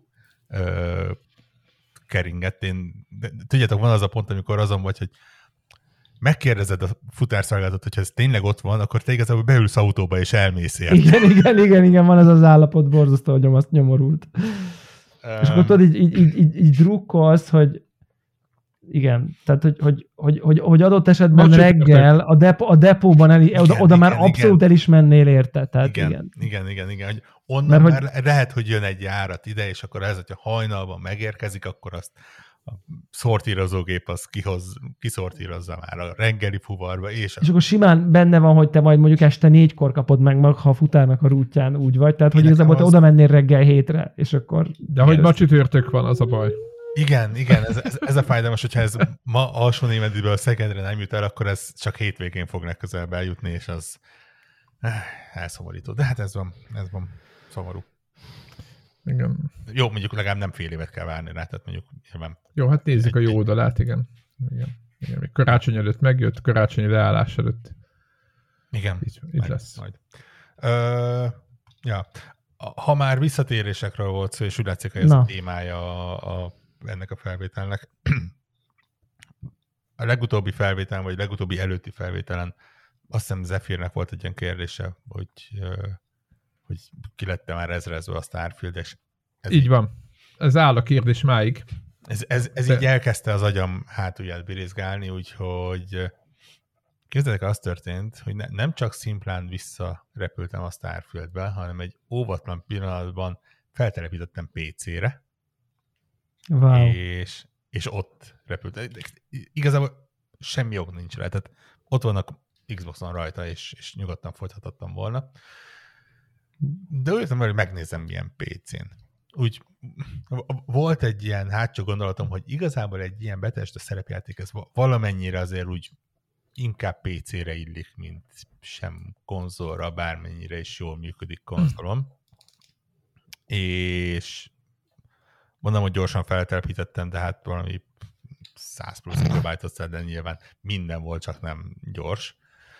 keringett. Tudjátok, van az a pont, amikor azon vagy, hogy megkérdezed a futárszolgálatot, hogyha ez tényleg ott van, akkor te igazából beülsz autóba és elmész érte. Igen, van ez az állapot, borzasztó, hogy azt nyomorult. És akkor tudod, így drukkolsz, hogy igen, tehát hogy adott esetben reggel a depóban oda már abszolút el is mennél érte. Tehát igen. Hogy onnan már lehet, hogy jön egy járat ide, és akkor ez, hogyha hajnalban megérkezik, akkor azt a szortírozógép az kiszortírozza már a reggeli fuvarba. És akkor simán benne van, hogy te majd mondjuk este 4-kor kapod meg, ha a futárnak a rútján úgy vagy, tehát hogy igazából te oda mennél reggel 7-re, és akkor... De hogy ma csütörtök van, az a baj. Igen, ez a fájdalmas, hogyha ez ma Alsó Némediből Szegedre nem jut el, akkor ez csak hétvégén fog legközelebb eljutni, és az elszomorító. De hát ez van szomorú. Igen. Jó, mondjuk legalább nem fél évet kell várni rá, tehát mondjuk nyilván... Jó, hát nézzük a jó oldalát, igen. Még karácsony előtt megjött, karácsonyi leállás előtt. Igen. Itt lesz. Majd. Ha már visszatérésekről volt szó, és úgy látszik, hogy ez a témája ennek a felvételnek. a legutóbbi felvételen, vagy legutóbbi előtti felvételen azt hiszem Zephyrnek volt egy ilyen kérdése, hogy ki lett már ezrezve a Starfield, és így van. Ez áll a kérdés máig. Ez így elkezdte az agyam hátulját birizgálni, úgyhogy képzeljétek, az történt, hogy nem csak szimplán visszarepültem a Starfieldbe, hanem egy óvatlan pillanatban feltelepítettem PC-re, Wow. és ott repültem. Igazából semmi jog nincs rá, tehát ott vannak Xboxon rajta, és nyugodtan folytathattam volna. De úgy hogy megnézem milyen PC-n. Úgy volt egy ilyen hátsó gondolatom, hogy igazából egy ilyen Bethesda szerepjáték, ez valamennyire azért úgy inkább PC-re illik, mint sem konzolra, bármennyire is jól működik konzolom. És mondom, hogy gyorsan feltelepítettem, de hát valami 100 plusz GB-ot, de nyilván minden volt, csak nem gyors.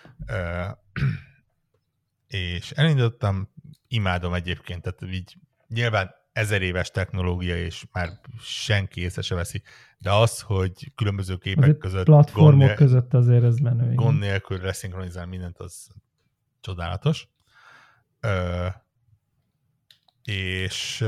És elindítottam, imádom egyébként, tehát így nyilván 1000 éves technológia, és már senki észre se veszi, de az, hogy különböző képek azért között platformok között azért ez menő. Gond nélkül reszinkronizál mindent, az csodálatos. És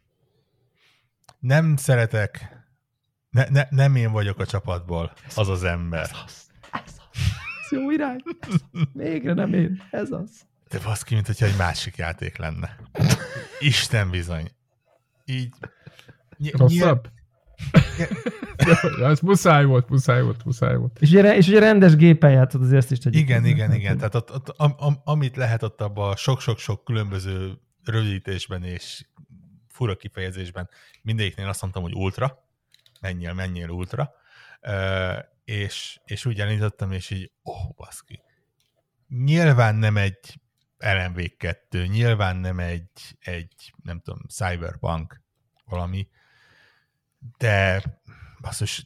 nem szeretek, nem én vagyok a csapatból, az az ember. Ez jó irány. Végre nem én. Ez az. De baszki, mint hogyha egy másik játék lenne. Isten bizony. Így. Rosszabb? Ez muszáj volt. És ugye rendes gépen játszott, azért ezt is tegyük. Igen. Tehát ott, amit lehet ott abban a sok-sok-sok különböző rövidítésben és fura kifejezésben, mindegyiknél azt mondtam, hogy ultra, menjél ultra, és úgy elindítottam, és így, baszki. Nyilván nem egy LMV2, nyilván nem egy nem tudom, Cyberpunk valami, de basszus,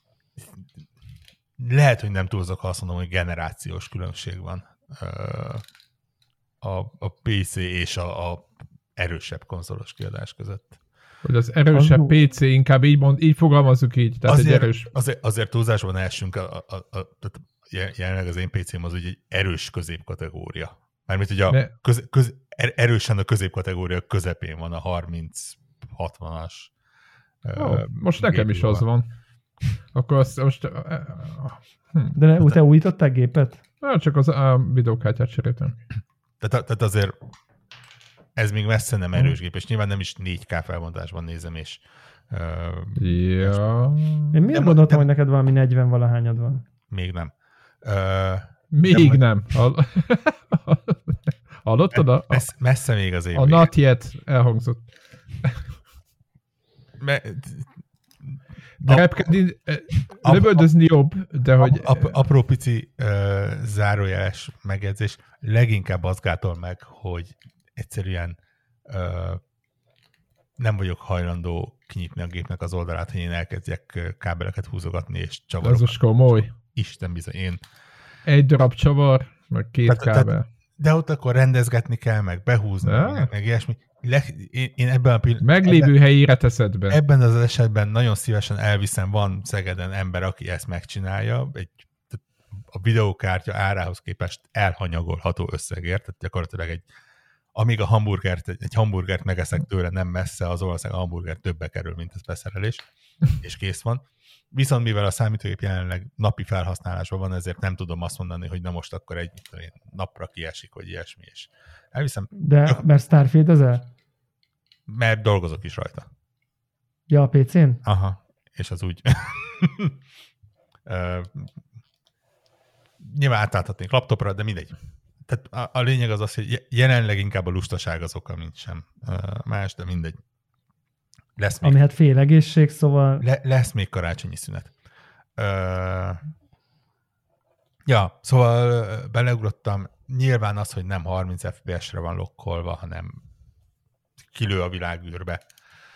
lehet, hogy nem túlzok, ha azt mondom, hogy generációs különbség van a PC és a erősebb konzolos kiadás között. Hogy az erősebb PC, inkább így fogalmazzuk így, tehát azért, egy erős... Azért túlzásban elsünk, jelenleg az én PC-m az úgy egy erős középkategória. Mármint ugye erősen a középkategória közepén van a 30-60-as. Most nekem is az van. Akkor azt most... De te újították gépet? Csak a videókártyát cseréltem. Tehát azért ez még messze nem erős gép, és nyilván nem is 4K felbontásban nézem, és... Ja... Én miért gondoltam, hogy neked valami 40 valahányad van? Még nem. Még nem. Hallottad? Messze még az év. A not yet elhangzott. De repkedni, lövöldözni jobb, de hogy... Apró pici zárójeles megjegyzés, leginkább az gátol meg, hogy egyszerűen nem vagyok hajlandó kinyitni a gépnek az oldalát, hogy én elkezdjek kábeleket húzogatni és csavarokat. Ez most komoly. Isten bizony, én... Egy darab csavar, meg 2 kábel. De ott akkor rendezgetni kell, meg behúzni, meg ilyesmi. Én ebben a meglévő helyére teszed be. Ebben az esetben nagyon szívesen elviszem, van Szegeden ember, aki ezt megcsinálja, a videókártya árához képest elhanyagolható összegért, tehát gyakorlatilag amíg egy hamburgert megeszek tőle nem messze, az valószínűleg a hamburger többe kerül, mint ez beszerelés, és kész van. Viszont mivel a számítógép jelenleg napi felhasználásban van, ezért nem tudom azt mondani, hogy na most akkor egy napra kiesik, vagy ilyesmi, és elviszem. De mert Starfield ezel? Mert dolgozok is rajta. Ja, a PC-n? Aha, és az úgy. Nyilván átállhatnék laptopra, de mindegy. Tehát a lényeg az, hogy jelenleg inkább a lustaság az oka, mint sem más, de mindegy. Lesz még, ami hát fél egészség, szóval... Lesz még karácsonyi szünet. Ja, szóval beleugrottam. Nyilván az, hogy nem 30 FPS-re van lokkolva, hanem kilő a világűrbe.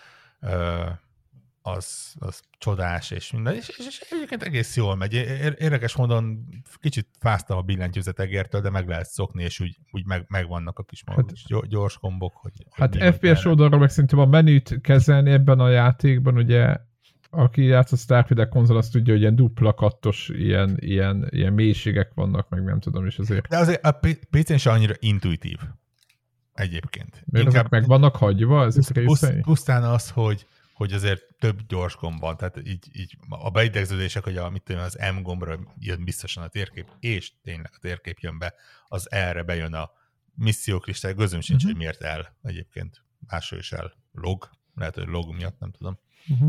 Az csodás és minden. És egyébként egész jól megy. Érdekes módon kicsit fáztam a billentyűzetegértől, de meg lehet szokni, és úgy megvannak a kis gyors kombok. Hát FPS oldalra meg szerintem a menüt kezelni ebben a játékban, ugye aki játszott Starfield konzol, azt tudja, hogy ilyen dupla kattos, ilyen mélységek vannak, meg nem tudom, és azért... De azért a PC-n sem annyira intuitív egyébként. Mert ezek meg vannak hagyva, ezek részei? Pusztán az, hogy azért több gyors gomb van, tehát így a beidegződések, hogy az M gombra jön biztosan a térkép, és tényleg a térkép jön be, az erre bejön a misszióklistája, gözöm sincs, hogy miért el egyébként. Másról is el log, lehet, hogy log miatt, nem tudom.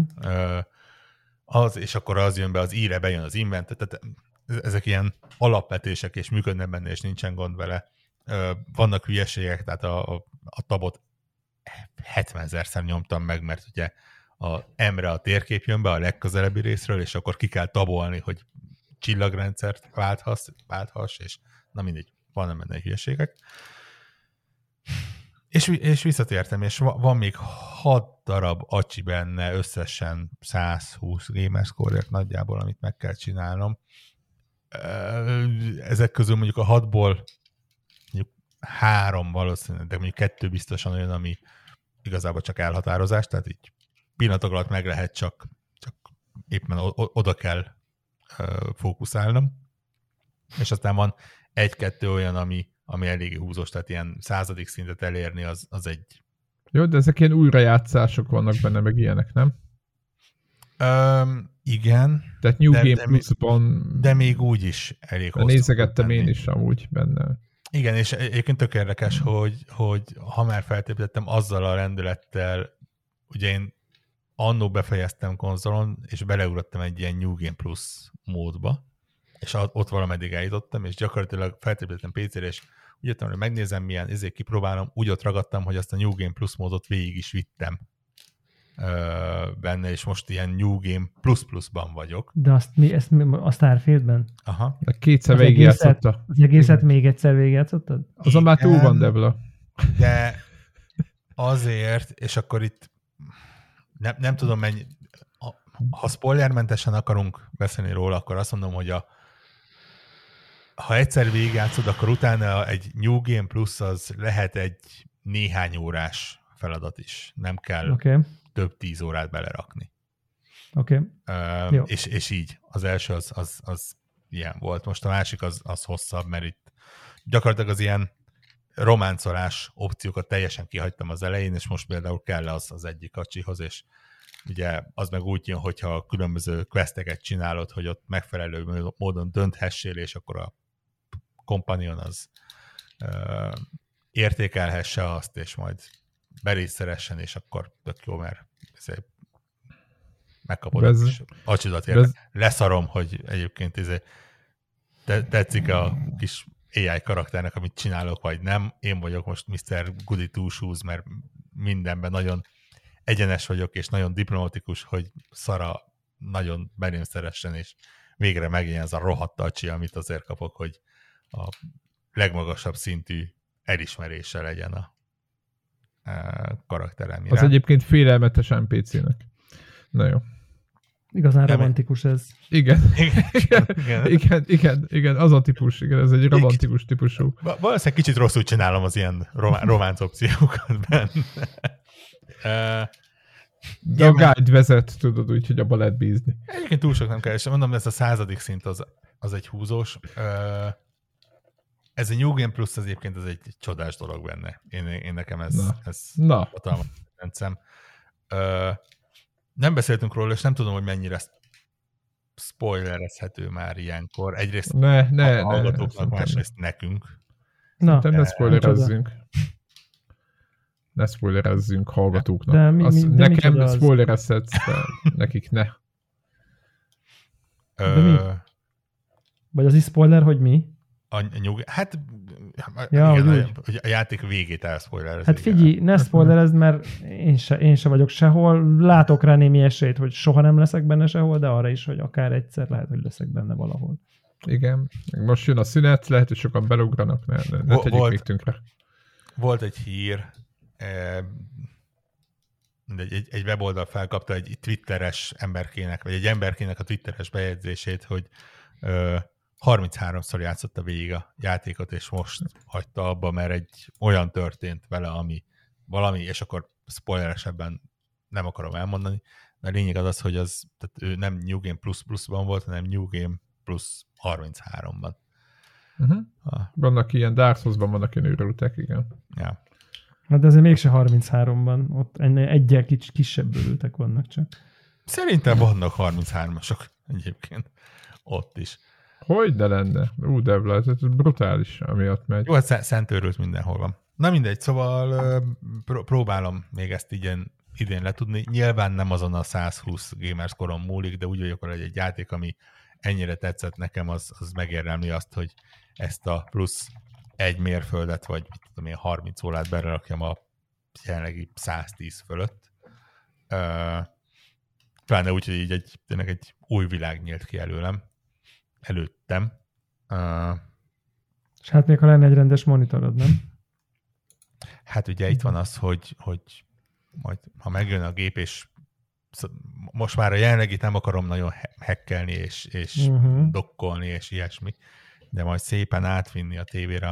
Az, és akkor az jön be, az íre bejön az invent, tehát ezek ilyen alapvetések, és működnek benne, és nincsen gond vele. Vannak hülyeségek, tehát a tabot 70 000-szer nyomtam meg, mert ugye a M-re a térkép jön be a legközelebbi részről, és akkor ki kell tabolni, hogy csillagrendszert válthass, és na mindegy, vannak benne hülyeségek. És visszatértem, és van még 6 darab acsi benne, összesen 120 gamerscore-ért nagyjából, amit meg kell csinálnom. Ezek közül mondjuk a 6-ból mondjuk 3 valószínűleg, de mondjuk 2 biztosan olyan, ami igazából csak elhatározás, tehát így pillanatok alatt meg lehet, csak éppen oda kell fókuszálnom. És aztán van 1-2 olyan, ami eléggé húzós, tehát ilyen 100. szintet elérni, az egy... Jó, de ezek ilyen újrajátszások vannak benne, meg ilyenek, nem? Igen. Tehát New Game Plus-ban... De még úgy is elég hosszú. Nézegettem én is amúgy benne. Igen, és egyébként tök érdekes, hogy ha már feltépítettem azzal a rendülettel, ugye én annó befejeztem konzolon, és beleugrottam egy ilyen New Game Plus módba, és ott valameddig eljutottam, és gyakorlatilag feltépítettem PC-re, és úgy jöttem, hogy megnézem milyen, ezért kipróbálom, úgy ott ragadtam, hogy azt a New Game Plus módot végig is vittem benne, és most ilyen New Game Plus-Plus-ban vagyok. De ezt a Starfieldben? Aha. De kétszer végigjátszotta. Az egészet még egyszer végigjátszottad? Azon már túl van, Debla. De azért, és akkor itt nem tudom mennyi, ha spoilermentesen akarunk beszélni róla, akkor azt mondom, hogy ha egyszer végigjátszod, akkor utána egy New Game Plus az lehet egy néhány órás feladat is. Nem kell több 10 órát belerakni. És így. Az első az ilyen volt. Most a másik az hosszabb, mert itt gyakorlatilag az ilyen románcolás opciókat teljesen kihagytam az elején, és most például kell az egyik acsihoz, és ugye az meg úgy jön, hogyha különböző questeket csinálod, hogy ott megfelelő módon dönthessél, és akkor a companion az értékelhesse azt, és majd berészszeressen, és akkor tök jó, mert megkapod a kis acsidat érte. Leszarom, hogy egyébként tetszik a kis AI karakternek, amit csinálok, vagy nem. Én vagyok most Mr. Goody Two Shoes, mert mindenben nagyon egyenes vagyok, és nagyon diplomatikus, hogy szara nagyon belém szeressen, és végre megjelent ez a rohadt acsi, amit azért kapok, hogy a legmagasabb szintű elismerése legyen a karakterem. Az egyébként félelmetes NPC-nek. Na jó. Igazán romantikus ez. Igen, az a típus, igen, ez egy romantikus típusú. Valószínűleg kicsit rosszul csinálom az ilyen románc opciókat benne. De a guide vezet, tudod úgy, hogy abba lehet bízni. Egyébként túl sok nem kell, és mondom, ez a 100. szint az egy húzós. Ez a New Game Plus az egyébként ez egy csodás dolog benne. Én nekem ez hatalmas rendszem. Nem beszéltünk róla, és nem tudom, hogy mennyire spoilerezhető már ilyenkor. Egyrészt a hallgatóknak, másrészt nekünk. Szerintem ne spoilerezzünk. Ne spoilerezzünk hallgatóknak. Nekem spoilerezhetsz, de nekik ne. De mi? Vagy az is spoiler, hogy mi? Hát igen, hogy a játék végét elszpoilerezni. Hát figyelj, ne spoilerezd, mert én se vagyok sehol. Látok rá némi esélyt, hogy soha nem leszek benne sehol, de arra is, hogy akár egyszer lehet, hogy leszek benne valahol. Igen. Most jön a szünet, lehet, hogy sokan belugranak, ne tegyük még tönkre. Volt egy hír, egy weboldal felkapta egy twitteres emberkének, vagy egy emberkének a twitteres bejegyzését, hogy 33-szor játszotta végig a játékot, és most hagyta abba, mert egy olyan történt vele, ami valami, és akkor spoileresebben nem akarom elmondani, A lényeg az, hogy tehát ő nem New Game Plus-ban volt, hanem New Game Plus 33-ban. Vannak ilyen Dark Souls-ban vannak ilyen őrültek, igen. Ja. Hát de azért mégse 33-ban, ott egyel kisebb őrültek vannak csak. Szerintem vannak 33-asok egyébként ott is. Hogy ne lenne? De ez brutális, amiatt megy. Jó, hát szent őrült mindenhol van. Na mindegy, szóval próbálom még ezt idén letudni. Nyilván nem azon a 120 gamerscoron múlik, de úgy vagyok, hogy egy játék, ami ennyire tetszett nekem, az megérdemli azt, hogy ezt a plusz egy mérföldet, vagy mit tudom én, 30 órát belerakjam a jelenlegi 110 fölött. Pláne úgy, hogy így tényleg egy új világ nyílt ki előttem. És hát még ha lenne egy rendes monitorod, nem? Hát ugye itt van az, hogy majd, ha megjön a gép, és most már a jelenlegit nem akarom nagyon hackelni, és dokkolni, és ilyesmi, de majd szépen átvinni a tévére,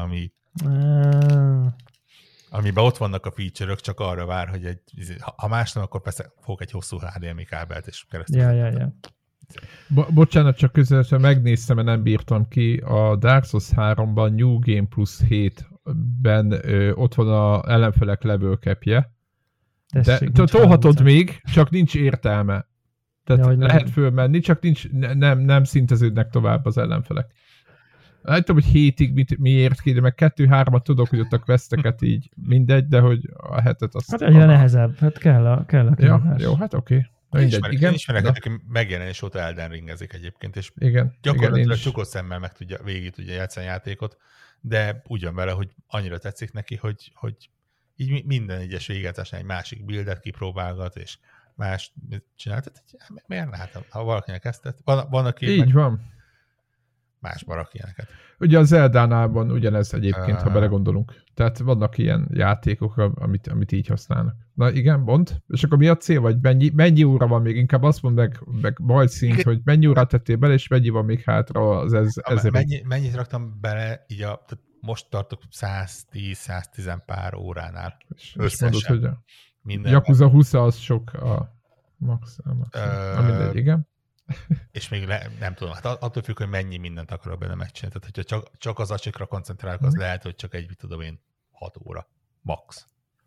amiben ott vannak a feature-ök, csak arra vár, hogy ha más nem, akkor persze fogok egy hosszú HDMI kábelt, és keresztül. Ja. Bocsánat, csak közösen megnéztem, mert nem bírtam ki. A Dark Souls 3-ban New Game Plus 7-ben ott van a ellenfelek level capje. De tolhatod még, csak nincs értelme. Tehát lehet fölmenni, csak nem szinteződnek tovább az ellenfelek. Nem tudom, hogy 7-ig miért ki, de meg 2-3-at tudok, hogy ott a questeket így mindegy, de hogy a hetet azt... Hát egyre nehezebb, hát kell a kihívás. Jó, hát oké. Igen. Ismerek, aki megjelenés óta Elden Ringezik egyébként, és igen, gyakorlatilag csukott szemmel végig tudja játszani a játékot, de ugyan vele, hogy annyira tetszik neki, hogy így minden egyes végigjátszásnál egy másik buildet kipróbálgat, és más csinál. Tehát miért lehet, ha valakinek ezt tett? Van aki így van. Más barak ilyeneket. Ugye a Zeldánában ugyanez egyébként, ha belegondolunk. Tehát vannak ilyen játékok, amit így használnak. Na igen, mond. És akkor mi a cél, vagy mennyi óra van még? Inkább azt mondd meg bajszint, hogy mennyi órát tettél bele, és mennyi van még hátra az ezerig. Mennyit raktam bele, így most tartok 110-110 pár óránál. És mondod, hogy a Yakuza 20 az sok a max. Mindegy, igen. És még nem tudom, hát attól függ, hogy mennyi mindent akarok benne megcsinálni. Tehát, hogyha csak az acsikra koncentrálok, az lehet, hogy csak egy, tudom én, 6 óra. Max.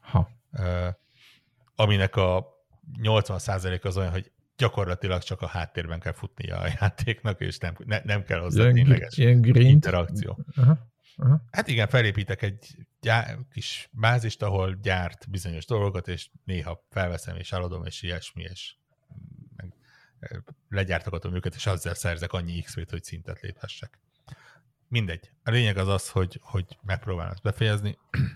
Aminek a 80% az olyan, hogy gyakorlatilag csak a háttérben kell futnia a játéknak, és nem kell hozzá tényleges interakció. Hát igen, felépítek egy kis bázist, ahol gyárt bizonyos dolgokat, és néha felveszem és eladom, és ilyesmi, és legyártogatom őket, és azzal szerzek annyi XP-t, hogy szintet léphessek. Mindegy. A lényeg az, hogy megpróbálom ezt befejezni.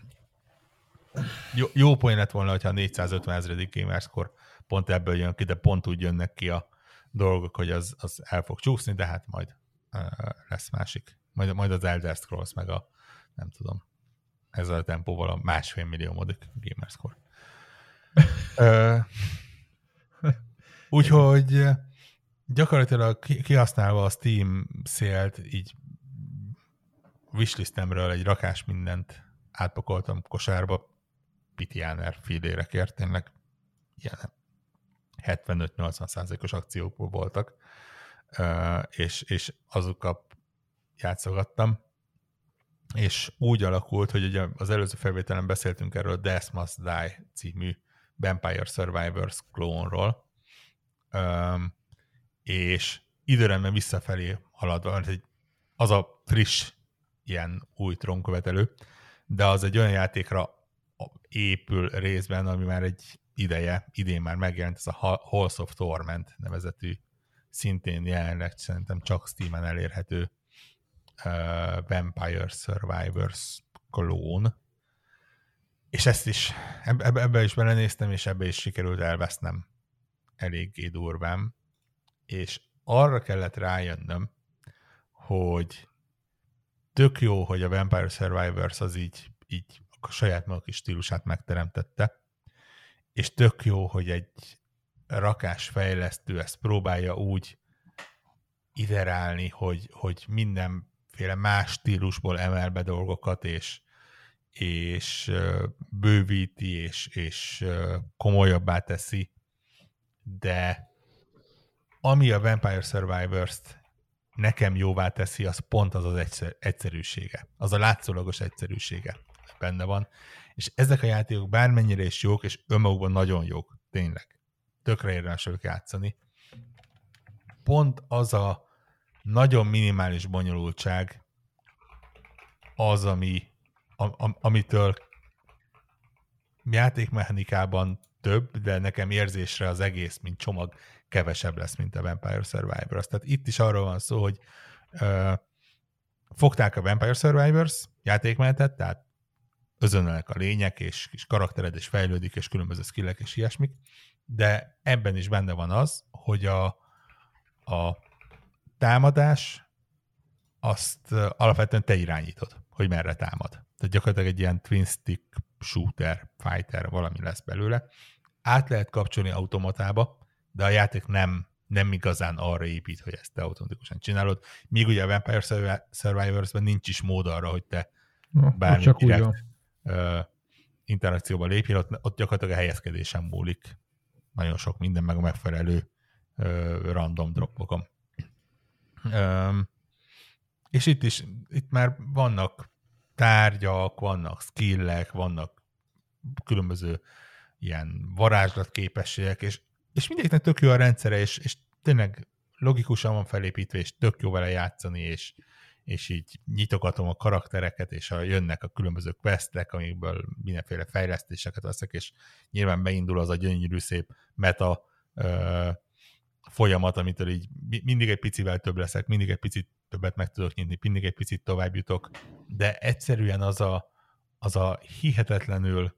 Jó poén lett volna, hogyha a 450 000. gamerscore pont ebből jön ki, de pont úgy jönnek ki a dolgok, hogy az el fog csúszni, de hát majd lesz másik. Majd az Elder Scrolls meg a, nem tudom, ezzel a tempóval a 1,5 milliómodik gamerscore. Úgyhogy gyakorlatilag kihasználva a Steam szélt, így wishlistemről egy rakás mindent átpakoltam kosárba, Pitiáner fillérekért, tényleg ilyen 75-80%-os akciókból voltak, és azokkal játszogattam, és úgy alakult, hogy ugye az előző felvételen beszéltünk erről a Death Must Die című Vampire Survivors klónról, és időrendben visszafelé haladva, az a friss ilyen új trónkövetelő, de az egy olyan játékra épül részben, ami már egy ideje, idén már megjelent, ez a Halls of Torment nevezetű, szintén jelenleg szerintem csak Steamen elérhető Vampire Survivors klón. És ezt is, ebbe is belenéztem, és ebbe is sikerült elvesznem eléggé durván, és arra kellett rájönnöm, hogy tök jó, hogy a Vampire Survivors az így a saját maga kis stílusát megteremtette, és tök jó, hogy egy rakásfejlesztő ezt próbálja úgy iterálni, hogy mindenféle más stílusból emel be dolgokat, és bővíti, és komolyabbá teszi, de ami a Vampire Survivors-t nekem jóvá teszi, az pont az egyszerűsége. Az a látszólagos egyszerűsége benne van. És ezek a játékok bármennyire is jók, és önmagukban nagyon jók, tényleg. Tökre érdemes ők játszani. Pont az a nagyon minimális bonyolultság az, amitől játékmechanikában több, de nekem érzésre az egész, mint csomag, kevesebb lesz, mint a Vampire Survivors. Tehát itt is arról van szó, hogy fogták a Vampire Survivors játékmenetet, tehát özönölnek a lények, és karaktered is fejlődik, és különböző skillek és ilyesmik, de ebben is benne van az, hogy a támadás azt alapvetően te irányítod, hogy merre támad. Tehát gyakorlatilag egy ilyen twin stick shooter, fighter, valami lesz belőle. Át lehet kapcsolni automatába, de a játék nem igazán arra épít, hogy ezt te automatikusan csinálod. Míg ugye a Vampire Survivors-ben nincs is mód arra, hogy te bármi direkt interakcióba lépjél, ott gyakorlatilag a helyezkedésen múlik nagyon sok minden, meg a megfelelő random dropokon. És itt már vannak tárgyak, vannak skillek, vannak különböző ilyen varázslatképességek, és mindegyiknek tök jó a rendszere, és tényleg logikusan van felépítve, és tök jó vele játszani, és így nyitogatom a karaktereket, és jönnek a különböző questek, amikből mindenféle fejlesztéseket veszek, és nyilván beindul az a gyönyörű szép meta folyamat, amitől így mindig egy picivel több leszek, mindig egy picit többet meg tudok nyitni, mindig egy picit tovább jutok, de egyszerűen az a hihetetlenül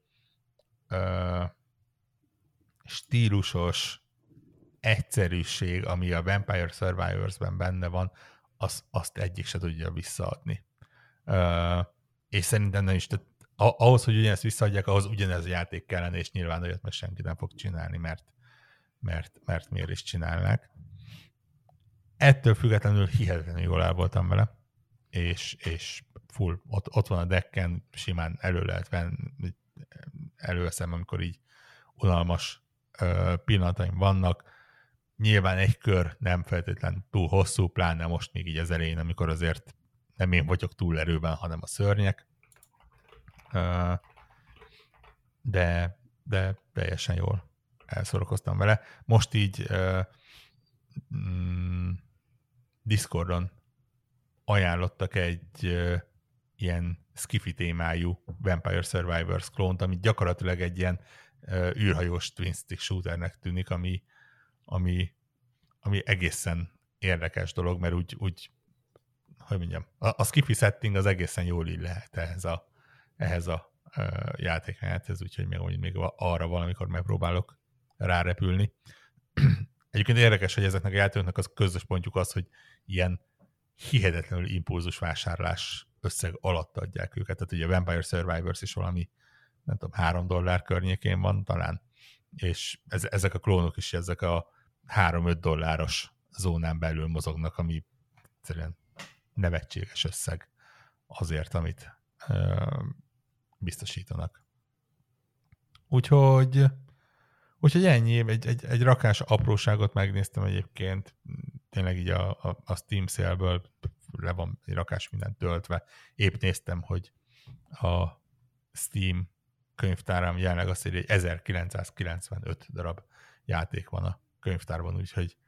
stílusos egyszerűség, ami a Vampire Survivors-ben benne van, azt egyik se tudja visszaadni. És szerintem nem is, tehát ahhoz, hogy ugyanezt visszaadják, ahhoz ugyanez a játék kellene, és nyilván olyat meg senki nem fog csinálni, mert miért is csinálnák. Ettől függetlenül hihetetlenül jól el voltam vele, és full, ott van a decken, simán előveszem, amikor így unalmas pillanataim vannak. Nyilván egy kör nem feltétlenül túl hosszú, pláne most még így az elején, amikor azért nem én vagyok túl erőben, hanem a szörnyek. De teljesen jól elszórakoztam vele. Most így Discordon ajánlottak egy ilyen skifi témájú Vampire Survivors klónt, ami gyakorlatilag egy ilyen űrhajós twin stick shooternek tűnik, ami egészen érdekes dolog, mert úgy hogy mondjam, a skifi setting az egészen jól így lehet ehhez a játékhelyethez, úgyhogy még arra valamikor megpróbálok rárepülni. Egyébként érdekes, hogy ezeknek a játékoknak az közös pontjuk az, hogy ilyen hihetetlenül impulzus vásárlás összeg alatt adják őket. Tehát ugye a Vampire Survivors is valami, nem tudom, $3 környékén van talán, és ezek a klónok is ezek a $3-5 zónán belül mozognak, ami egyszerűen nevetséges összeg azért, amit biztosítanak. Úgyhogy ennyi, egy rakás apróságot megnéztem egyébként, tényleg így a Steam sale-ből le van egy rakás mindent töltve. Épp néztem, hogy a Steam könyvtáram jelenleg azt írja, hogy 1995 darab játék van a könyvtárban, úgyhogy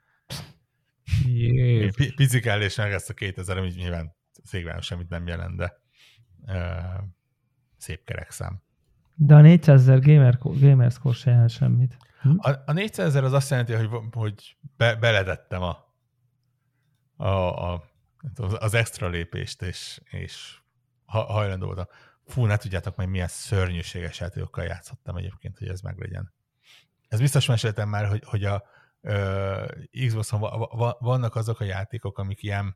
picikálésen ezt a 2000, így nyilván szégvános semmit nem jelent, de szép kerek szám. De a 400 000 Gamerscore se jelent semmit. A 400 000 az azt jelenti, hogy beletettem az extra lépést, és hajlandó voltam. Fú, ne tudjátok majd, milyen szörnyűséges játékokkal játszottam egyébként, hogy ez meglegyen. Ez biztos meséltem már, hogy a Xboxon vannak azok a játékok, amik ilyen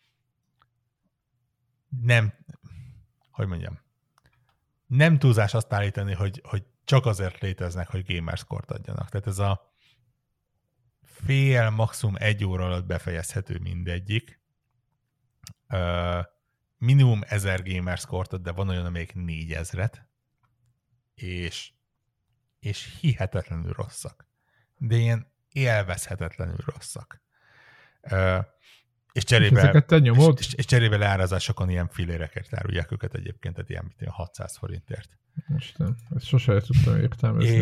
nem túlzás azt állítani, hogy csak azért léteznek, hogy gamerscore-t adjanak. Tehát ez a fél, maximum 1 óra alatt befejezhető mindegyik. Minimum 1000 gamerscore-t ad, de van olyan, amelyik 4000-et, és hihetetlenül rosszak. De ilyen élvezhetetlenül rosszak. És ezeket te nyomod? És cserébe leárazásokon ilyen fillérekért árulják őket egyébként, tehát ilyen 600 forintért. Isten, ezt sose tudtam értelmezni,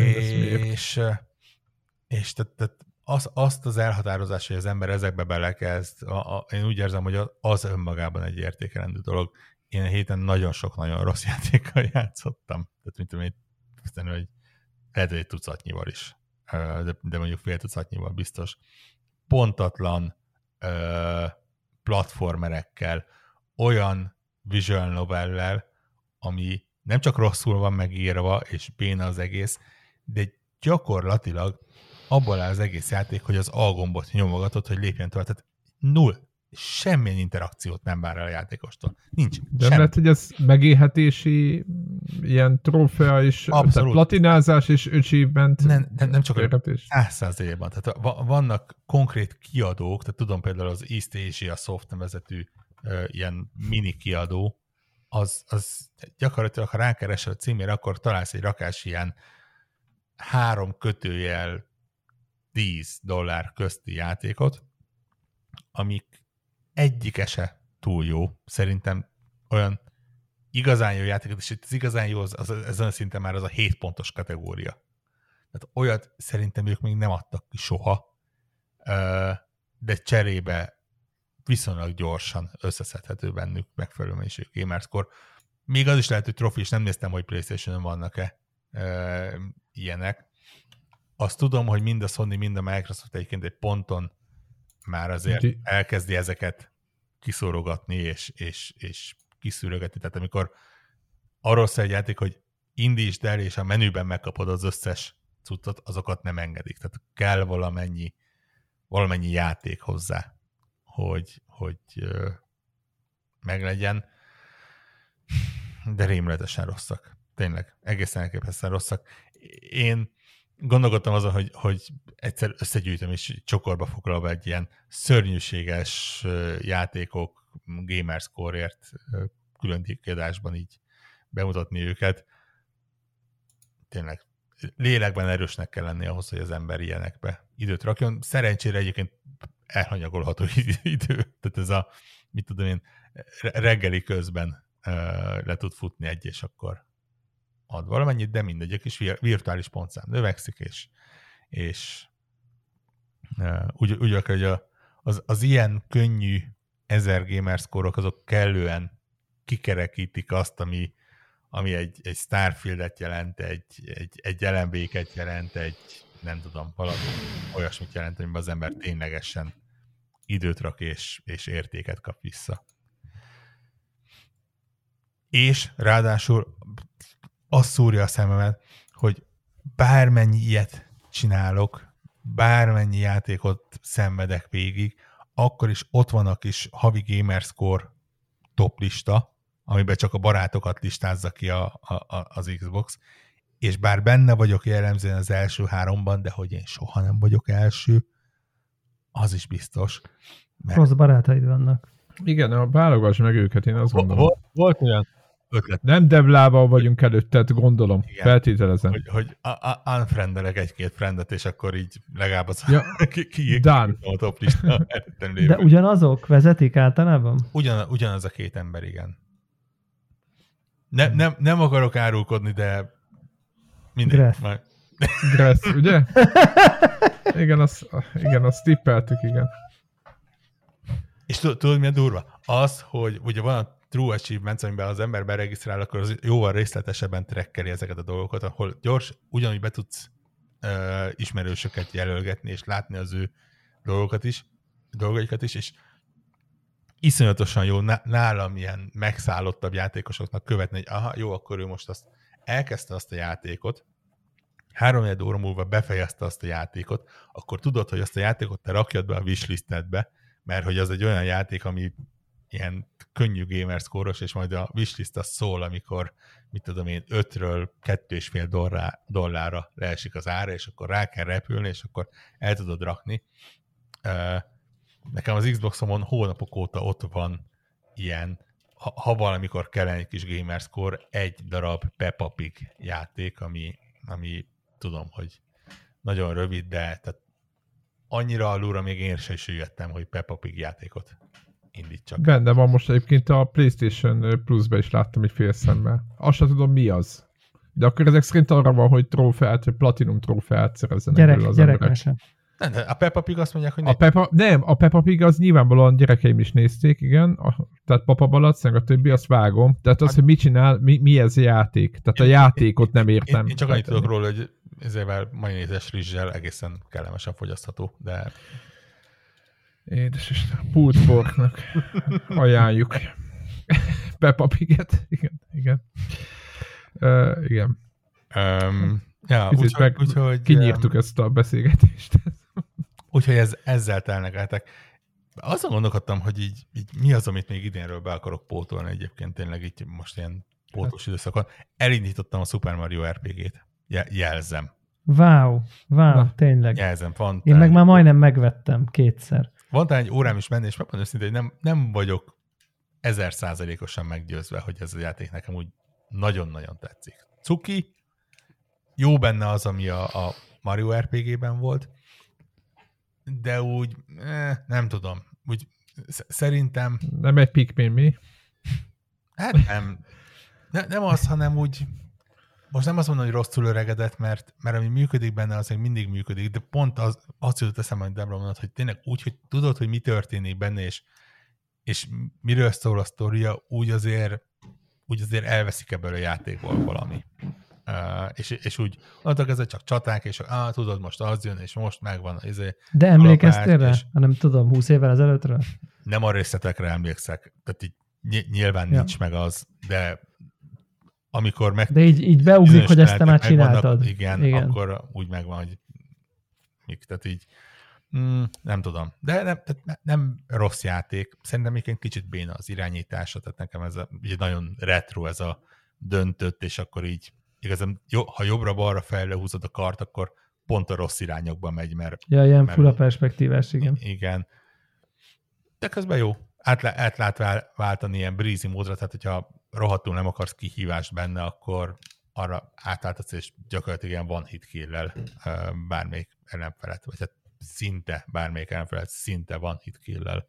és tehát azt az elhatározás, hogy az ember ezekbe belekezd, én úgy érzem, hogy az önmagában egy értékelendő dolog. Én a héten nagyon sok nagyon rossz játékkal játszottam. Tehát mint tudom, hogy lehet, hogy egy tucatnyival is, de mondjuk fél tucatnyival biztos. Pontatlan platformerekkel, olyan visual novellel, ami nem csak rosszul van megírva, és béna az egész, de gyakorlatilag abból áll az egész játék, hogy az A gombot nyomogatod, hogy lépjen tovább. Tehát null. Semmilyen interakciót nem vár el a játékostól. Nincs. De lehet, hogy ez megélhetési ilyen trófea is, tehát platinázás és achievement. Nem csak 100%-ban. Tehát vannak konkrét kiadók, tehát tudom például az East Asia Soft nevezetű ilyen mini kiadó, az gyakorlatilag, ha rákeresel a címére, akkor találsz egy rakás ilyen 3 $10 közti játékot, amik egyike se túl jó. Szerintem olyan igazán jó játékot, és itt az igazán jó, ezen a szinten már az a 7 pontos kategória. Tehát olyat szerintem ők még nem adtak ki soha, de cserébe viszonylag gyorsan összeszedhető bennük megfelelő mennyiségű gamerscore. Még az is lehet, hogy trofi, és nem néztem, hogy PlayStation-on vannak-e ilyenek. Azt tudom, hogy mind a Sony, mind a Microsoft egyébként egy ponton már azért elkezdi ezeket kiszórogatni és kiszűrögetni. Tehát amikor arról szól egy játék, hogy indítsd el, és a menüben megkapod az összes cuccot, azokat nem engedik. Tehát kell valamennyi játék hozzá, hogy meglegyen, de rémületesen rosszak. Tényleg, egészen elképesztően rosszak. Én gondolkodtam azon, hogy egyszer összegyűjtöm és csokorba foglalva egy ilyen szörnyűséges játékok gamerscore-ért külön kiadásban így bemutatni őket. Tényleg lélekben erősnek kell lenni ahhoz, hogy az ember ilyenekbe időt rakjon. Szerencsére egyébként elhanyagolható idő. Tehát ez a, mit tudom én, reggeli közben le tud futni egy, és akkor ad valamennyit, de mindegy, a kis virtuális pontszám növekszik, és úgy akar, hogy az ilyen könnyű 1000 gamerscore-ok, azok kellően kikerekítik azt, ami egy Starfieldet jelent, egy LMV-ket jelent, egy nem tudom, valami olyasmit jelent, amiben az ember ténylegesen időt rak és értéket kap vissza. És ráadásul azt szúrja a szememet, hogy bármennyi ilyet csinálok, bármennyi játékot szenvedek végig, akkor is ott van a kis havi gamerscore top lista, amiben csak a barátokat listázza ki az Xbox, és bár benne vagyok jellemzően az első 3-ban, de hogy én soha nem vagyok első, az is biztos. Rossz barátaid vannak. Igen, a válogass meg őket, én azt gondolom. Volt olyan ötlet. Nem devlával vagyunk előttet, gondolom. Igen. Feltételezem. Hogy unfriendelek egy-két friendet, és akkor így legalább az a top lista. De ugyanazok vezetik általában? Ugyanaz a két ember, igen. Nem akarok árulkodni, de mindegy. Gressz, ugye? Igen, azt tippeltük, igen. És tudod, mi a durva? Az, hogy ugye van a True Achievements, amiben az ember beregisztrál, akkor az jóval részletesebben trekkeli ezeket a dolgokat, ahol ugyanúgy be tudsz ismerősöket jelölgetni, és látni az ő dolgaikat is, és iszonyatosan jó nálam ilyen megszállottabb játékosoknak követni, hogy aha, jó, akkor ő most elkezdte azt a játékot, 3-4 óra múlva befejezte azt a játékot, akkor tudod, hogy azt a játékot te rakjad be a wishlistedbe, mert hogy az egy olyan játék, ami ilyen könnyű gamerscore-os, és majd a wishlist az szól, amikor, mit tudom én, 5-ről $2,5 leesik az ára, és akkor rá kell repülni, és akkor el tudod rakni. Nekem az Xboxomon hónapok óta ott van ilyen, ha valamikor kellene egy kis gamerscore, 1 darab Peppa Pig játék, ami tudom, hogy nagyon rövid, de tehát annyira alulra még én sem süllyedtem, hogy Peppa Pig játékot indítsak. Benne van most egyébként a PlayStation Plus-ba is láttam egy fél szemmel. Azt sem tudom, mi az. De akkor ezek szerint arra van, hogy platinum trófeát szerezzenek az emberek. A Peppa Pig azt mondják, hogy a Peppa Pig az nyilvánvalóan gyerekeim is nézték, igen. Tehát Papa Balac, a többi, azt vágom. Tehát az, hogy mit csinál, mi ez a játék. Tehát a játékot nem értem. Én csak annyit tudok róla, hogy ezzel majonézes rizssel egészen kellemesen fogyasztható, de... Édesisten, Pultborgnak ajánljuk. Peppa Piget. Igen. Igen. Ja, úgyhogy kinyírtuk ezt a beszélgetést. Úgyhogy ezzel telnegeltek. Azon gondolkodtam, hogy így mi az, amit még idénről be akarok pótolni egyébként tényleg így most ilyen pótolós időszakon. Elindítottam a Super Mario RPG-t. Jelzem. Wow, tényleg. Jelzem, van. Én meg már majdnem megvettem 2-szer. Van talán egy órám is menni, és megmondom őszintén, hogy nem vagyok 1000%-osan meggyőzve, hogy ez a játék nekem úgy nagyon-nagyon tetszik. Cuki, jó benne az, ami a Mario RPG-ben volt, de úgy, nem tudom, úgy szerintem... Nem egy Pikmin, mi? Hát nem az, hanem úgy, most nem azt mondom, hogy rosszul öregedett, mert ami működik benne, az még mindig működik, de pont az jutott eszembe, hogy Debra mondott, hogy tényleg úgy, hogy tudod, hogy mi történik benne, és miről szól a sztoria, úgy azért elveszik ebből a játékból valami. És úgy adtak ezzel csak csaták, és tudod, most az jön, és most megvan. De emlékeztél rá? Nem tudom, 20 évvel ezelőttre? Nem a részletekre emlékszek. Tehát így nyilván nincs meg az, de amikor meg... De így beugrik, hogy ezt te már csináltad. Igen, akkor úgy megvan, hogy tehát így nem tudom. De nem rossz játék. Szerintem még egy kicsit béna az irányítása, tehát nekem ez ugye nagyon retro ez a döntött, és akkor így igazán, ha jobbra-balra felre húzod a kart, akkor pont a rossz irányokba megy, mert... Ja, ilyen full perspektívás, igen. Igen. De közben jó. Át lehet váltani ilyen breezy módra, tehát hogyha rohadtul nem akarsz kihívást benne, akkor arra átváltatsz, és gyakorlatilag ilyen one hit kill-lel bármelyik ellenfelet, vagy hát szinte bármelyik ellenfelet szinte one hit kill-lel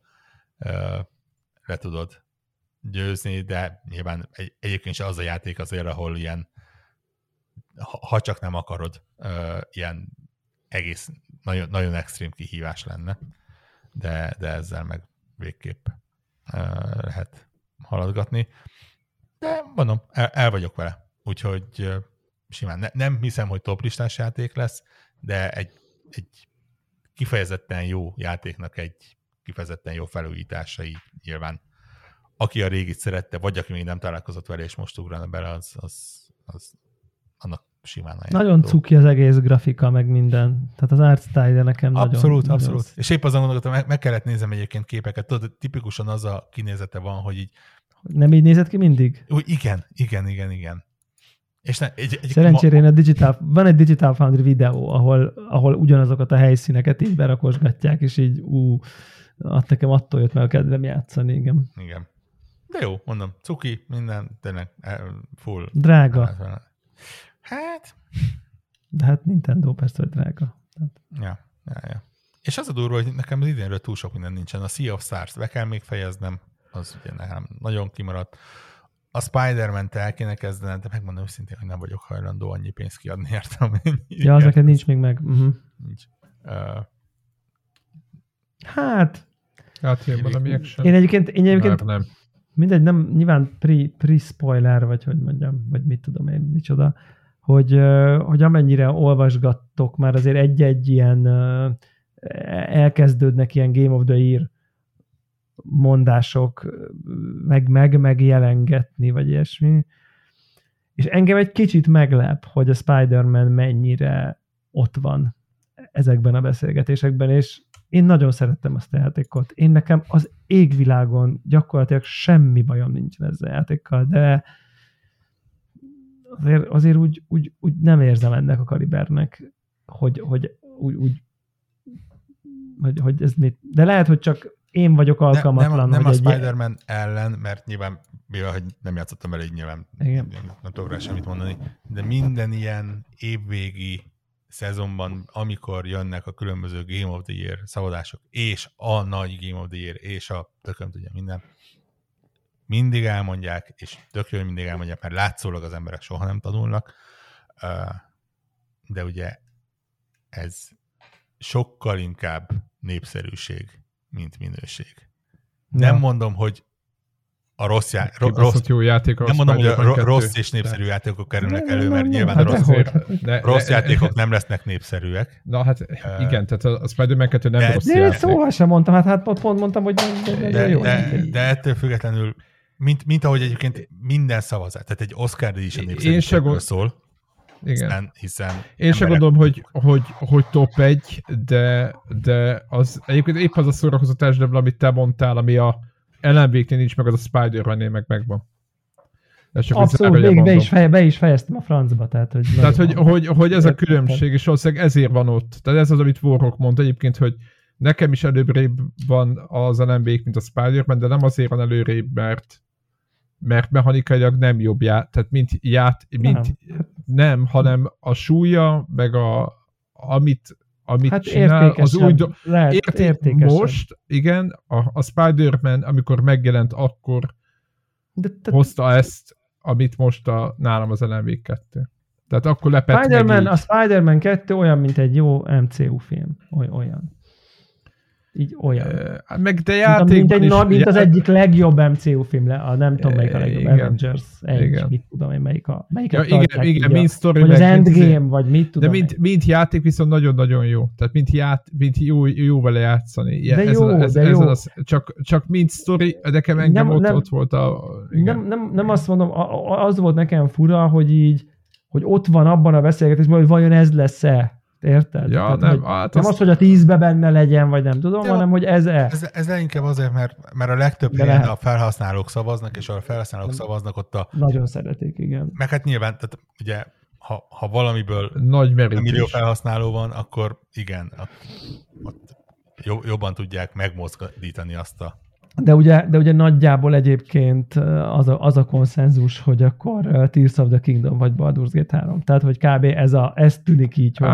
le tudod győzni, de nyilván egyébként se az a játék azért, ahol ilyen ha csak nem akarod, ilyen egész nagyon, nagyon extrém kihívás lenne, de ezzel meg végképp lehet haladgatni. De mondom, el vagyok vele. Úgyhogy simán nem hiszem, hogy toplistás játék lesz, de egy kifejezetten jó játéknak egy kifejezetten jó felújítása így nyilván. Aki a régit szerette, vagy aki még nem találkozott vele, és most ugrana bele, az annak simán ajánlott. Nagyon cuki az egész grafika, meg minden. Tehát az art style nekem abszolút, nagyon... Abszolút. És épp azon gondolkodtam, meg kellett nézem egyébként képeket. Tudod, tipikusan az a kinézete van, hogy így... Nem így nézett ki mindig? Igen. És szerencsére van egy Digital Foundry videó, ahol ugyanazokat a helyszíneket így berakosgatják, és így nekem attól jött meg a kedvem játszani, igen. Igen. De jó, mondom, cuki, minden, tényleg full. Drága. Hát... De hát Nintendo persze, hogy drága. Ja. És az a durva, hogy nekem az idénről túl sok minden nincsen. A Sea of Stars be kell még fejeznem, az ugye nekem nagyon kimaradt. A Spider-Man-t el kéne kezdenem, de megmondom őszintén, hogy nem vagyok hajlandó annyi pénzt kiadni értem. Ja, az neked nincs még meg. Nincs. Hát valami action. Én egyébként nem. Mindegy, nem, nyilván pre-spoiler, vagy hogy mondjam, vagy mit tudom én, micsoda, hogy amennyire olvasgattok, már azért egy-egy ilyen elkezdődnek ilyen Game of the Year mondások megjelengetni, vagy ilyesmi. És engem egy kicsit meglep, hogy a Spider-Man mennyire ott van ezekben a beszélgetésekben, és én nagyon szerettem azt a játékot. Én nekem az égvilágon gyakorlatilag semmi bajom nincsen ezzel a játékkal, de azért úgy nem érzem ennek a kalibernek, hogy ez mit... De lehet, hogy csak én vagyok alkalmatlan. Nem a Spider-Man ellen, mert nyilván, mivel hogy nem játszottam vele, így nyilván nem tudok rá semmit mondani, de minden ilyen évvégi szezonban, amikor jönnek a különböző Game of the Year szavazások, és a nagy Game of the Year, és a tököm tudja minden, mindig elmondják, és tökéletesen mindig elmondják, mert látszólag az emberek soha nem tanulnak, de ugye ez sokkal inkább népszerűség, mint minőség. Nem mondom, hogy a rossz és népszerű játékok kerülnek elő, mert nyilván a rossz játékok nem lesznek népszerűek. Na hát igen, tehát a Spider-Man 2 nem rossz játék. Szóval sem mondtam, hát pont mondtam, hogy nem jó. De ettől függetlenül, mint ahogy egyébként minden szavazás, tehát egy Oscar-díj is a népszerűségről szól. Igen. Hiszen én sem gondolom, hogy top 1, de az egyébként épp az a szórakozatás, amit te mondtál, ami a LMV-knél nincs meg, az a Spider-Man-nél meg van. Abszolút, be is fejeztem a francba. Tehát, hogy ez a különbség, és valószínűleg ezért van ott. Tehát ez az, amit Warhawk mondta egyébként, hogy nekem is előrébb van az LMV-k, mint a Spider-Man, de nem azért van előrébb, mert mechanikailag nem jobb tehát nem, hanem a súlya, meg amit hát csinál, az új most, igen, a Spider-Man, amikor megjelent, akkor hozta ezt, amit most nálam az LMV2. Tehát akkor lepett meg a Spider-Man 2 olyan, mint egy jó MCU film. Olyan. Így olyan. Meg de játékban mint az egyik legjobb MCU film, nem tudom melyik a legjobb, Avengers 1, mit tudom én, melyiket tartják. Igen, mint sztori. Vagy az Endgame, vagy mit tudom. De mint játék viszont nagyon-nagyon jó. Tehát mint jó vele játszani. De jó. Csak mint sztori, nekem engem ott volt a... Nem azt mondom, az volt nekem fura, hogy ott van abban a beszélgetésben, hogy vajon ez lesz-e. Érted? Ja, Tehát, nem az, hogy a 10-be benne legyen, vagy nem tudom, hanem hogy ez. Ez inkább azért, mert a legtöbb helyen a felhasználók szavaznak, és a felhasználók szavaznak ott a... Nagyon szeretik, igen. Meg hát nyilván, tehát ugye, ha valamiből nagy millió felhasználó van, akkor igen, ott jobban tudják megmozgatítani azt a... De ugye nagyjából egyébként az a konszenzus, hogy akkor Tears of the Kingdom vagy Baldur's Gate 3. Tehát, hogy kb. Ez tűnik így, hogy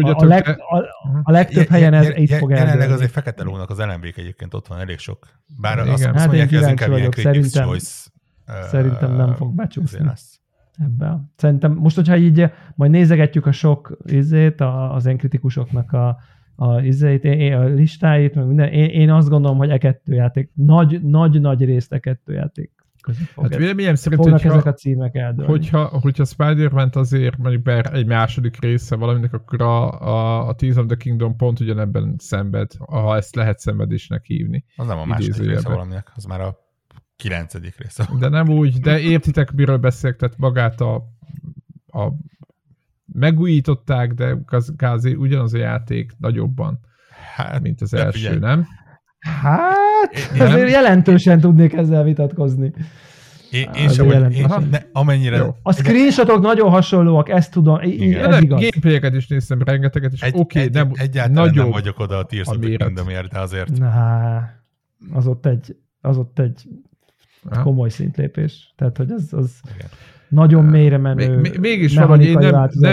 a legtöbb helyen ez így fog eldőlni. Jelenleg azért Fekete Lónak az LMV-k egyébként ott van elég sok. Bár azt mondják, hogy ez inkább ilyen Critics' Choice. Szerintem nem fog becsúszni ebbe. Szerintem most, hogyha így majd nézegetjük a sok az én kritikusoknak a listáit, meg minden. Én azt gondolom, hogy kettő játék, nagy részt kettő játék között hát véleményem szerint, ezek a címek eldőlni. Hogyha Spider-Man-t azért mondjuk egy második része valaminek, akkor a Tears of the Kingdom pont ugyanebben szenved, ha ezt lehet szenvedésnek hívni. Az nem a második része valaminek, az már a 9. része. De nem úgy, de értitek, miről beszélek, tehát magát a megújították, de kázi ugyanaz a játék nagyobban, mint az első, figyelj. Nem? Hát, azért jelentősen tudnék ezzel vitatkozni. Én sem, amennyire... Jó. A screenshotok nagyon hasonlóak, ezt tudom, ez igaz. Gameplayeket is néztem rengeteget, és egyáltalán nem vagyok oda a Tears of the Kingdomért, de azért... Az ott egy komoly szintlépés. Tehát, hogy az nagyon mélyre menő. Mégis valahogy én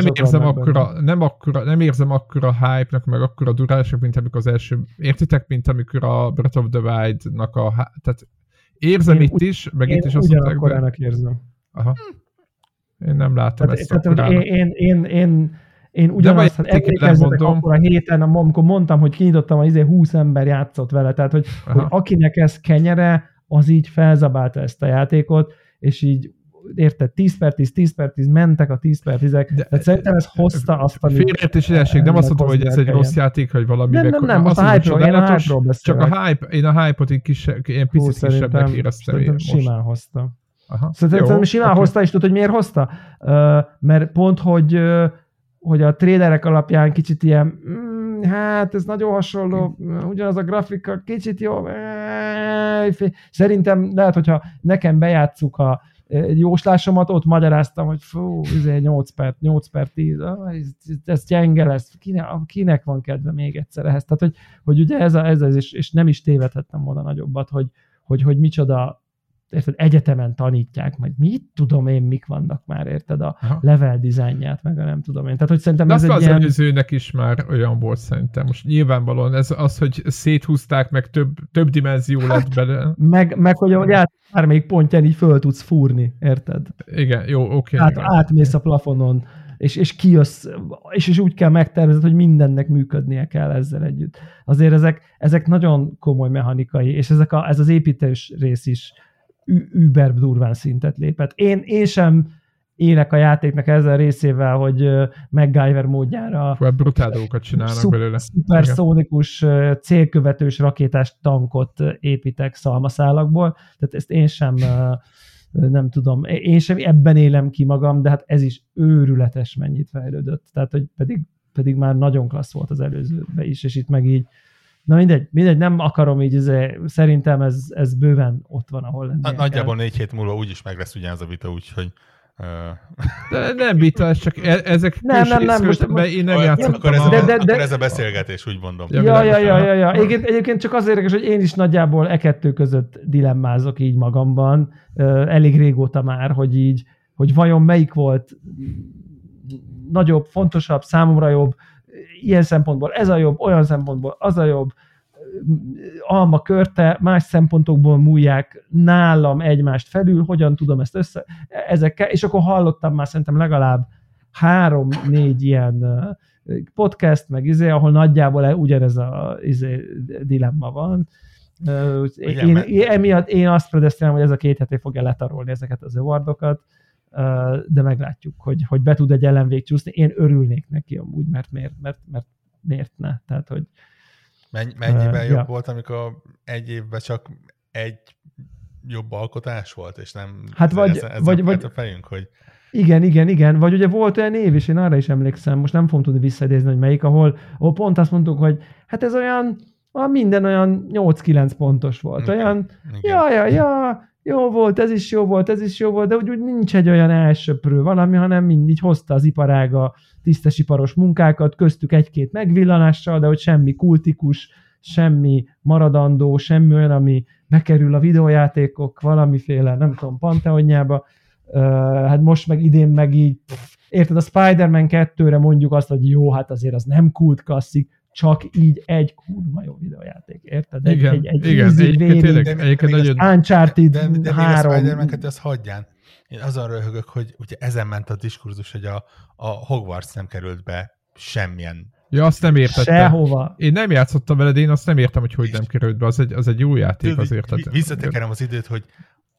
nem érzem akkora hype-nak, meg akkora durásnak, mint amikor az első... Értitek, mint amikor a Breath of the Wild-nak tehát érzem itt is, meg itt is azt mondták, de... Ugyanakkorának érzem. Aha. Én nem látom ezt akkorának. Én ugyanazt, emlékezzetek akkor a héten, amikor mondtam, hogy kinyitottam, 20 ember játszott vele, tehát hogy akinek ez kenyere, az így felzabálta ezt a játékot, és így érted, 10/10 mentek a 10/10-ek, de szerintem ez hozta azt, amit... Félreértésesség, nem azt mondom, hogy ez egy rossz játék, vagy valami... Nem, most a hype-ról beszélek. Csak én a hype-ot ilyen picit kisebbnek éreztem. Szerintem simán hozta. Szerintem simán hozta, és tudod, hogy miért hozta? Mert pont, hogy a trailerek alapján kicsit ilyen, hát ez nagyon hasonló, ugyanaz a grafika, kicsit jó. Szerintem lehet, hogyha nekem bejátsszuk a jóslásomat, ott magyaráztam, hogy 8/10, ez gyenge lesz, kinek van kedve még egyszer ehhez. Tehát, hogy ugye ez és nem is tévedhettem volna nagyobbat, hogy micsoda érted, egyetemen tanítják, meg mit tudom én, mik vannak már, érted, a level dizájnját, meg a nem tudom én. Tehát, hogy szerintem ez egy az ilyen... előzőnek is már olyan volt szerintem. Most nyilvánvalóan ez az, hogy széthúzták, meg több dimenzió lett bele. Meg hogy a játék bármelyik pontján így föl tudsz fúrni, érted? Igen, jó, oké. Átmész a plafonon, és kijössz, és úgy kell megtervezed, hogy mindennek működnie kell ezzel együtt. Azért ezek nagyon komoly mechanikai, és ez az építés rész is über durván szintet lépett. Én sem élek a játéknak ezzel részével, hogy MacGyver módjára brutál dolgokat csinálnak belőle. Szuperszónikus, célkövetős rakétás tankot építek szalmaszálakból, tehát ezt én sem nem tudom, én sem ebben élem ki magam, de hát ez is őrületes mennyit fejlődött. Tehát, hogy pedig már nagyon klassz volt az előzőben is, és itt meg így na mindegy, nem akarom így, szerintem ez bőven ott van, ahol lennie nagyjából 4 hét múlva úgyis meg lesz ugyanaz a vita, úgyhogy... De nem vita, ez csak ezek nem, most én nem játszottam. Akkor ez a beszélgetés, úgy mondom. Ja. Egyébként csak az érdekes, hogy én is nagyjából kettő között dilemmázok így magamban, elég régóta már, hogy vajon melyik volt nagyobb, fontosabb, számomra jobb, ilyen szempontból ez a jobb, olyan szempontból az a jobb, alma körte, más szempontokból múlják nálam egymást felül, hogyan tudom ezt ezekkel, és akkor hallottam már szerintem legalább 3-4 ilyen podcast, meg ahol nagyjából ugyanez a dilemma van. Emiatt én azt predesztinálom, hogy ez a 2 hete fogja letarolni ezeket az awardokat, de meglátjuk, hogy be tud egy ellenvég csúszni. Én örülnék neki amúgy, mert miért ne? Tehát, hogy mennyiben jobb volt, amikor egy évben csak egy jobb alkotás volt, és nem hát vagy a fejünk, hogy... Igen. Vagy ugye volt olyan év, és én arra is emlékszem, most nem fogom tudni visszaidézni, hogy melyik, ahol pont azt mondtuk, hogy hát ez olyan, minden olyan 8-9 pontos volt. Olyan, jó volt, ez is jó volt, de úgy nincs egy olyan elsöprő valami, hanem mindig hozta az iparága tisztes iparos munkákat, köztük egy-két megvillanással, de hogy semmi kultikus, semmi maradandó, semmi olyan, ami bekerül a videójátékok valamiféle, nem tudom, panteonjába. Hát most meg idén meg így, érted, a Spider-Man 2-re mondjuk azt, hogy jó, hát azért az nem kult klasszik, csak így egy kurva jó videójáték, érted? Igen. Egyébként nagyon... Uncharted 3. De még a Spider-Man 2, azt hagyján. Én azon röhögök, hogy ugye ezen ment a diskurzus, hogy a Hogwarts nem került be semmilyen. Ja, azt nem értettem. Sehova. Én nem játszottam veled, én azt nem értem, hogy nem került be. Az egy jó játék azért. Visszatekerem az időt, hogy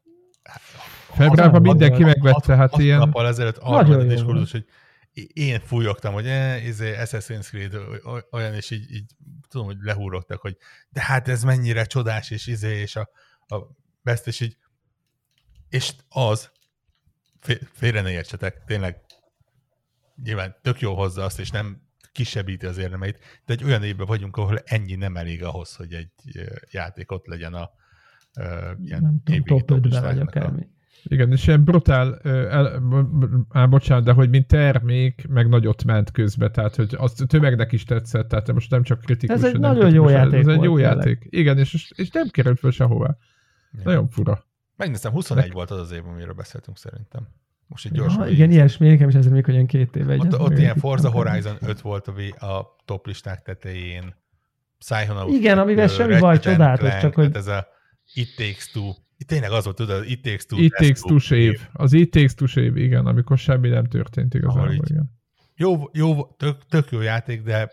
februárban mindenki megvette, hát ilyen... 6 nappal ezelőtt arra a diskurzus, hogy én fújogtam, hogy Assassin's Creed olyan, és így tudom, hogy lehúrogtak, hogy de hát ez mennyire csodás, és a best, és így és az félre ne értsetek, tényleg nyilván tök jó hozza azt, és nem kisebbíti az érdemeit, de egy olyan évben vagyunk, ahol ennyi nem elég ahhoz, hogy egy játék ott legyen a ilyen évi top-listáknak. Igen, és ilyen brutál, bocsánat, de hogy mint termék, meg nagyot ment közbe, tehát hogy azt tömegnek is tetszett, tehát most nem csak kritikus. Ez egy nagyon jó játék. Ez egy jó játék. Igen, és nem került fel sehová. Ja. Nagyon fura. Megnéztem, 21 volt az év, amiről beszéltünk szerintem. Most egy gyorsan. Igen, ilyesmi, nekem is ezzel még olyan 2 éve. Ott ilyen Forza Horizon 5 volt a top listák tetején. Psychonauts. Igen, amivel semmi baj, csodálatos, csak hogy... Ez a It Takes Two. Tényleg az volt, tudod, It Takes Two. It Takes Two év. Az It Takes Two év, igen, amikor semmi nem történt igazából. Igen. Jó, tök jó játék, de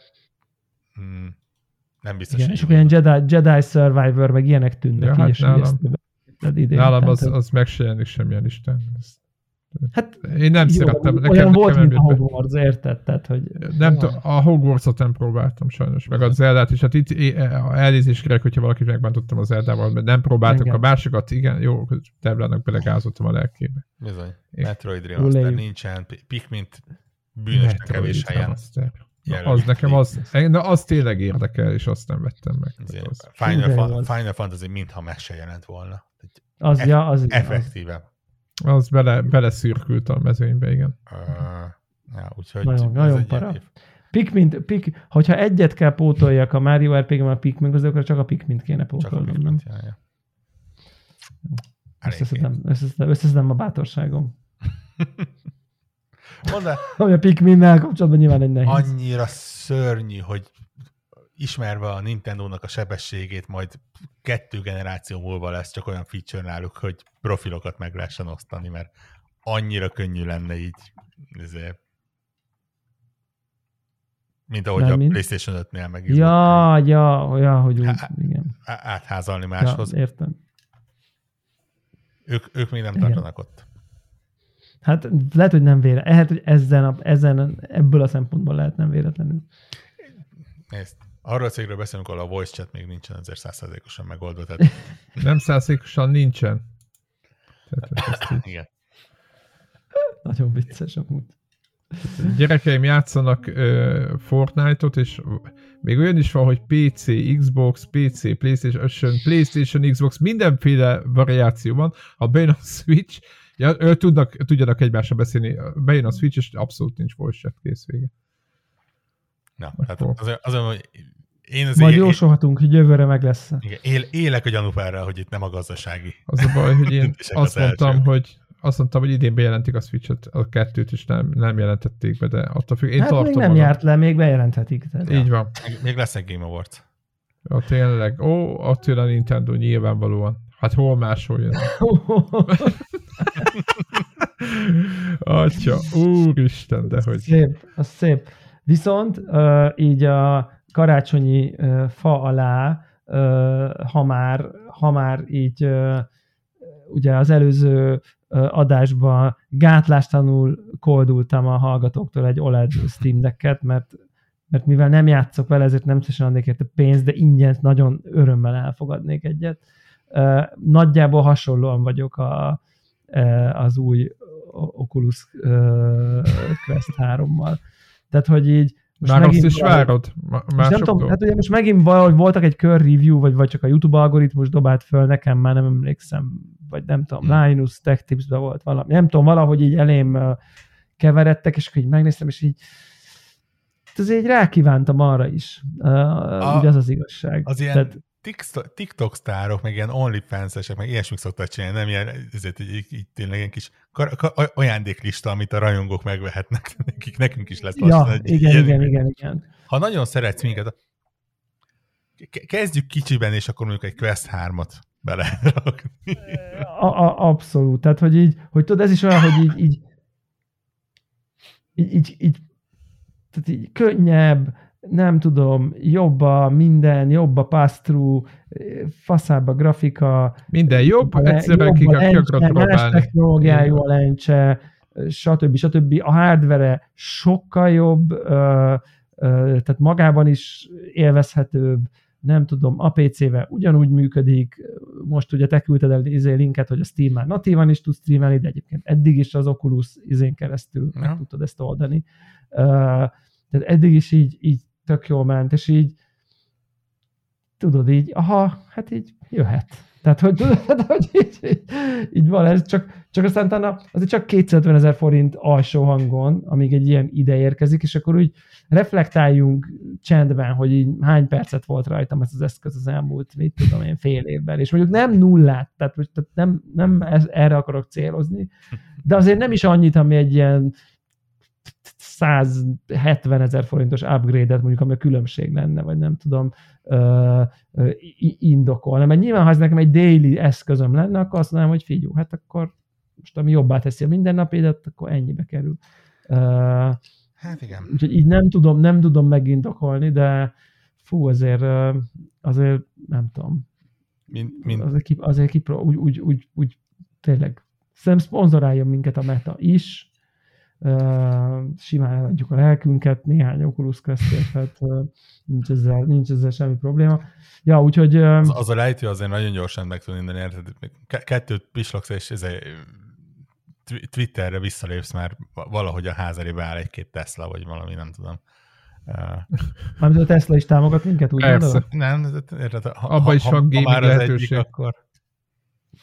nem biztos. Igen, és akkor ilyen Jedi Survivor, meg ilyenek tűnnek. Ja, így, hát nálam az meg se jelenik semmilyen listán. Hát én nem szerettem. Olyan volt, mint a Hogwarts, érted? Tehát, hogy... A Hogwartsot nem próbáltam sajnos, meg a Zeldát is. Hát itt elnézést kérek, hogyha valakit megbántottam az Zeldával, mert nem próbáltam a másikat, igen, jó, Devlának belegázottam a lelkébe. Bizony. Metroid Remaster nincsen, Pikmint bűnösnek kevés helyen. Az nekem az tényleg érdekel, és azt nem vettem meg. Final Fantasy mintha meg se jelent volna. Az effektíve. Az beleszürkült a mezőnybe, igen. Úgyhogy nagyon para. Hogyha egyet kell pótoljak a Mario RPG-ben a Pikmin közül, akkor csak a Pikmint kéne pótolnom. Összeszedem a bátorságom. Mondd el, Ami a Pikminnel kapcsolatban nyilván egy nehéz. annyira szörnyű, hogy ismerve a Nintendónak a sebességét, majd 2 generáció múlva lesz csak olyan feature náluk, hogy profilokat meg lehessen osztani, mert annyira könnyű lenne így, mint ahogy a PlayStation 5-nél meg is. Ja, hogy úgy, igen. Átházalni máshoz. Ja, értem. Ők még nem tartanak ott. Hát lehet, hogy nem véletlenül. Lehet, hogy ebből a szempontból lehet nem véletlenül. Nézd, arról a cégről beszélünk, ahol a voice chat még nincsen azért 100%-osan megoldva. Tehát... Nem 100%-osan nincsen. Igen. Nagyon vicces amúgy. Gyerekeim játszanak Fortnite-ot, és még olyan is van, hogy PC, Xbox, PC, PlayStation, Xbox, mindenféle variációban. Ha bejön a Switch, tudjanak egymásra beszélni, bejön a Switch, és abszolút nincs voice chat, kész vége. Na, hát azért, hogy én majd jósolhatunk, hogy jövőre meg lesz. Igen, élek a gyanúpárral, hogy itt nem a gazdasági. Az a baj, hogy én azt mondtam, hogy idén bejelentik a Switch-et, a 2-t, és nem jelentették be, de attól függ. Én hát még nem járt le, még bejelenthetik. Tehát. Így van. Még lesz egy Game Awards. Ja, tényleg. Ott jön a Nintendo nyilvánvalóan. Hát hol máshol jön. Atya, úristen, de hogy... Az szép. Viszont így a karácsonyi fa alá, ha már így ugye az előző adásban gátlástalanul koldultam a hallgatóktól egy OLED Steam Decket, mert mivel nem játszok vele, ezért nem szívesen adnék érte pénzt, de ingyen nagyon örömmel elfogadnék egyet. Nagyjából hasonlóan vagyok az új Oculus Quest 3-mal. Tehát, hogy így már azt is várod? Nem tudom, hát ugye most megint valahogy voltak egy kör review, vagy csak a YouTube algoritmus dobált föl nekem, már nem emlékszem, vagy nem tudom, Linus Tech Tipsben volt valami, nem tudom, valahogy így elém keveredtek, és akkor így megnéztem, és így azért rákívántam arra is. Ugye az igazság. Az ilyen TikTok sztárok, meg ilyen OnlyFans-esek, meg ilyesmik szoktak csinálni, nem ilyen, ezért így tényleg ilyen kis ajándéklista, amit a rajongók megvehetnek, nekünk is lesz lassan. Igen. Ha nagyon szeretsz minket, kezdjük kicsiben, és akkor mondjuk egy Quest 3-at belerakni. Abszolút. Tehát, hogy tudod, ez is olyan, hogy tehát így könnyebb, nem tudom, jobb a pass-through, faszább a grafika. Minden jobb, egyszerűen ki kell gratulálni. Más technológiájú a lencse, stb. A hardware sokkal jobb, tehát magában is élvezhetőbb, nem tudom, a PC-vel ugyanúgy működik, most ugye te küldted el linket, hogy a Steam már natívan is tud streamelni, de egyébként eddig is az Oculus keresztül meg tudtad ezt oldani. Tehát eddig is így tök jól ment, és így tudod így, hát így jöhet. Tehát, hogy tudod, hogy így van ez, csak aztán talán azért csak 250 000 forint alsó hangon, amíg egy ilyen ide érkezik, és akkor úgy reflektáljunk csendben, hogy így hány percet volt rajtam ez az eszköz az elmúlt, mit tudom én, fél évben, és mondjuk nem nullát, tehát nem erre akarok célozni, de azért nem is annyit, ami egy ilyen 170 000 forintos upgrade-et mondjuk, ami a különbség lenne, vagy nem tudom indokolni. Mert nyilván, ha ez nekem egy daily eszközöm lenne, akkor azt mondanám, hogy figyelj, hát akkor most ami jobbá teszi a mindennapédet, akkor ennyibe kerül. Hát igen. Úgyhogy így nem tudom megindokolni, de fú, azért nem tudom. Azért úgy tényleg szerintem szponzoráljon minket a Meta is, simán eladjuk a lelkünket, néhány Oculus Quest-ért, hát nincs ezzel semmi probléma. Ja, úgyhogy... Az a lejtő azért nagyon gyorsan meg tud minden érted. 2 pislogsz, és Twitterre visszalépsz, már valahogy a ház elébe áll 1-2 Tesla, vagy valami, nem tudom. Mármint a Tesla is támogat minket, úgy gondolod? Nem, abban is van gaming lehetőség. Akkor...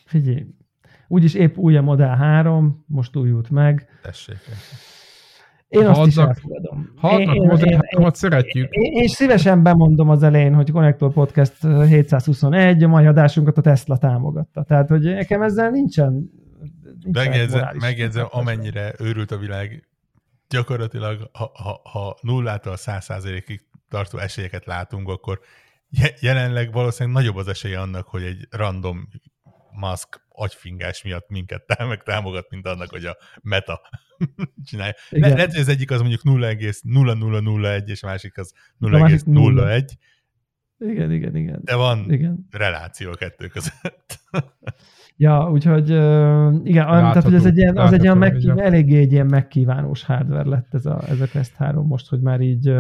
Figyelj, úgyis épp új a Model 3, most újult meg. Tessék. Én azt is elfogadom. Ha adnak moderátomat, szeretjük. Én szívesen bemondom az elején, hogy Connector Podcast 721, a mai adásunkat a Tesla támogatta. Tehát, hogy nekem ezzel nincsen megjegyzem, amennyire őrült a világ, gyakorlatilag, ha 0-tól 100%-ig tartó esélyeket látunk, akkor jelenleg valószínűleg nagyobb az esélye annak, hogy egy random Musk agyfingás miatt minket támogat, mint annak, hogy a Meta csinálja. Lehet, hogy az egyik az mondjuk 0,0001, és a másik az 0,01. Igen. De van reláció a kettő között. Ja, úgyhogy igen, tehát hogy ez egy ilyen eléggé egy ilyen megkívánós hardware lett ez a Quest 3 most, hogy már így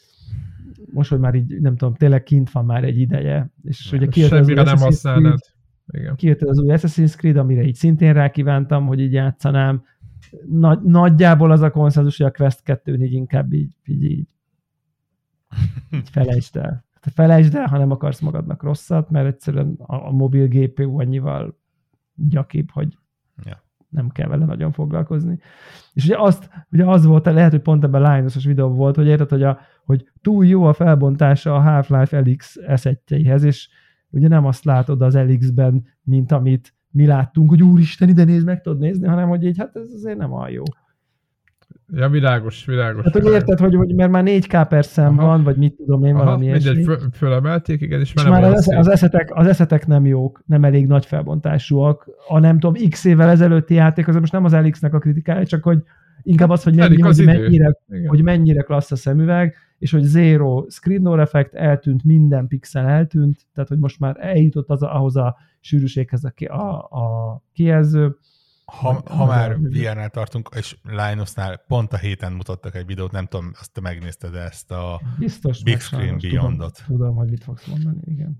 nem tudom, tényleg kint van már egy ideje. És ugye semmire nem használnád. Kijött az új Assassin's Creed, amire így szintén rákívántam, hogy így játszanám. Nagyjából az a konszenzus, hogy a Quest 2 így inkább így felejtsd el. Felejtsd el, ha nem akarsz magadnak rosszat, mert egyszerűen a mobil GPU annyival gyakibb, hogy nem kell vele nagyon foglalkozni. És ugye az volt, lehet, hogy pont ebben Linus-os videó volt, hogy érted, hogy túl jó a felbontása a Half-Life Alyx eszetjeihez, és ugye nem azt látod az Alyx-ben, mint amit mi láttunk, hogy úristen, ide nézd, meg tudod nézni, hanem hogy így, hát ez azért nem olyan jó. Ja, világos. Hát, hogy érted, hogy mert már 4K per szem van, vagy mit tudom én, valami mindegy, fölemelték, igen, és már az eszetek nem jók, nem elég nagy felbontásúak. A nem tudom, x évvel ezelőtti játék, az most nem az Alyx-nek a kritikája, csak hogy inkább az, hogy mennyire klassz a szemüveg, és hogy zero screen door effect, eltűnt, minden pixel eltűnt, tehát hogy most már eljutott ahhoz a sűrűséghez a kijelző. Ha már VR-nál tartunk, és Linusnál pont a héten mutattak egy videót, nem tudom, azt te megnézted ezt a biztos Big Screen Beyond-ot. Tudom, hogy mit fogsz mondani, igen.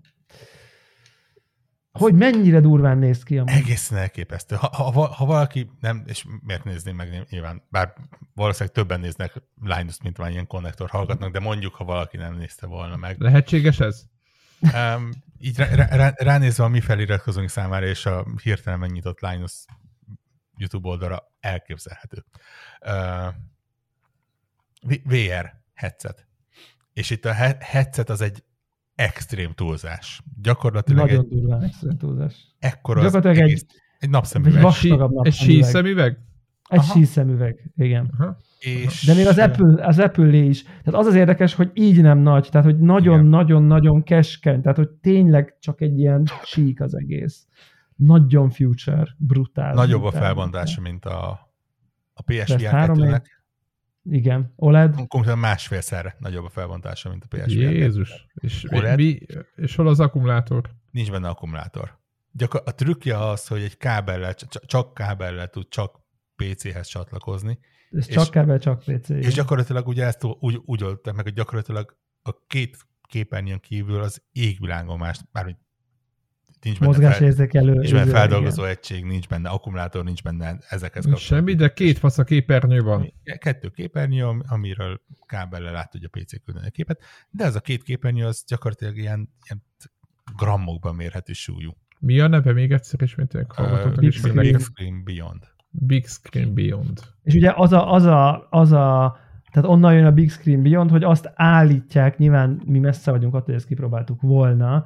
Hogy mennyire durván néz ki. Egészen elképesztő. Ha valaki nem, és miért nézném meg nyilván, bár valószínűleg többen néznek Linus-t, mint már ilyen konnektor hallgatnak, de mondjuk, ha valaki nem nézte volna meg. Lehetséges ez? Így ránézve a mi feliratkozóink számára, és a hirtelen megnyitott Linus YouTube oldalra elképzelhető. VR headset. És itt a headset az egy extrém túlzás. Gyakorlatilag nagyon durván extrém túlzás. Ekkora az egész, egy napszemüveg. Egy síszemüveg? Egy síszemüveg, igen. Aha. De még az Apple-lé is. Tehát az érdekes, hogy így nem nagy, tehát hogy nagyon-nagyon-nagyon keskeny, tehát hogy tényleg csak egy ilyen sík az egész. Nagyon future, brutál. Nagyobb a felbontása, mint a PSVR 2-nek. Igen, OLED. Konkrétan másfélszerre nagyobb a felbontása, mint a PSVR 2. Jézus. És hol az akkumulátor? Nincs benne akkumulátor. A trükkje az, hogy egy kábellel, csak kábellel tud csak PC-hez csatlakozni. Ez csak kábel, csak PC. És gyakorlatilag ugye ezt úgy oldották meg, hogy gyakorlatilag a két képernyőn kívül az égvilágon más, bármint nincs benne feldolgozó egység, nincs benne akkumulátor, nincs benne ezekhez kapcsolatban. Semmi, de két fasz a képernyő van. 2 képernyő, amiről kábellel át tudja PC küldeni a képet, de az a 2 képernyő az gyakorlatilag ilyen grammokban mérhető súlyú. Mi a neve még egyszer ismételjük hallgatóknak is? Big Screen Beyond. Big Screen Beyond. És ugye tehát onnan jön a Big Screen Beyond, hogy azt állítják, nyilván mi messze vagyunk attól, hogy ezt kipróbáltuk volna,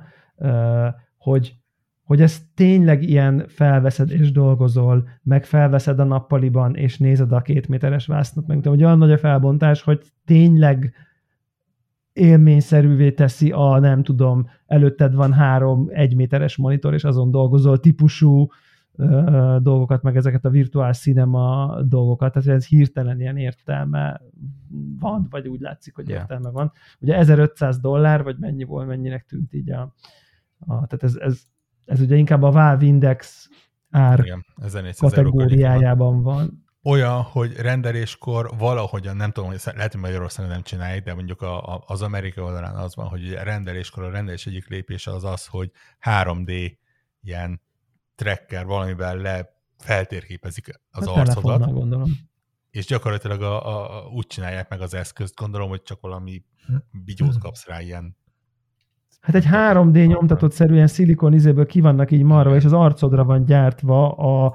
hogy ez tényleg ilyen felveszed és dolgozol, meg felveszed a nappaliban, és nézed a 2 méteres vásznat, meg hogy olyan nagy a felbontás, hogy tényleg élményszerűvé teszi nem tudom, előtted van 3 1 méteres monitor, és azon dolgozol típusú dolgokat, meg ezeket a virtuál cinema dolgokat, tehát ez hirtelen ilyen értelme van, vagy úgy látszik, hogy értelme van. Ugye $1500, vagy mennyinek tűnt így tehát ez ugye inkább a Valve Index ár kategóriájában van. Olyan, hogy rendeléskor valahogyan, nem tudom, hogy lehet, hogy Magyarországon nem csinálják, de mondjuk az Amerikai oldalán az van, hogy a rendelés egyik lépése az, hogy 3D ilyen tracker valamivel feltérképezik az arcodat. Gondolom. És gyakorlatilag úgy csinálják meg az eszközt, gondolom, hogy csak valami bigyót kapsz rá ilyen. Hát egy 3D nyomtatott szerűen szilikon izéből ki vannak így marva, és az arcodra van gyártva a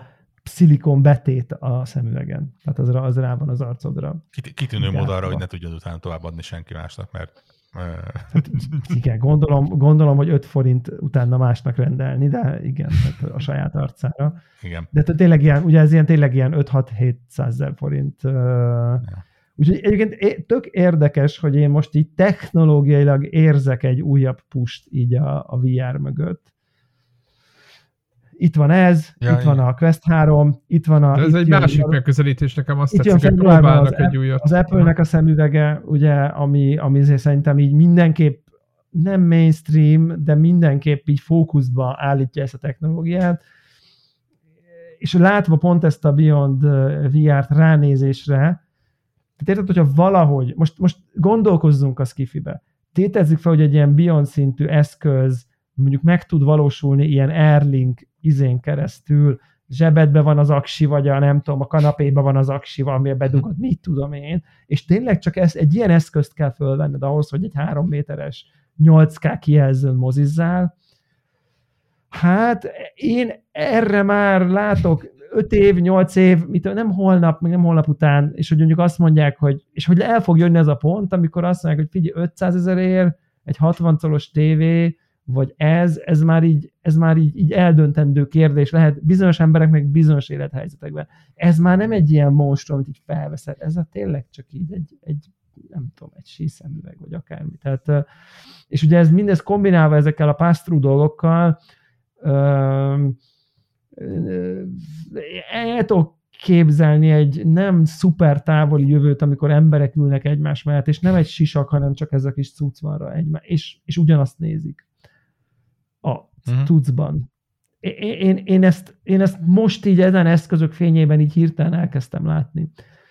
szilikon betét a szemüvegen. Tehát az rá van az arcodra. Kitűnő mód arra, hogy ne tudjad utána továbbadni senki másnak, mert... Hát, igen, gondolom, hogy 5 forint utána másnak rendelni, de igen, tehát a saját arcára. Igen. De tényleg ilyen, ugye ez ilyen, tényleg ilyen 5-6-700 forint. Ja. Úgyhogy egyébként tök érdekes, hogy én most így technológiailag érzek egy újabb pusht így a VR mögött. Itt van ez, itt van a Quest 3, itt van a... De ez egy másik megközelítés, nekem azt tetszik, hogy próbálnak egy újat. Az Apple-nek a szemüvege, ugye, ami szerintem így mindenképp nem mainstream, de mindenképp így fókuszba állítja ezt a technológiát, és látva pont ezt a Beyond VR-t ránézésre, tehát érted, hogyha valahogy, most gondolkozzunk a Skifibe, tétezzük fel, hogy egy ilyen Beyond szintű eszköz mondjuk meg tud valósulni ilyen Airlink izén keresztül, zsebedben van az aksi, vagy nem tudom, a kanapéban van az aksi, amiben bedugod, mit tudom én, és tényleg csak egy ilyen eszközt kell fölvenned ahhoz, hogy egy 3 méteres 8K kijelzőn mozizzál. Hát én erre már látok 5 év, 8 év, nem holnap, meg nem holnap után, és hogy mondjuk azt mondják, hogy el fog jönni ez a pont, amikor azt mondják, hogy figyelj, 500 000 egy 60 colos tévé, vagy ez már így eldöntendő kérdés lehet bizonyos embereknek bizonyos élethelyzetekben. Ez már nem egy ilyen monstrum, amit így felveszed, ez a tényleg csak így egy nem tudom, egy síszemüveg, vagy akármi. Tehát, és ugye ez mindez kombinálva ezekkel a pass-through dolgokkal, el tudok képzelni egy nem szuper távoli jövőt, amikor emberek ülnek egymás mellett, és nem egy sisak, hanem csak ez a kis cucc van rá és ugyanazt nézik a cuccban. Én ezt most így ezen eszközök fényében így hirtelen elkezdtem látni.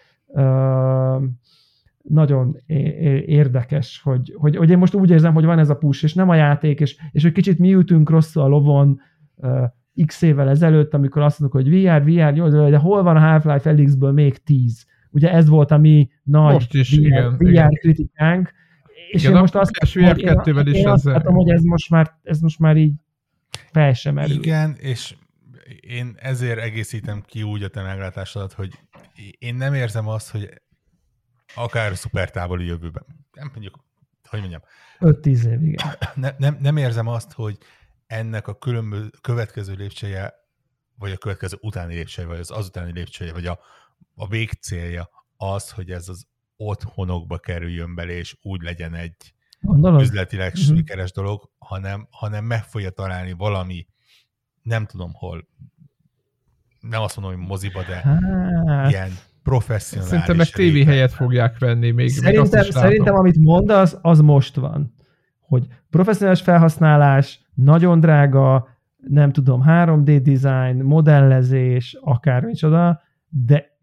Nagyon érdekes, hogy én most úgy érzem, hogy van ez a push, és nem a játék, és hogy kicsit mi ültünk rosszul a lovon x évvel ezelőtt, amikor azt mondjuk, hogy VR, jó, de hol van a Half-Life Alyx-ből még 10? Ugye ez volt a mi nagy VR kritikánk, és igen, én most azt látom, hogy ez most már így fel sem erül. Igen, és én ezért egészítem ki úgy a te meglátásodat, hogy én nem érzem azt, hogy akár szuper távoli jövőben, nem mondjuk, hogy mondjam. 5-10 év, igen. Nem érzem azt, hogy ennek a következő lépcsője, vagy a következő utáni lépcsője, vagy az azutáni lépcsője, vagy a végcélja az, hogy ez az otthonokba kerüljön bele, és úgy legyen egy üzletileg sikeres dolog, hanem meg fogja találni valami, nem tudom hol, nem azt mondom, hogy moziba, de ilyen professzionális. Szerintem meg tévé helyet fogják venni. Még szerintem amit mondasz, az most van. Hogy professzionális felhasználás, nagyon drága, nem tudom, 3D design, modellezés, akármicsoda, de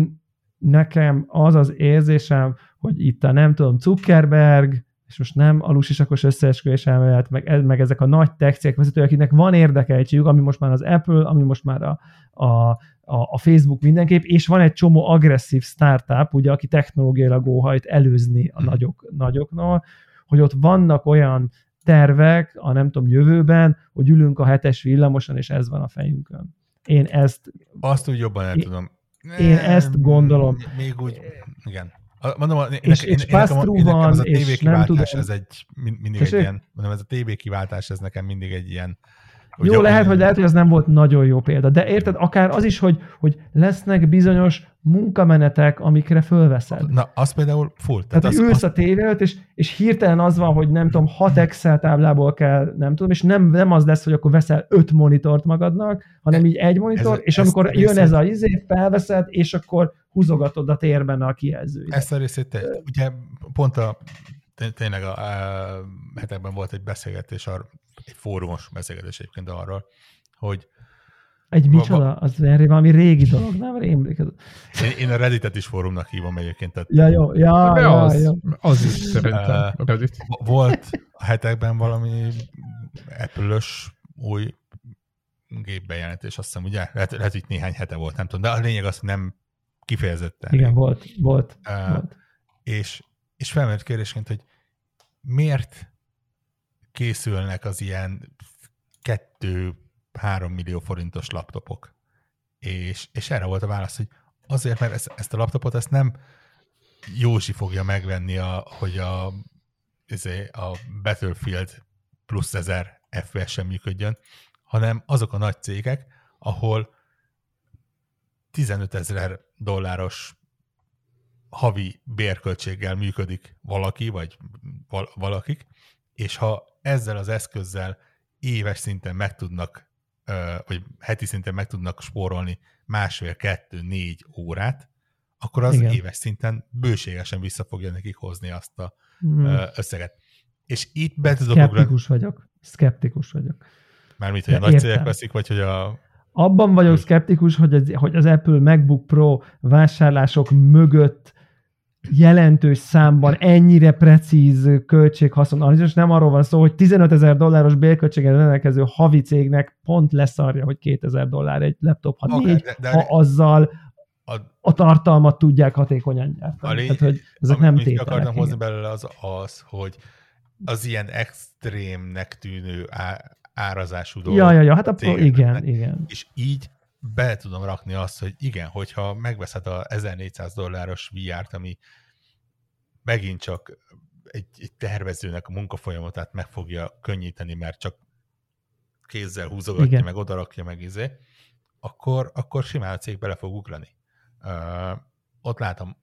nekem az érzésem, hogy itt a nem tudom, Zuckerberg, és most nem a lusisakos összeesküvés elmélet, meg ezek a nagy tech cégek vezetők, akiknek van érdekeltségük, ami most már az Apple, ami most már a Facebook mindenképp, és van egy csomó agresszív startup, ugye, aki technológiailag óhajt előzni a nagyoknak, hogy ott vannak olyan tervek, a nem tudom, jövőben, hogy ülünk a 7-es villamoson, és ez van a fejünkön. Én ezt... Azt úgy jobban el tudom. Én ezt gondolom. Még úgy, igen. Mondom, és pass-through van, és nem tudom. Ez egy mindig egy ilyen, mondom, ez a TV kiváltás, ez nekem mindig egy ilyen... Jó, lehet, hogy ez nem volt nagyon jó példa, de érted, akár az is, hogy lesznek bizonyos munkamenetek, amikre fölveszed. Na, az például full. Tehát ülsz a tévé előtt, és hirtelen az van, hogy nem tudom, 6 Excel táblából kell, nem tudom, és nem az lesz, hogy akkor veszel 5 monitort magadnak, hanem így egy monitor, és amikor jön ez a felveszed, és akkor húzogatod a térben a kijelzőit. Ezt a részét ugye pont tényleg a hetekben volt egy beszélgetés, egy fórumos beszélgetés egyébként arról, hogy egy micsoda? Az valami régi dolog, nem rémlik. Én a Redditet is fórumnak hívom egyébként. Tehát ja, jó. Az is szerintem a Reddit. Volt a hetekben valami Apple-ös új gépbejelentés, azt hiszem, ugye? Lehet, hogy néhány hete volt, nem tudom, de a lényeg az, hogy nem kifejezetten. Igen, volt. És felmerült kérdésként, hogy miért készülnek az ilyen 2-3 millió forintos laptopok, És erre volt a válasz, hogy azért, mert ezt a laptopot ezt nem Józsi fogja megvenni, hogy a Battlefield plusz 1000 FPS-en működjön, hanem azok a nagy cégek, ahol $15,000 havi bérköltséggel működik valaki, vagy valakik, és ha ezzel az eszközzel éves szinten meg tudnak, vagy heti szinten meg tudnak spórolni 1,5-2-4 órát, akkor az éves szinten bőségesen vissza fogja nekik hozni azt a összeget. És itt be tudok Szkeptikus vagyok. Mármint, hogy a nagy cégek veszik, vagy hogy a... Abban vagyok szkeptikus, hogy az Apple MacBook Pro vásárlások mögött jelentős számban ennyire precíz költség-haszon analízis. Nem arról van szó, hogy $15,000 bérköltséggel rendelkező havi cégnek pont leszarja, hogy $2,000 egy laptop, ha azzal a tartalmat tudják hatékonyan gyártani. Tehát, hogy ezek nem tételek. Amit akartam hozni belőle az, hogy az ilyen extrémnek tűnő árazású dolgok. Hát akkor igen. És így be tudom rakni azt, hogy igen, hogyha megveszed a $1,400 VR-t, ami megint csak egy tervezőnek a munkafolyamatát meg fogja könnyíteni, mert csak kézzel húzogatja, meg odarakja, meg akkor simán a cég bele fog ugrani. Ott látom,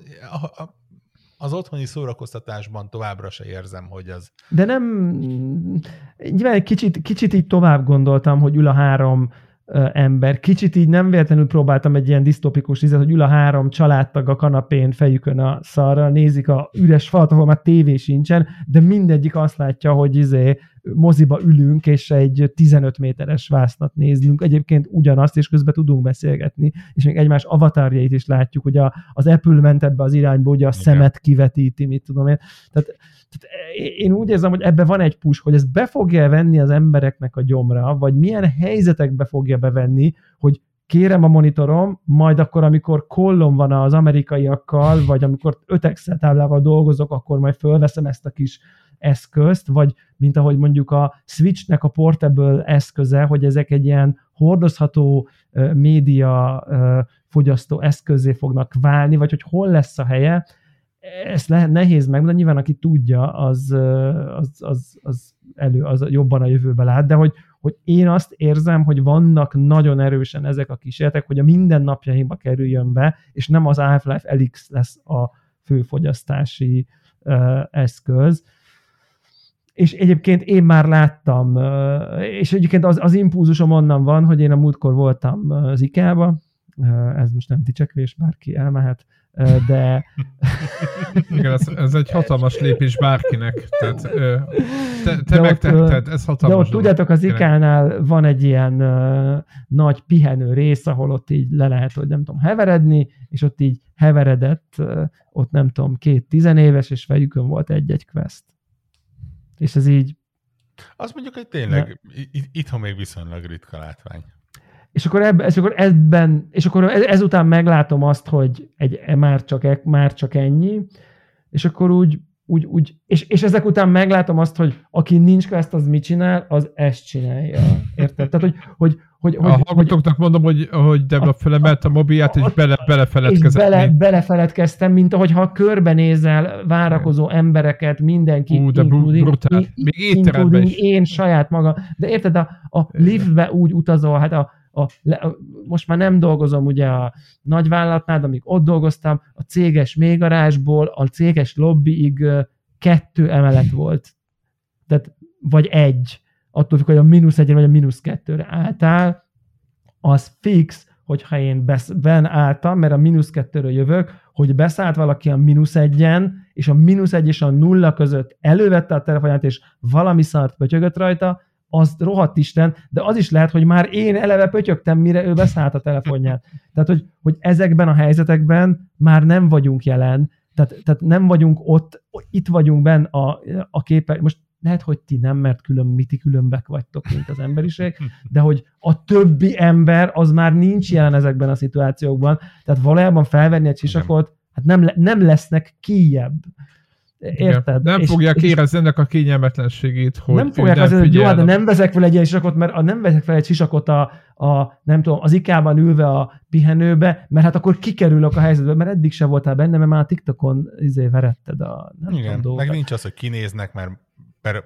az otthoni szórakoztatásban továbbra se érzem, hogy az... De nem... Nyilván kicsit így tovább gondoltam, hogy ül a 3 ember. Kicsit így nem véletlenül próbáltam egy ilyen disztopikus ízet, hogy ül a 3 családtag a kanapén, fejükön a szarra, nézik a üres falat, ahol már tévé sincsen, de mindegyik azt látja, hogy moziba ülünk, és egy 15 méteres vásznat nézünk. Egyébként ugyanazt, és közben tudunk beszélgetni, és még egymás avatarjait is látjuk, hogy az Apple ment ebbe az irányba, ugye a szemet kivetíti, mit tudom én. Tehát én úgy érzem, hogy ebbe van egy push, hogy ez be fogja venni az embereknek a gyomra, vagy milyen helyzetekbe fogja bevenni, hogy kérem a monitorom, majd akkor, amikor kollom van az amerikaiakkal, vagy amikor 5 Excel táblával dolgozok, akkor majd fölveszem ezt a kis eszközt, vagy mint ahogy mondjuk a Switchnek a portable eszköze, hogy ezek egy ilyen hordozható média fogyasztó eszközzé fognak válni, vagy hogy hol lesz a helye, ezt nehéz megmondani, nyilván aki tudja, az jobban a jövőbe lát, de hogy én azt érzem, hogy vannak nagyon erősen ezek a kísérletek, hogy a mindennapjainkba kerüljön be, és nem az Half-Life Alyx lesz a főfogyasztási eszköz. És egyébként én már láttam, és egyébként az impulzusom onnan van, hogy én a múltkor voltam az IKEA-ba, ez most nem dicsekvés, bárki elmehet, de... Igen, ez egy hatalmas lépés bárkinek. Tehát, te megtetted, ez hatalmas. De ott tudjátok, az IKEA-nál van egy ilyen nagy pihenő rész, ahol ott így le lehet, hogy nem tudom, heveredni, és ott így heveredett, ott nem tudom, 2 10 és fejükön volt egy Quest. És ez így... Azt mondjuk, hogy tényleg itthon még viszonylag ritka látvány. És akkor ezután meglátom azt, hogy már csak ennyi, és akkor úgy és ezek után meglátom azt, hogy aki nincs Quest, az mit csinál, az ezt csinálja. Érted? Tehát, hogy a hallgatóknak mondom, hogy Debla felemelt a mobilját, és belefeledkezett. És belefeledkeztem, mint ahogyha körbenézel várakozó embereket, mindenki, including én saját maga. De érted, a liftbe úgy utazol, hát most már nem dolgozom ugye a nagyvállalatnál, de amíg ott dolgoztam, a céges mélygarázsból a céges lobbyig 2 emelet volt. Tehát, vagy 1. Attól függ, hogy a -1-re vagy a -2-re álltál, az fix, hogyha én benn álltam, mert a -2-ről jövök, hogy beszállt valaki a -1-en, és a -1 és a 0 között elővette a telefonját, és valami szart pötyögött rajta, az rohadt Isten, de az is lehet, hogy már én eleve pötyögtem, mire ő beszállt a telefonját. Tehát, hogy ezekben a helyzetekben már nem vagyunk jelen, tehát nem vagyunk ott, itt vagyunk benn a képen, most lehet, hogy ti nem, mert ti különbek vagytok, mint az emberiség, de hogy a többi ember az már nincs jelen ezekben a szituációkban, tehát valójában felvenni egy sisakot, hát nem lesznek kijebb. Érted? Nem fogják érezni ennek a kényelmetlenségét, hogy nem fogják azért, hogy jó, de nem vezek fel egy ilyen sisakot, mert nem vezek fel egy sisakot nem tudom, az IKEA-ban ülve a pihenőbe, mert hát akkor kikerülök a helyzetbe, mert eddig se voltál benne, mert már a TikTokon veretted a igen, meg nincs az, hogy kinéznek, mert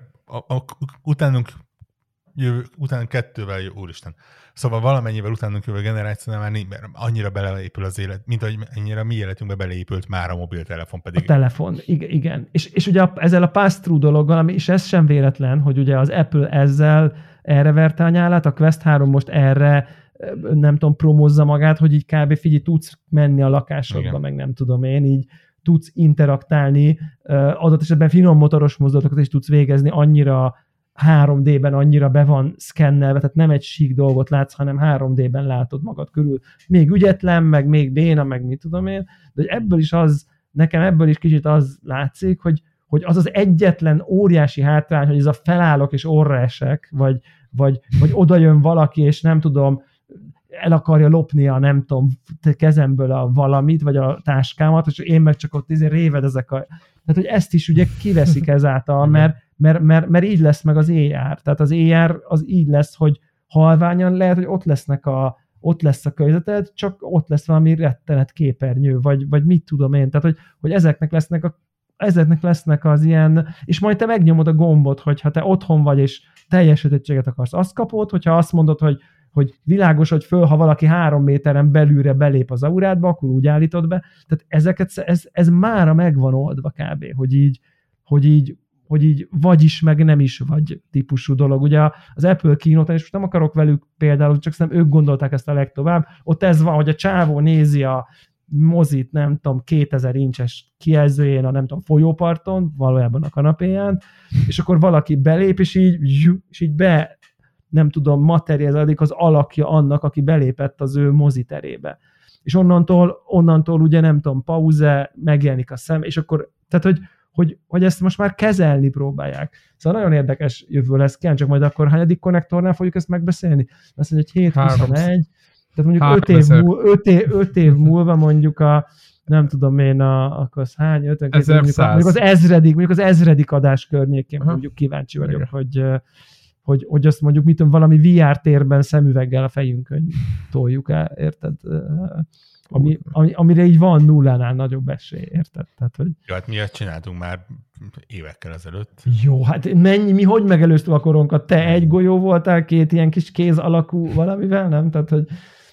utánunk kettővel, úristen. Szóval valamennyivel utánunk jövő generációnál már mert annyira beleépül az élet, mint ahogy ennyire a mi életünkbe beleépült már a mobiltelefon pedig. A telefon, igen. És ugye ezzel a pass-through dologgal, és ez sem véletlen, hogy ugye az Apple ezzel erre verte a nyálát, a Quest 3 most erre nem tudom, promózza magát, hogy így kb. Figyelj, tudsz menni a lakásodba, igen. Meg nem tudom én, így tudsz interaktálni, adott esetben finom motoros mozdulatokat is tudsz végezni, annyira 3D-ben annyira be van szkennelve, tehát nem egy sík dolgot látsz, hanem 3D-ben látod magad körül. Még ügyetlen, meg még béna, meg mit tudom én, de nekem ebből is kicsit az látszik, hogy az az egyetlen óriási hátrány, hogy ez a felállok és orra esek, vagy oda jön valaki, és nem tudom, el akarja lopni a nem tudom, kezemből a valamit, vagy a táskámat, és én meg csak ott réved ezek a... Tehát, hogy ezt is ugye kiveszik ezáltal, mert így lesz meg az AR. Tehát az AR az így lesz, hogy halványan lehet, hogy ott lesz a környezeted, csak ott lesz valami rettenet képernyő, vagy mit tudom én. Tehát, hogy ezeknek lesznek az ilyen, és majd te megnyomod a gombot, hogyha te otthon vagy, és teljes sötétséget akarsz, azt kapod, hogyha azt mondod, hogy világos, hogy ha valaki 3 méteren belülre belép az aurádba, akkor úgy állítod be. Tehát ez mára megvan oldva kb. Hogy így vagyis, meg nem is vagy típusú dolog. Ugye az Apple keynote-on, és most nem akarok velük például, csak szerintem ők gondolták ezt a legtovább, ott ez van, hogy a csávó nézi a mozit, nem tudom, 2000 incses kijelzőjén a nem tudom, folyóparton, valójában a kanapéján, és akkor valaki belép, és így nem tudom, materializálódik az alakja annak, aki belépett az ő moziterébe. És onnantól ugye nem tudom, pauze, megjelenik a szem, és akkor, tehát hogy ezt most már kezelni próbálják. Szóval nagyon érdekes jövő lesz, csak majd akkor hányadik konnektornál fogjuk ezt megbeszélni? Azt mondja, hogy 7-21, tehát mondjuk 5 év múlva mondjuk nem tudom én, akkor az hány, 52, mondjuk az ezredik adás környékén mondjuk kíváncsi vagyok, hogy azt mondjuk, mit tudom, valami VR térben szemüveggel a fejünkön toljuk el, érted? Amire így van nullánál nagyobb esély, érted? Tehát, hogy... Jó, hát miért csináltunk már évekkel ezelőtt? Jó, hát mi hogy megelőztük a koronkat? Te egy golyó voltál, 2 ilyen kis kéz alakú valamivel, nem? Tehát, hogy...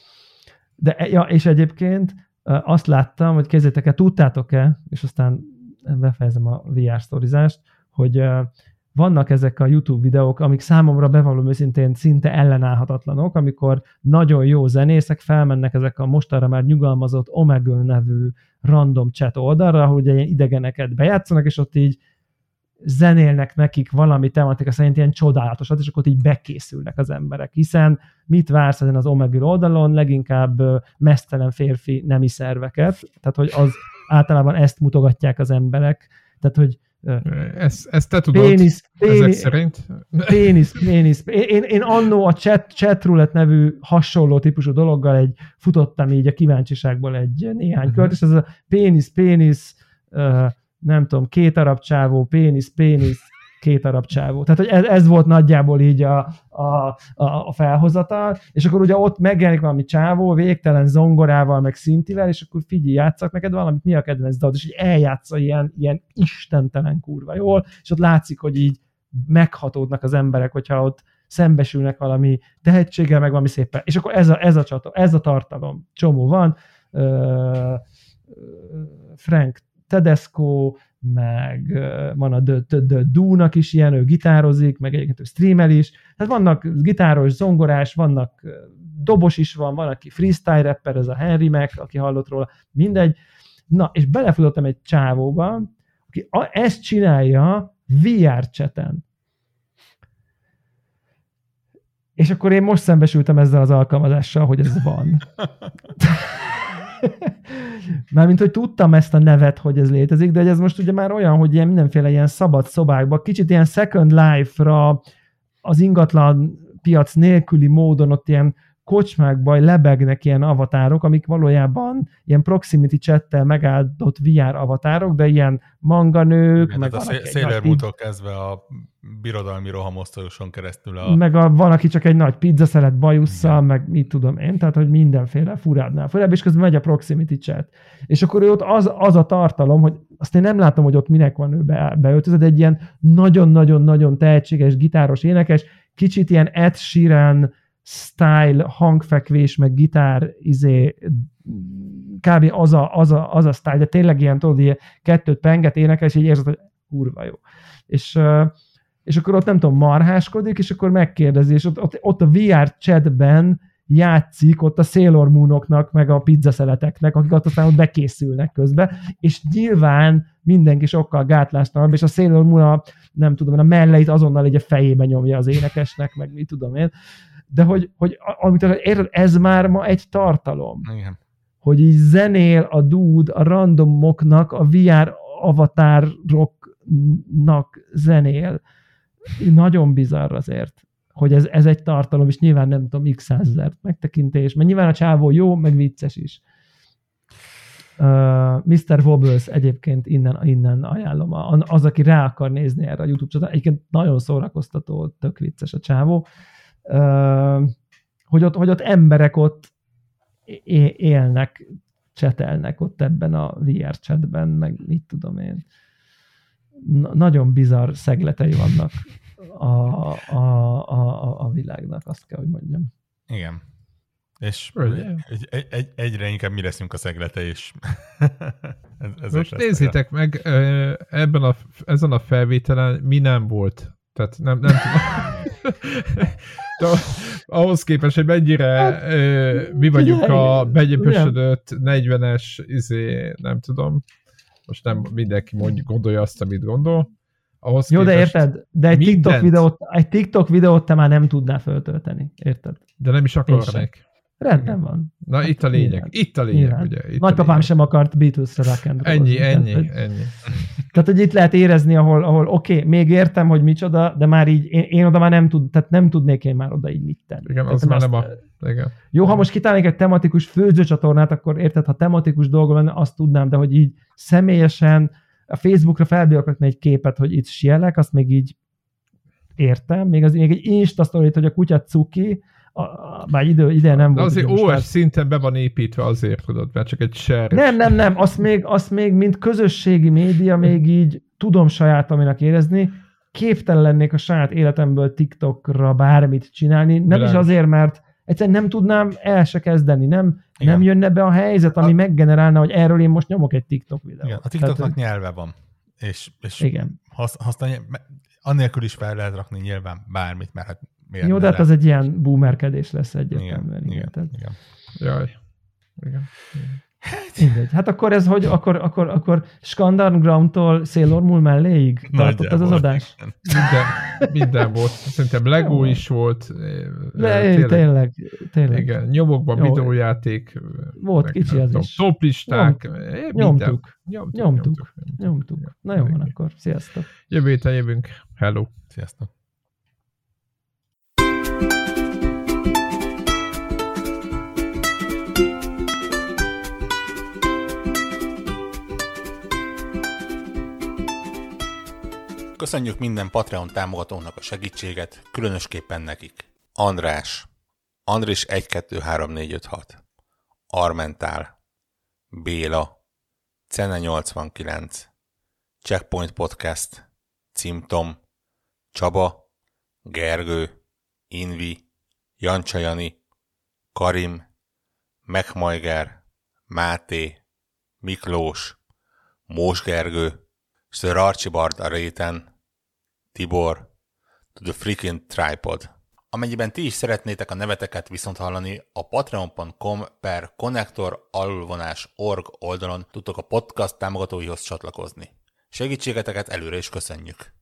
és egyébként azt láttam, hogy kézzétek el, tudtátok-e, és aztán befejezem a VR sztorizást, hogy vannak ezek a YouTube videók, amik számomra bevallom őszintén szinte ellenállhatatlanok, amikor nagyon jó zenészek felmennek ezek a mostanra már nyugalmazott Omegle nevű random chat oldalra, ahol ugye ilyen idegeneket bejátszanak, és ott így zenélnek nekik valami tematika szerint ilyen csodálatosat, és akkor így bekészülnek az emberek. Hiszen mit vársz ezen az Omegle oldalon? Leginkább meztelen férfi nemi szerveket, tehát hogy az általában ezt mutogatják az emberek, tehát hogy ezt te tudod, ezek szerint? Pénisz. Én annó a chat roulette nevű hasonló típusú dologgal futottam így a kíváncsiságból egy néhány kört, és ez a pénisz, nem tudom, 2 arab csávó, pénisz, 2 arab csávó. Tehát, hogy ez volt nagyjából így a felhozatal, és akkor ugye ott megjelenik valami csávó, végtelen zongorával, meg szintivel, és akkor figyelj, játsszak neked valamit, mi a kedvenc dalod, és így eljátsza ilyen istentelen kurva jól, és ott látszik, hogy így meghatódnak az emberek, hogyha ott szembesülnek valami tehetséggel, meg valami szépen. És akkor ez a tartalom. Csomó van. Frank Tedesco, meg van a The Do-nak is ilyen, ő gitározik, meg egyébként ő streamel is. Tehát vannak gitáros, zongorás, vannak dobos is van aki freestyle rapper, ez a Henry Mac, aki hallott róla, mindegy. Na, és belefutottam egy csávóba, aki ezt csinálja VR chaten. És akkor én most szembesültem ezzel az alkalmazással, hogy ez van. Mármint, hogy tudtam ezt a nevet, hogy ez létezik, de ez most ugye már olyan, hogy ilyen mindenféle ilyen szabad szobákban, kicsit ilyen Second Life-ra az ingatlan piac nélküli módon ott ilyen kocsmákban lebegnek ilyen avatárok, amik valójában ilyen proximity chattel megáldott VR avatárok, de ilyen manganők, igen, meg a Sailor Moon-tól kezdve a birodalmi rohamosztályoson keresztül meg van, aki csak egy nagy pizzaszelet bajusszal, meg mit tudom én, tehát, hogy mindenféle furádnál furább, és közben megy a proximity chat. És akkor ott az a tartalom, hogy azt én nem látom, hogy ott minek van ő beöltözött, egy ilyen nagyon-nagyon-nagyon tehetséges gitáros énekes, kicsit ilyen Ed Sheeran style, hangfekvés, meg gitár, kb. Az a style, de tényleg ilyen, tudod, ilyen kettőt penget énekel, és így érzed, hogy kurva jó. És akkor ott nem tudom, marháskodik, és akkor megkérdezi, és ott a VR chatben játszik ott a Sailor Moonoknak, meg a pizzaszeleteknek, akik ott aztán ott bekészülnek közben, és nyilván mindenki sokkal gátlástalanabb, és a Sailor Moon nem tudom, a melleit azonnal így a fejébe nyomja az énekesnek, meg mit tudom én. De hogy amit érted, ez már ma egy tartalom. Igen. Hogy így zenél a dude a randomoknak, a VR avatároknak zenél. Nagyon bizarr azért, hogy ez egy tartalom, és nyilván nem tudom, x 100,000 megtekintés, mert nyilván a csávó jó, meg vicces is. Mr. Wobbles egyébként innen ajánlom. Az, aki rá akar nézni erre a YouTube csatornára, egyébként nagyon szórakoztató, tök vicces a csávó. Hogy ott emberek ott élnek, csetelnek ott ebben a VR chatben, meg mit tudom én. Nagyon bizarr szegletei vannak a világnak, azt kell, hogy mondjam. Igen. És egyre inkább mi leszünk a szeglete is. Most nézzétek meg, ezen a felvételen mi nem volt. Tehát nem tudom. De ahhoz képest, hogy mennyire mi vagyunk a begyöpösödött 40-es, nem tudom. Most nem mindenki gondolja azt, amit gondol. Ahhoz jó, de érted? De egy TikTok videót te már nem tudnál föltölteni. Érted? De nem is akarnék. Rendben van. Na, hát, itt a lényeg. Nyilván. Itt a lényeg, ugye? Nagypapám sem akart Beatles-re rock and roll. Ennyi. Tehát, hogy itt lehet érezni, ahol oké, még értem, hogy micsoda, de már így, én oda már nem tudnék én már oda így mit tenni. Igen, tehát az már nem igen. Jó, ha most kitálnék egy tematikus főzőcsatornát, akkor érted, ha tematikus dolga lenne, azt tudnám, de hogy így személyesen a Facebookra felbírokatni egy képet, hogy itt sielek, azt még így értem, még egy Insta sztorit, hogy a kutya cuki, bár ide nem volt. De azért OS szinten be van építve azért, tudod, mert csak egy share. Nem, azt még mint közösségi média még így tudom sajátominak érezni, képtelen lennék a saját életemből TikTokra bármit csinálni, nem is azért, mert egyszerűen nem tudnám el se kezdeni, nem jönne be a helyzet, ami meggenerálna, hogy erről én most nyomok egy TikTok videót. Igen, a TikToknak nyelve van, és igen. annélkül is fel lehet rakni nyilván bármit, mert hát miért jó, de hát az egy ilyen boomerkedés lesz egyértelműen. Igen. Jaj. Igen. Mindegy. Hát akkor ez, hogy akkor Skandargroundtól Sailor Moon melléig tartott ez az adás? Minden volt. Szerintem Lego is volt. Tényleg. Igen, nyomokban videójáték. Volt kicsi az is. Toplisták. Nyomtuk. Na jó van akkor. Sziasztok. Jövő héten jövünk. Hello. Sziasztok. Köszönjük minden Patreon támogatónak a segítséget, különösképpen nekik. András, Andris 1, 2, 3, 4, 5, 6, Armentál, Béla, Cene 89, Checkpoint Podcast, Cimtom, Csaba, Gergő, Invi, Jancsa Jani, Karim, Megmajger, Máté, Miklós, Mós Gergő, Sir Archibald a réten, Tibor, to the freaking tripod. Amennyiben ti is szeretnétek a neveteket viszont hallani, a patreon.com/connector_org oldalon tudtok a podcast támogatóihoz csatlakozni. Segítségeteket előre is köszönjük!